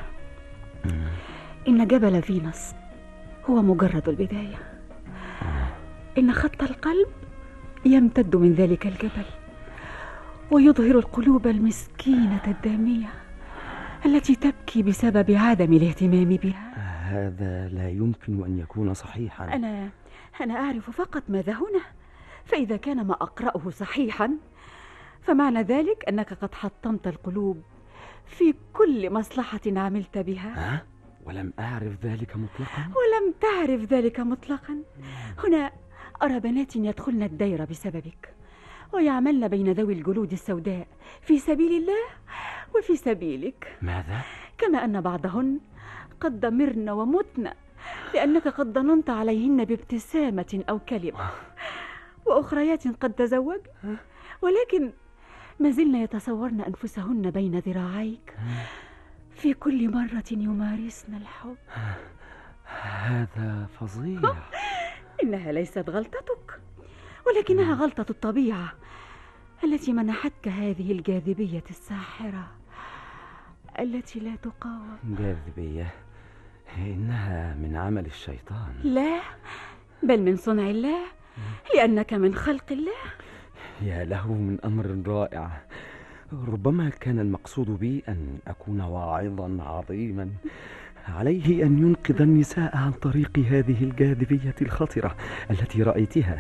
إن جبل فينوس هو مجرد البداية. إن خط القلب يمتد من ذلك الجبل ويظهر القلوب المسكينة الدامية التي تبكي بسبب عدم الاهتمام بها. هذا لا يمكن أن يكون صحيحا. أنا أنا أعرف فقط ماذا هنا، فإذا كان ما أقرأه صحيحا فمعنى ذلك أنك قد حطمت القلوب في كل مصلحة عملت بها. أه؟ ولم أعرف ذلك مطلقا. ولم تعرف ذلك مطلقا. هنا أرى بنات يدخلن الدير بسببك ويعملن بين ذوي الجلود السوداء في سبيل الله وفي سبيلك. ماذا؟ كما أن بعضهن قد ضمرن ومتن لأنك قد ظننت عليهن بابتسامة أو كلمة، وأخريات قد تزوج ولكن ما زلن يتصورن أنفسهن بين ذراعيك في كل مرة يمارسن الحب. هذا فظيع. إنها ليست غلطتك، ولكنها غلطة الطبيعة التي منحتك هذه الجاذبية الساحرة التي لا تقاوم. جاذبية؟ إنها من عمل الشيطان. لا، بل من صنع الله، لأنك من خلق الله. يا له من أمر رائع. ربما كان المقصود بي أن أكون واعظا عظيما. عليه أن ينقذ النساء عن طريق هذه الجاذبية الخطرة التي رأيتها.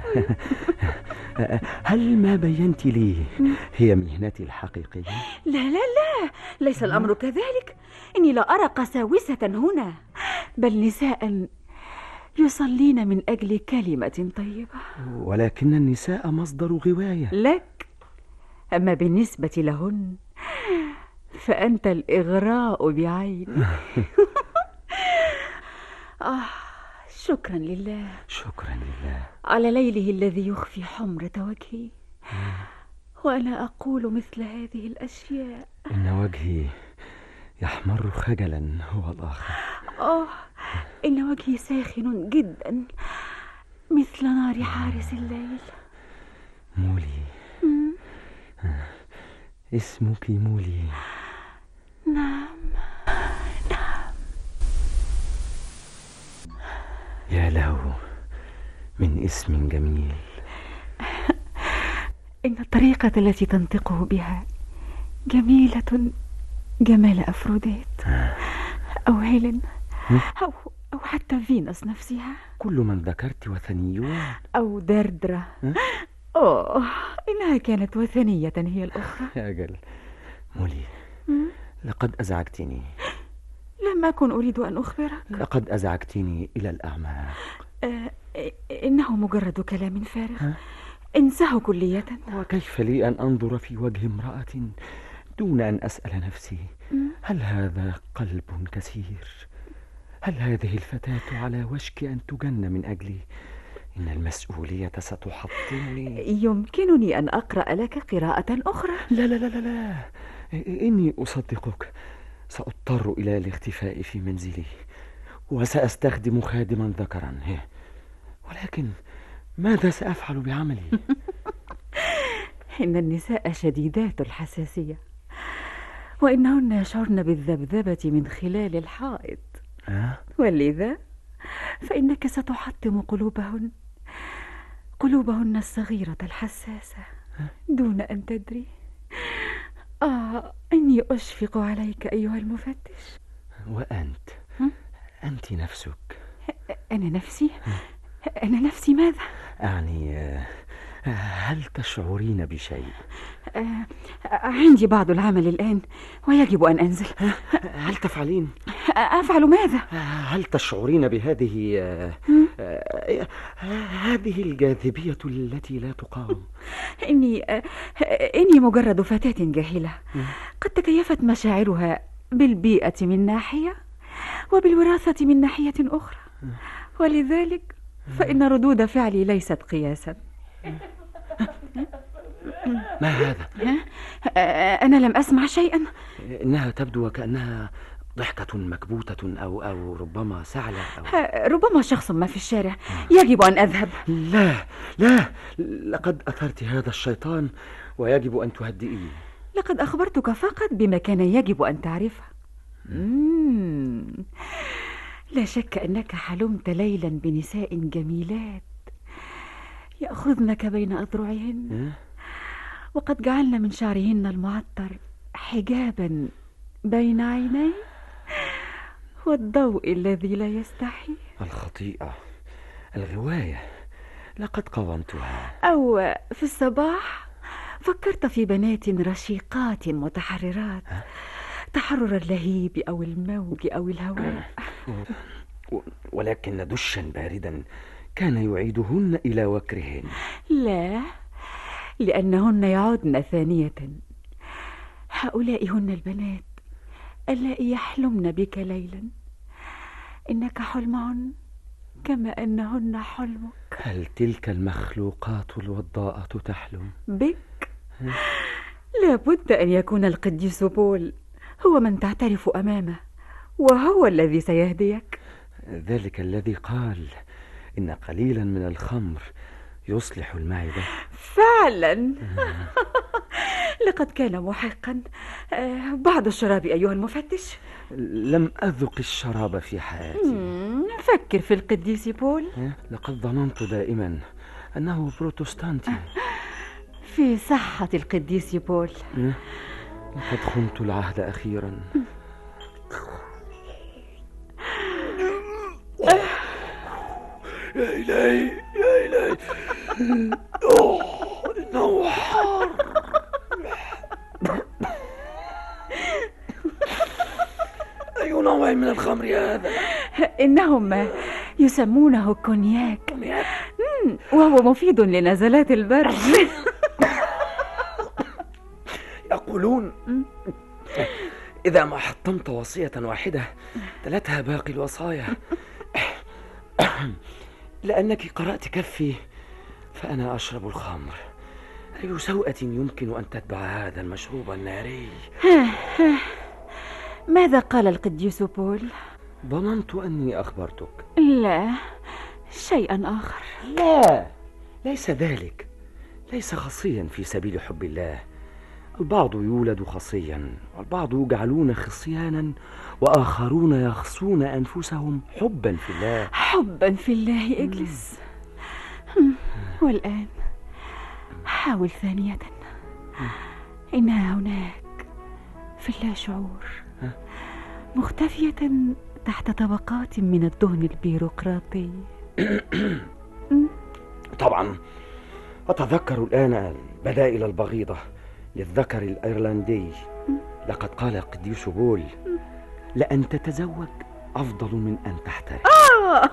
هل ما بينت لي هي مهنتي الحقيقية؟ لا لا لا، ليس الأمر كذلك. إني لا أرى قساوسة هنا، بل نساء يصلين من أجل كلمة طيبة. ولكن النساء مصدر غواية لك، أما بالنسبة لهن فأنت الإغراء بعينك. آه، شكرا لله، شكرا لله على ليله الذي يخفي حمرة وجهي، وأنا أقول مثل هذه الأشياء. إن وجهي يحمر خجلا هو الآخر. آه، إن وجهي ساخن جدا مثل نار حارس الليل. مولي. اسمك مولي؟ نعم نعم. يا له من اسم جميل. إن الطريقة التي تنطقه بها جميلة جمال أفروديت أو هيلين أو, أو حتى فينوس نفسها. كل من ذكرت وثنيون. أو دردرة. أوه، إنها كانت وثنية هي الأخرى. يا أجل مولي، لقد أزعجتني. لم أكن أريد أن أخبرك. لقد أزعجتني إلى الأعماق. آه، إنه مجرد كلام فارغ، انساه كلية. وكيف لي أن أنظر في وجه امرأة دون أن أسأل نفسي هل هذا قلب كثير؟ هل هذه الفتاة على وشك أن تجن من أجلي؟ إن المسؤولية ستحطمني. يمكنني أن أقرأ لك قراءة أخرى. لا لا لا لا, لا. إني أصدقك. سأضطر إلى الاختفاء في منزلي وسأستخدم خادما ذكرا، ولكن ماذا سأفعل بعملي؟ إن النساء شديدات الحساسية، وإنهن يشعرن بالذبذبة من خلال الحائط. أه؟ ولذا فإنك ستحطم قلوبهن قلوبهن الصغيرة الحساسة دون أن تدري. آه، إني أشفق عليك أيها المفتش. وأنت أنت نفسك. أنا نفسي؟ أنا نفسي ماذا؟ أعني هل تشعرين بشيء؟ آه، عندي بعض العمل الآن ويجب أن أنزل. هل تفعلين؟ أفعل ماذا؟ هل تشعرين بهذه آه هذه الجاذبية التي لا تقاوم؟ إني آه إني مجرد فتاة جاهلة قد تكيفت مشاعرها بالبيئة من ناحية وبالوراثة من ناحية أخرى، ولذلك فإن ردود فعلي ليست قياسا. ما هذا؟ أنا لم أسمع شيئا. إنها تبدو وكأنها ضحكة مكبوتة أو أو ربما سعلة أو... ربما شخص ما في الشارع. يجب أن أذهب. لا لا، لقد أثرت هذا الشيطان ويجب أن تهدئيه. لقد أخبرتك فقط بما كان يجب أن تعرفه. مم. لا شك أنك حلمت ليلا بنساء جميلات يأخذنك بين أذرعهن، وقد جعلن من شعرهن المعطر حجابا بين عيني والضوء الذي لا يستحي. الخطيئة، الغواية، لقد قاومتها. أو في الصباح فكرت في بنات رشيقات متحررات، تحرر اللهيب أو الموج أو الهواء، ولكن دشا باردا كان يعيدهن إلى وكرهن. لا، لأنهن يعودن ثانية. هؤلاء هن البنات اللائي يحلمن بك ليلا. إنك حلمهن كما أنهن حلمك. هل تلك المخلوقات الوضاءة تحلم بك؟ لابد أن يكون القديس بول هو من تعترف أمامه، وهو الذي سيهديك. ذلك الذي قال إن قليلا من الخمر يصلح المعدة. فعلا. لقد كان محقا. بعد الشراب أيها المفتش. لم أذق الشراب في حياتي. فكر في القديس بول. لقد ظننت دائما أنه بروتستانتي. في صحة القديس بول. لقد خنت العهد أخيرا. يا إلهي يا إلهي، أوه إنه حار. أي نوع من الخمر هذا؟ إنهم يسمونه كونياك، وهو مفيد لنزلات البرد. يقولون إذا ما حطمت وصية واحدة تلتها باقي الوصايا. لأنك قرأت كفي فأنا أشرب الخمر. أي سوءة يمكن أن تتبع هذا المشروب الناري؟ ماذا قال القديس بول؟ ظننت أني أخبرتك. لا، شيئا آخر. لا، ليس ذلك. ليس خصيا في سبيل حب الله. البعض يولد خصيا، والبعض يجعلون خصيانا، وآخرون يخصون أنفسهم حبا في الله. حبا في الله. اجلس. والآن حاول ثانية. إنها هناك في اللاشعور، مختفية تحت طبقات من الدهن البيروقراطي. طبعا أتذكر الآن البدائل البغيضة للذكر الأيرلندي. لقد قال القديس بول: لأن تتزوج أفضل من أن تحترق. آه.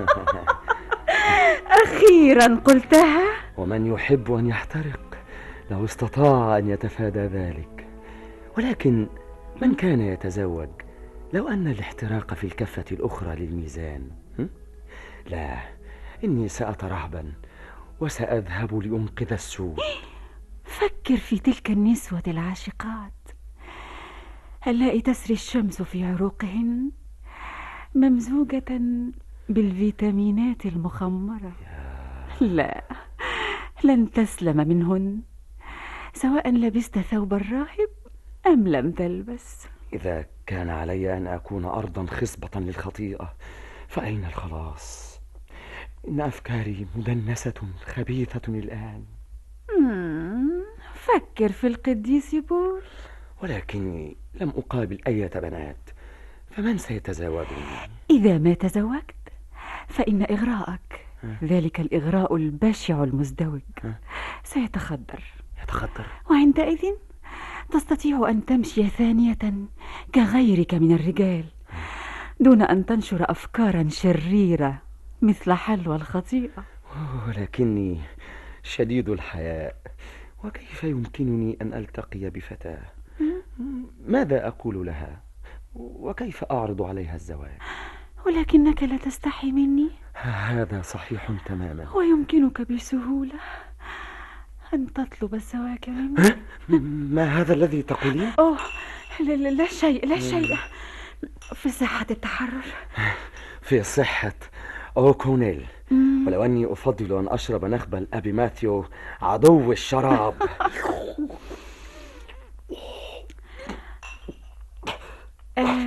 أخيرا قلتها. ومن يحب أن يحترق لو استطاع أن يتفادى ذلك. ولكن من كان يتزوج لو أن الاحتراق في الكفة الأخرى للميزان؟ لا، إني سأترهبن وسأذهب لأنقذ السوء. فكر في تلك النسوة العاشقات اللائي تسري الشمس في عروقهن ممزوجة بالفيتامينات المخمرة. لا، لن تسلم منهن سواء لبست ثوب الراهب أم لم تلبس. إذا كان علي أن أكون أرضا خصبة للخطيئة فأين الخلاص؟ إن أفكاري مدنسة خبيثة الآن. فكر في القديس بول. ولكني لم أقابل أي بنات، فمن سيتزوجني؟ إذا ما تزوجت فإن إغراءك، ذلك الإغراء البشع المزدوج، سيتخدر. يتخدر؟ وعندئذ تستطيع أن تمشي ثانية كغيرك من الرجال دون أن تنشر أفكارا شريرة مثل حلوى الخطيئة. ولكني شديد الحياء، وكيف يمكنني أن ألتقي بفتاة؟ ماذا أقول لها؟ وكيف أعرض عليها الزواج؟ ولكنك لا تستحي مني. هذا صحيح تماما. ويمكنك بسهولة أن تطلب الزواج مني. ما هذا الذي تقولين؟ أوه، لا, لا شيء لا شيء. في صحة التحرر. في صحة أوكونيل. ولو أني أفضل أن أشرب نخبة الأبي ماثيو عدو الشراب. آه.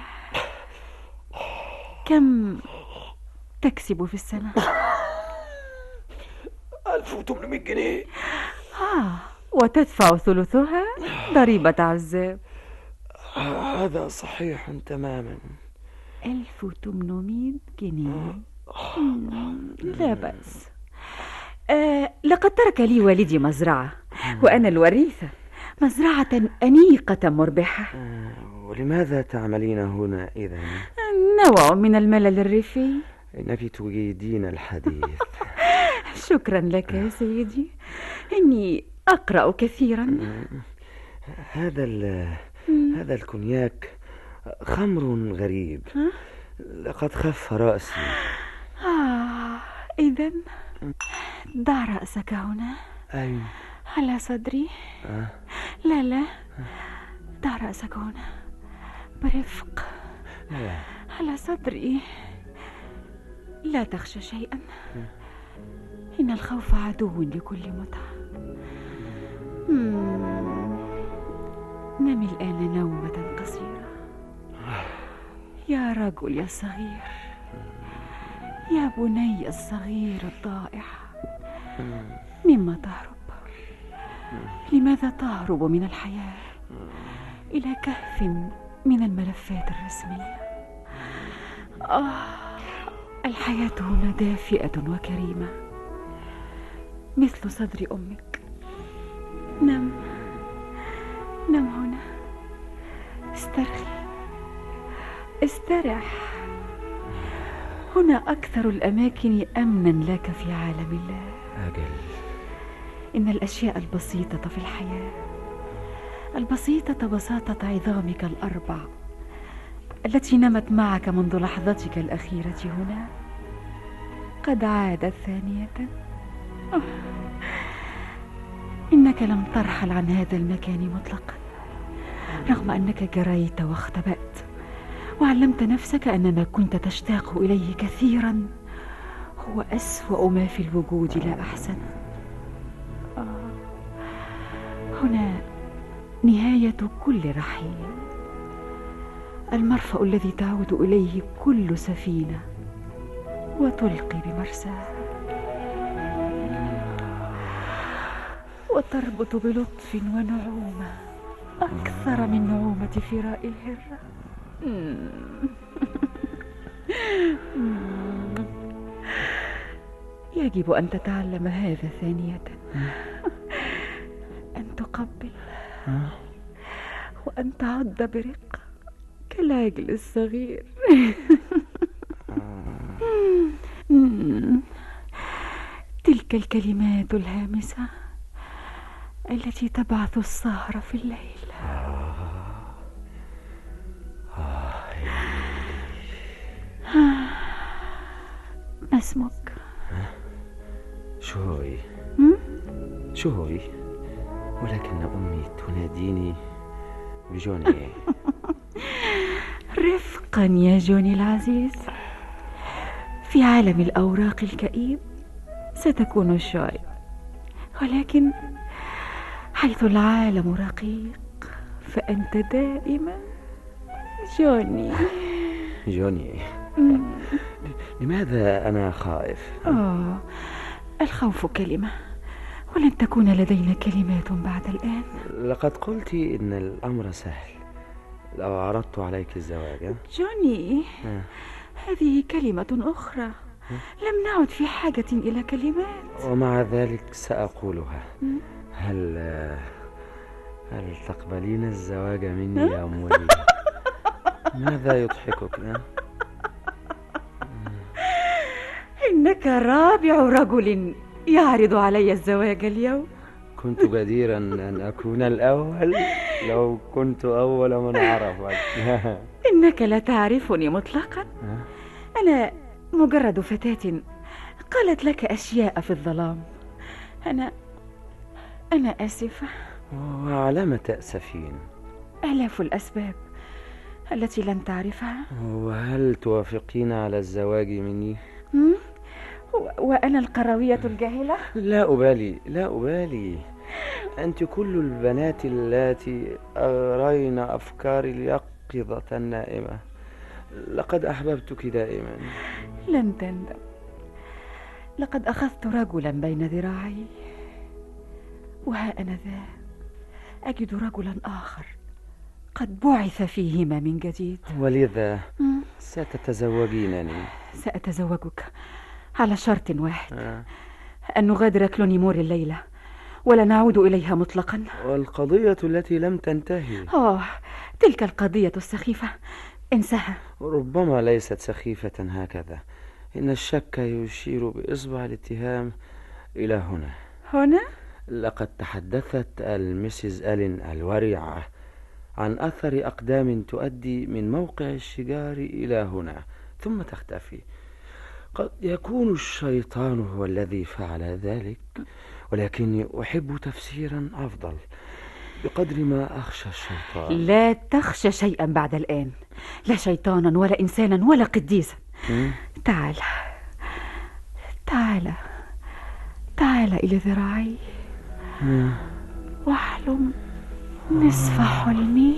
كم تكسب في السنة؟ ألف وثمانمائة جنيه. آه، وتدفع ثلثها ضريبة عزاب. هذا صحيح تماما. ألف وثمانمائة جنيه. لا بأس. آه، لقد ترك لي والدي مزرعة وأنا الوريثة، مزرعة أنيقة مربحة. ولماذا تعملين هنا إذن؟ نوع من الملل الريفي. إنك تجيدين الحديث. شكرا لك يا سيدي، إني أقرأ كثيرا. هذا هذا الكونياك خمر غريب. لقد خف رأسي. آه، إذن ضع رأسك هنا. أين؟ على صدري. آه. لا لا، ضع رأسك هنا برفق. لا. على صدري. لا تخشى شيئا، إن الخوف عدو لكل متعة. نم الآن نومة قصيرة يا رجل يا صغير، يا بني الصغير الضائع. مما تهرب؟ لماذا تهرب من الحياة إلى كهف من الملفات الرسمية؟ آه، الحياة هنا دافئة وكريمة مثل صدر أمك. نم نم هنا، استرخي، استرح. هنا أكثر الأماكن أمنا لك في عالم الله. أجل. إن الأشياء البسيطة في الحياة، البسيطة بساطة عظامك الأربع التي نمت معك منذ لحظتك الأخيرة هنا، قد عادت ثانية. أوه. إنك لم ترحل عن هذا المكان مطلقا، رغم أنك جريت واختبأت وعلمت نفسك أن ما كنت تشتاق إليه كثيرا هو أسوأ ما في الوجود لا أحسن. آه. هنا نهاية كل رحيل، المرفأ الذي تعود إليه كل سفينة وتلقي بمرساها، وتربط بلطف ونعومة أكثر من نعومة فراء الهرة. يجب أن تتعلم هذا ثانية، أن تقبل وأن تعض برقة كالعجل الصغير. تلك الكلمات الهامسة التي تبعث السهر في الليل. ما اسمك؟ شوي شوي، ولكن أمي تناديني بجوني. رفقا يا جوني العزيز، في عالم الأوراق الكئيب ستكون شوي، ولكن حيث العالم رقيق فأنت دائما جوني. جوني، لماذا أنا خائف؟ آه، الخوف كلمة، ولن تكون لدينا كلمات بعد الآن. لقد قلت إن الأمر سهل لو عرضت عليك الزواج. جوني، آه. هذه كلمة أخرى، لم نعد في حاجة إلى كلمات. ومع ذلك سأقولها. هل هل تقبلين الزواج مني يا أم وليد؟ ماذا يضحكك؟ إنك رابع رجل يعرض علي الزواج اليوم. كنت جديرا أن أكون الأول لو كنت أول من عرفك. إنك لا تعرفني مطلقا. أنا مجرد فتاة قالت لك أشياء في الظلام. أنا أنا آسفة. وعلى ما تأسفين؟ آلاف الأسباب التي لن تعرفها. وهل توافقين على الزواج مني؟ وأنا القروية الجاهلة؟ لا أبالي، لا أبالي. أنت كل البنات اللاتي أغرين أفكاري اليقظة النائمة. لقد أحببتك دائما. لن تندم. لقد أخذت رجلا بين ذراعي، وها أنا ذا أجد رجلا آخر قد بعث فيهما من جديد. ولذا ستتزوجينني. سأتزوجك على شرط واحد. آه. أن نغادر كلونيمور الليلة ولا نعود إليها مطلقا. والقضية التي لم تنتهي؟ آه، تلك القضية السخيفة انسها. ربما ليست سخيفة هكذا. إن الشك يشير بإصبع الاتهام إلى هنا. هنا؟ لقد تحدثت المسز ألين الورعة عن أثر أقدام تؤدي من موقع الشجار إلى هنا ثم تختفي. قد يكون الشيطان هو الذي فعل ذلك، ولكني أحب تفسيرا أفضل. بقدر ما أخشى الشيطان. لا تخشى شيئا بعد الآن، لا شيطانا ولا إنسانا ولا قديسا. تعال المال إلى ذراعي واحلم نصف حلمي.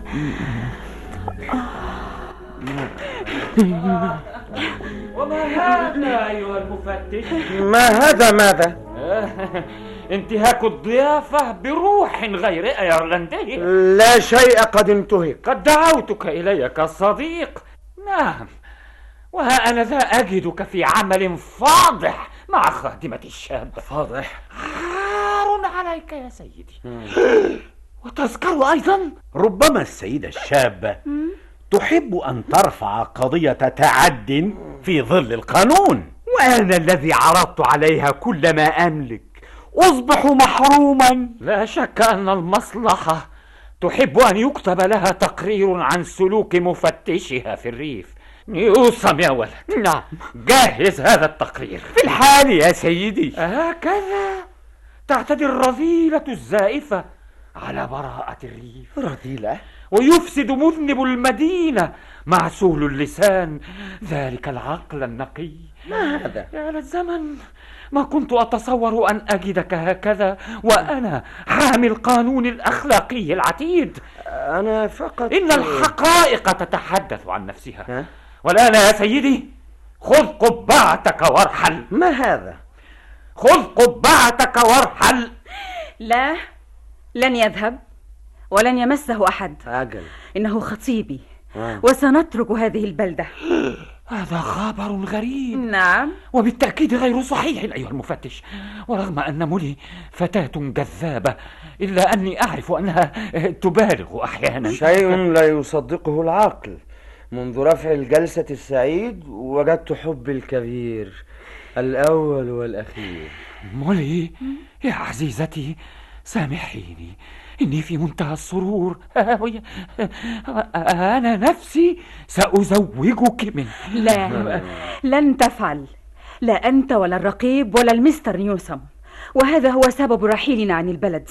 وما هذا أيها المفتش؟ ما هذا ماذا؟ انتهاك الضيافة بروح غير أيرلندي. لا شيء قد انتهك. قد دعوتك إلي كصديق. نعم، وها أنا ذا أجدك في عمل فاضح مع خادمة الشاب. فاضح؟ عار عليك يا سيدي. وتذكر أيضا ربما السيدة الشابة تحب أن ترفع قضية تعد في ظل القانون، وأنا الذي عرضت عليها كل ما أملك أصبح محروما. لا شك أن المصلحة تحب أن يكتب لها تقرير عن سلوك مفتشها في الريف. يوسم يا ولد. نعم، جهز هذا التقرير في الحال يا سيدي. هكذا تعتدي الرذيلة الزائفة على براءة الريف. رذيلة؟ ويفسد مذنب المدينة معسول اللسان ذلك العقل النقي. ما هذا؟ يا للزمن، ما كنت أتصور أن أجدك هكذا وأنا حامي القانون الأخلاقي العتيد. أنا فقط إن الحقائق تتحدث عن نفسها. ها؟ والآن يا سيدي خذ قبعتك وارحل. ما هذا؟ خذ قبعتك وارحل. لا، لن يذهب ولن يمسه أحد. أجل، إنه خطيبي آه. وسنترك هذه البلدة. هذا خبر غريب. نعم، وبالتأكيد غير صحيح أيها المفتش. ورغم أن مولي فتاة جذابة إلا أني أعرف أنها تبالغ أحيانا. شيء لا يصدقه العقل. منذ رفع الجلسة السعيد وجدت حب الكبير الأول والأخير. مولي يا عزيزتي، سامحيني، إني في منتهى السرور. أنا نفسي سأزوجك منه. لا، لن تفعل، لا أنت ولا الرقيب ولا المستر نيوسم، وهذا هو سبب رحيلنا عن البلد.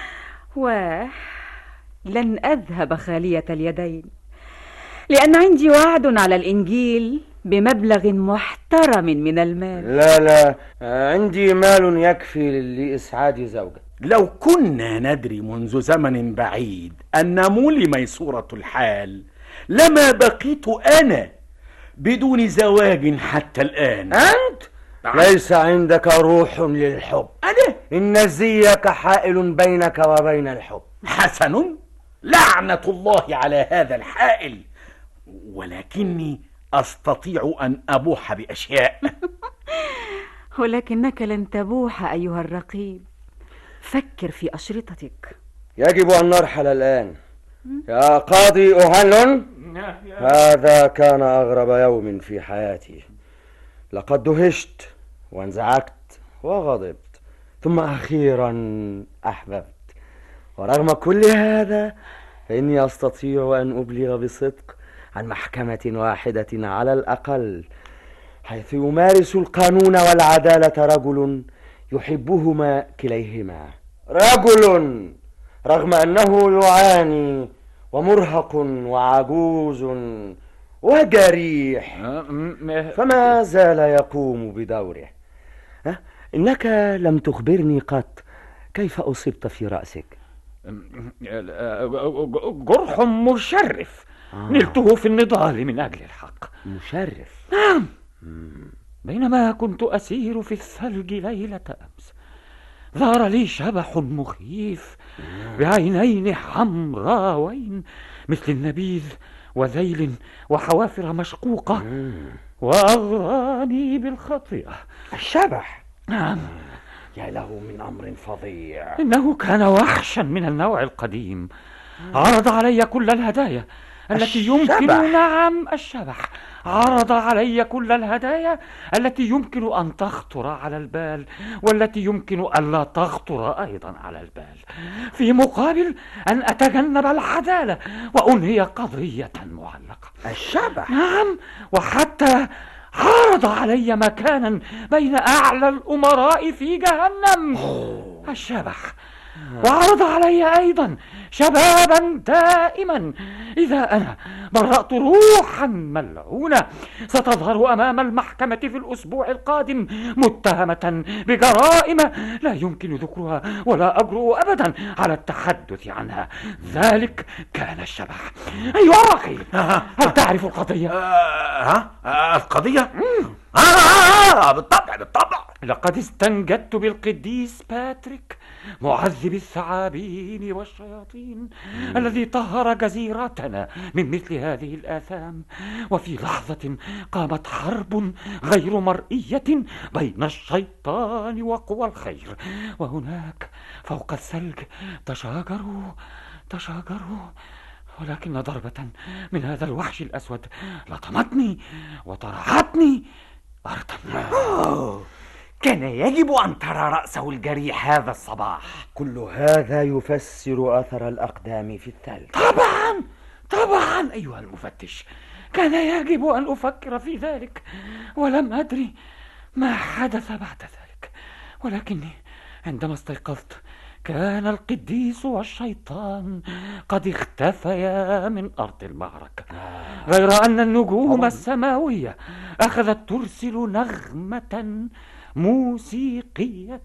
ولن أذهب خالية اليدين، لأن عندي وعد على الإنجيل بمبلغ محترم من المال. لا لا، عندي مال يكفي لإسعاد زوجة. لو كنا ندري منذ زمن بعيد أن مولي ميسورة الحال لما بقيت أنا بدون زواج حتى الآن. أنت؟ ليس عندك روح للحب. أنا؟ إن زيك حائل بينك وبين الحب. حسن، لعنة الله على هذا الحائل، ولكني أستطيع أن أبوح بأشياء. ولكنك لن تبوح أيها الرقيب. فكر في أشرطتك. يجب أن نرحل الآن. يا قاضي أوهانلون، هذا كان أغرب يوم في حياتي. لقد دهشت وانزعجت وغضبت، ثم أخيرا أحببت. ورغم كل هذا فإني أستطيع أن أبلغ بصدق عن محكمة واحدة على الأقل، حيث يمارس القانون والعدالة رجل يحبهما كليهما. رجل رغم أنه يعاني ومرهق وعجوز وجريح، فما زال يقوم بدوره. إنك لم تخبرني قط كيف أصبت في رأسك. جرح مشرف نلته في النضال من أجل الحق. مشرف؟ نعم. بينما كنت أسير في الثلج ليلة أمس ظهر لي شبح مخيف بعينين حمراوين مثل النبيذ وذيل وحوافر مشقوقة، وأغراني بالخطيئة. الشبح؟ نعم. يا له من أمر فظيع. إنه كان وحشا من النوع القديم، عرض علي كل الهدايا التي يمكن. نعم، الشبح عرض علي كل الهدايا التي يمكن أن تخطر على البال والتي يمكن ألا تخطر أيضا على البال، في مقابل أن أتجنب العدالة وأنهي قضية معلقة. الشبح؟ نعم، وحتى عرض علي مكانا بين أعلى الأمراء في جهنم. الشبح وعرض علي أيضا شبابا دائما. إذا أنا برأت روحا ملعونة ستظهر أمام المحكمة في الأسبوع القادم متهمة بجرائم لا يمكن ذكرها ولا أجرؤ أبدا على التحدث عنها. ذلك كان الشبح. أيها الرقيب، هل تعرف القضية؟ ها؟ القضية؟ آه, آه, آه بالطبع بالطبع. لقد استنجدت بالقديس باتريك معذب الثعابين والشياطين الذي طهر جزيرتنا من مثل هذه الآثام. وفي لحظة قامت حرب غير مرئية بين الشيطان وقوى الخير، وهناك فوق الثلج تشاجروا تشاجروا ولكن ضربة من هذا الوحش الأسود لطمتني وطرحتني أرضا. كان يجب أن ترى رأسه الجريح هذا الصباح. كل هذا يفسر أثر الأقدام في الثلج. طبعا طبعا أيها المفتش، كان يجب أن أفكر في ذلك، ولم أدري ما حدث بعد ذلك. ولكني عندما استيقظت كان القديس والشيطان قد اختفيا من أرض المعركة، غير أن النجوم السماوية أخذت ترسل نغمة موسيقية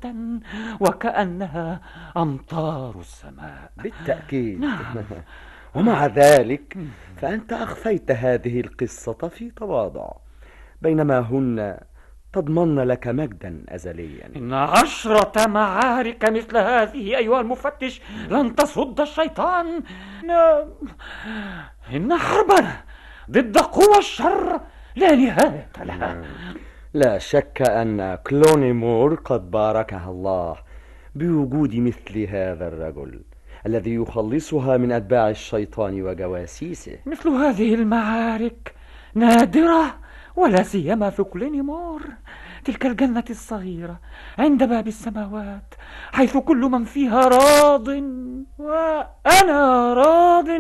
وكأنها أمطار السماء. بالتأكيد. نعم. ومع ذلك فأنت أخفيت هذه القصة في تواضع، بينما هن تضمن لك مجدا أزليا. إن عشرة معارك مثل هذه أيها المفتش لن تصد الشيطان. إن, إن حربنا ضد قوى الشر لا نهاية لها. لا شك أن كلونيمور قد باركها الله بوجود مثل هذا الرجل الذي يخلصها من أتباع الشيطان وجواسيسه. مثل هذه المعارك نادرة، ولا سيما في كلونيمور، تلك الجنة الصغيرة عند باب السماوات، حيث كل من فيها راض وأنا راض،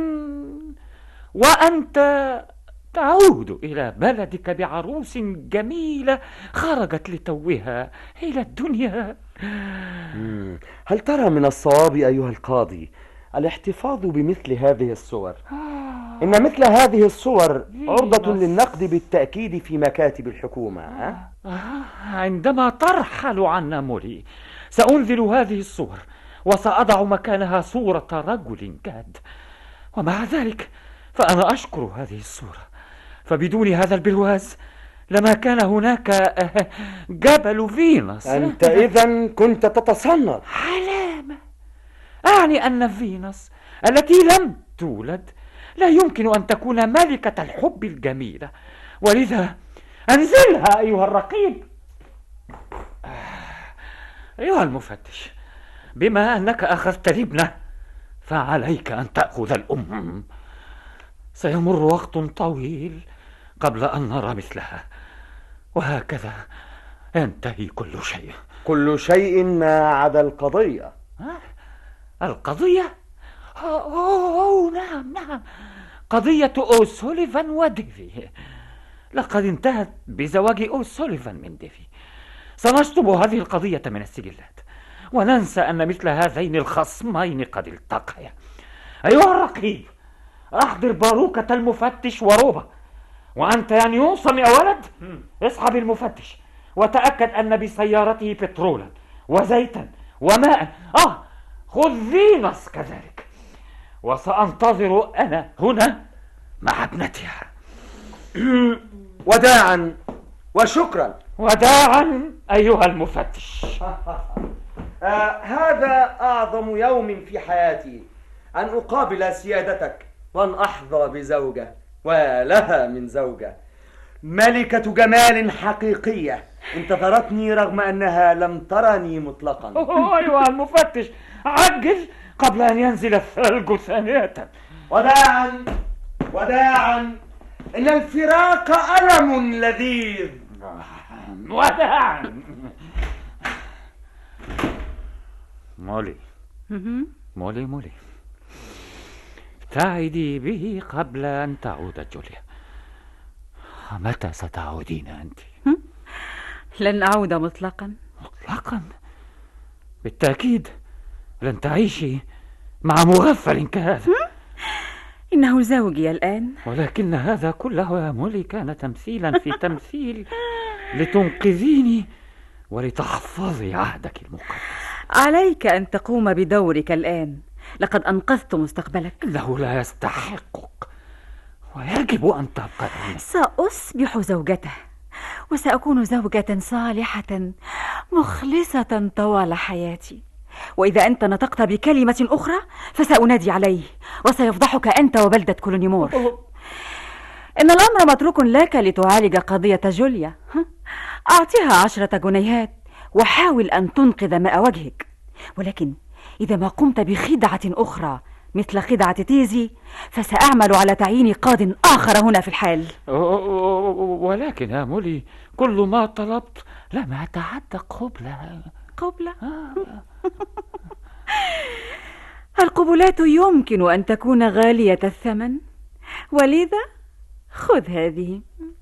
وأنت تعود إلى بلدك بعروس جميلة خرجت لتوها إلى الدنيا. هل ترى من الصواب أيها القاضي الاحتفاظ بمثل هذه الصور؟ إن مثل هذه الصور عرضة للنقد بالتأكيد في مكاتب الحكومة. آه. عندما ترحل عنا مولي سأنزل هذه الصور وسأضع مكانها صورة رجل جاد. ومع ذلك فأنا أشكر هذه الصورة، فبدون هذا البرواز لما كان هناك جبل فينوس. أنت إذن كنت تتصنع علامة، أعني أن فينوس التي لم تولد لا يمكن أن تكون ملكة الحب الجميلة، ولذا أنزلها أيها الرقيب. أيها المفتش، بما أنك أخذت الابنة فعليك أن تأخذ الأم. سيمر وقت طويل قبل أن نرى مثلها، وهكذا ينتهي كل شيء. كل شيء ما عدا القضية. القضية؟ أوه, أوه نعم نعم، قضية أوسوليفان وديفي. لقد انتهت بزواج أوسوليفان من ديفي. سنشطب هذه القضية من السجلات وننسى أن مثل هذين الخصمين قد التقيا. أيها الرقيب، أحضر باروكة المفتش وروبة. وأنت يا نيوصم يا ولد، اصحب المفتش وتأكد أن بسيارته بترولا وزيتا وماء. آه خذ فينوس كذلك، وسأنتظر أنا هنا مع ابنتها. وداعا وشكرا. وداعا أيها المفتش. آه هذا أعظم يوم في حياتي، أن أقابل سيادتك وأن أحظى بزوجة ولها من زوجة، ملكة جمال حقيقية انتظرتني رغم أنها لم ترني مطلقا. أيها المفتش، عجل قبل أن ينزل الثلج ثانية. وداعا وداعا، إن الفراق ألم لذيذ. وداعا. مولي مولي مولي، ابتعدي به قبل أن تعود جوليا. متى ستعودين أنت؟ لن أعود مطلقا. مطلقا؟ بالتأكيد لن تعيشي مع مغفل كهذا. إنه زوجي الآن. ولكن هذا كله يا مولي كان تمثيلا في تمثيل لتنقذيني ولتحفظي عهدك المقدس. عليك أن تقوم بدورك الآن، لقد أنقذت مستقبلك. إنه لا يستحقك ويجب أن تبقى. سأصبح زوجته، وسأكون زوجة صالحة مخلصة طوال حياتي. وإذا أنت نطقت بكلمة أخرى فسأنادي عليه، وسيفضحك أنت وبلدة كولونيمور. إن الأمر متروك لك لتعالج قضية جوليا. أعطيها عشرة جنيهات وحاول أن تنقذ ماء وجهك. ولكن إذا ما قمت بخدعة أخرى مثل خدعة تيزي فسأعمل على تعيين قاض آخر هنا في الحال. ولكن يا مولي كل ما طلبت لم أتعدى قبلة. قبلة؟ القبلات يمكن أن تكون غالية الثمن، ولذا خذ هذه.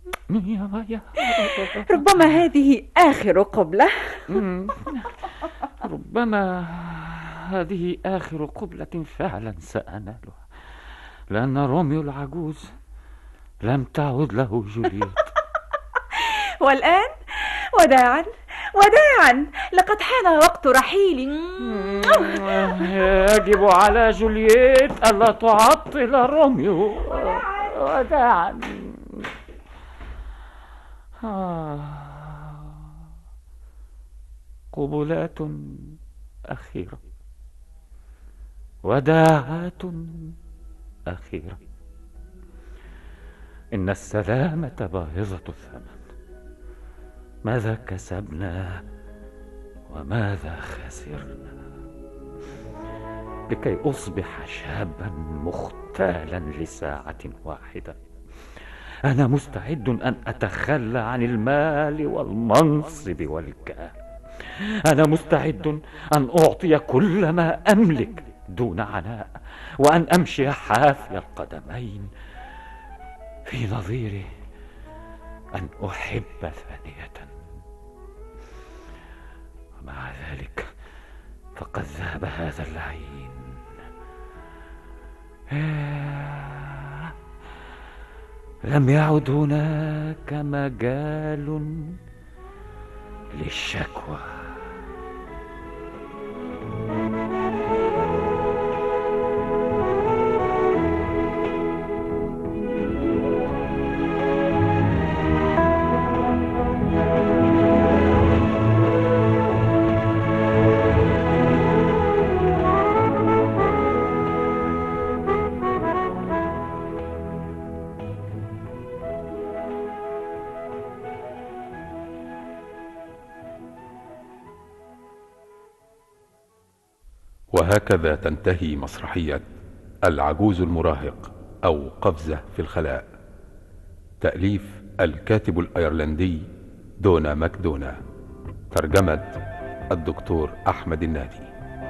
ربما هذه آخر قبلة. ربما هذه آخر قبلة فعلا سأنالها، لأن روميو العجوز لم تعد له جولييت. والآن وداعا وداعا، لقد حان وقت رحيلي. يجب على جولييت ألا تعطل روميو. وداعا. آه. قبلات أخيرة، وداعات أخيرة. إن السلامة باهظة الثمن. ماذا كسبنا وماذا خسرنا لكي أصبح شابا مختالا لساعة واحدة؟ أنا مستعد أن أتخلى عن المال والمنصب والجاه. أنا مستعد أن أعطي كل ما أملك دون عناء، وأن أمشي حافي القدمين في نظير أن أحب ثانية. ومع ذلك فقد ذهب هذا اللعين. لم يعد هناك مجال للشكوى. وهكذا تنتهي مسرحية العجوز المراهق أو قفزة في الخلاء، تأليف الكاتب الأيرلندي دونا ماكدونا، ترجمة الدكتور أحمد النادي.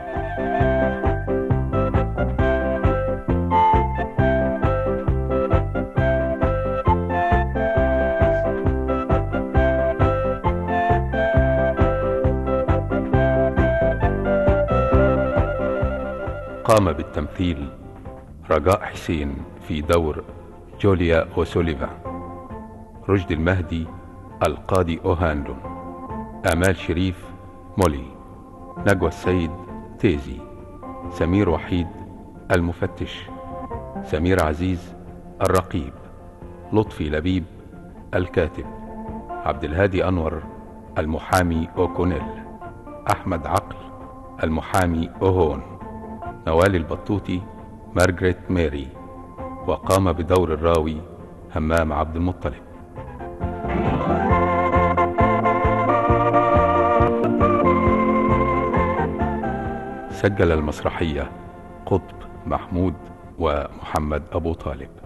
قام بالتمثيل رجاء حسين في دور جوليا أوسوليفا، رشدي المهدي القاضي أوهانلون، آمال شريف مولي، نجوى السيد تيزي، سمير وحيد المفتش، سمير عزيز الرقيب، لطفي لبيب الكاتب، عبد الهادي أنور المحامي أوكونيل، أحمد عقل المحامي أوهون، نوال البطوطي مارغريت ماري، وقام بدور الراوي همام عبد المطلب. سجل المسرحية قطب محمود ومحمد أبو طالب.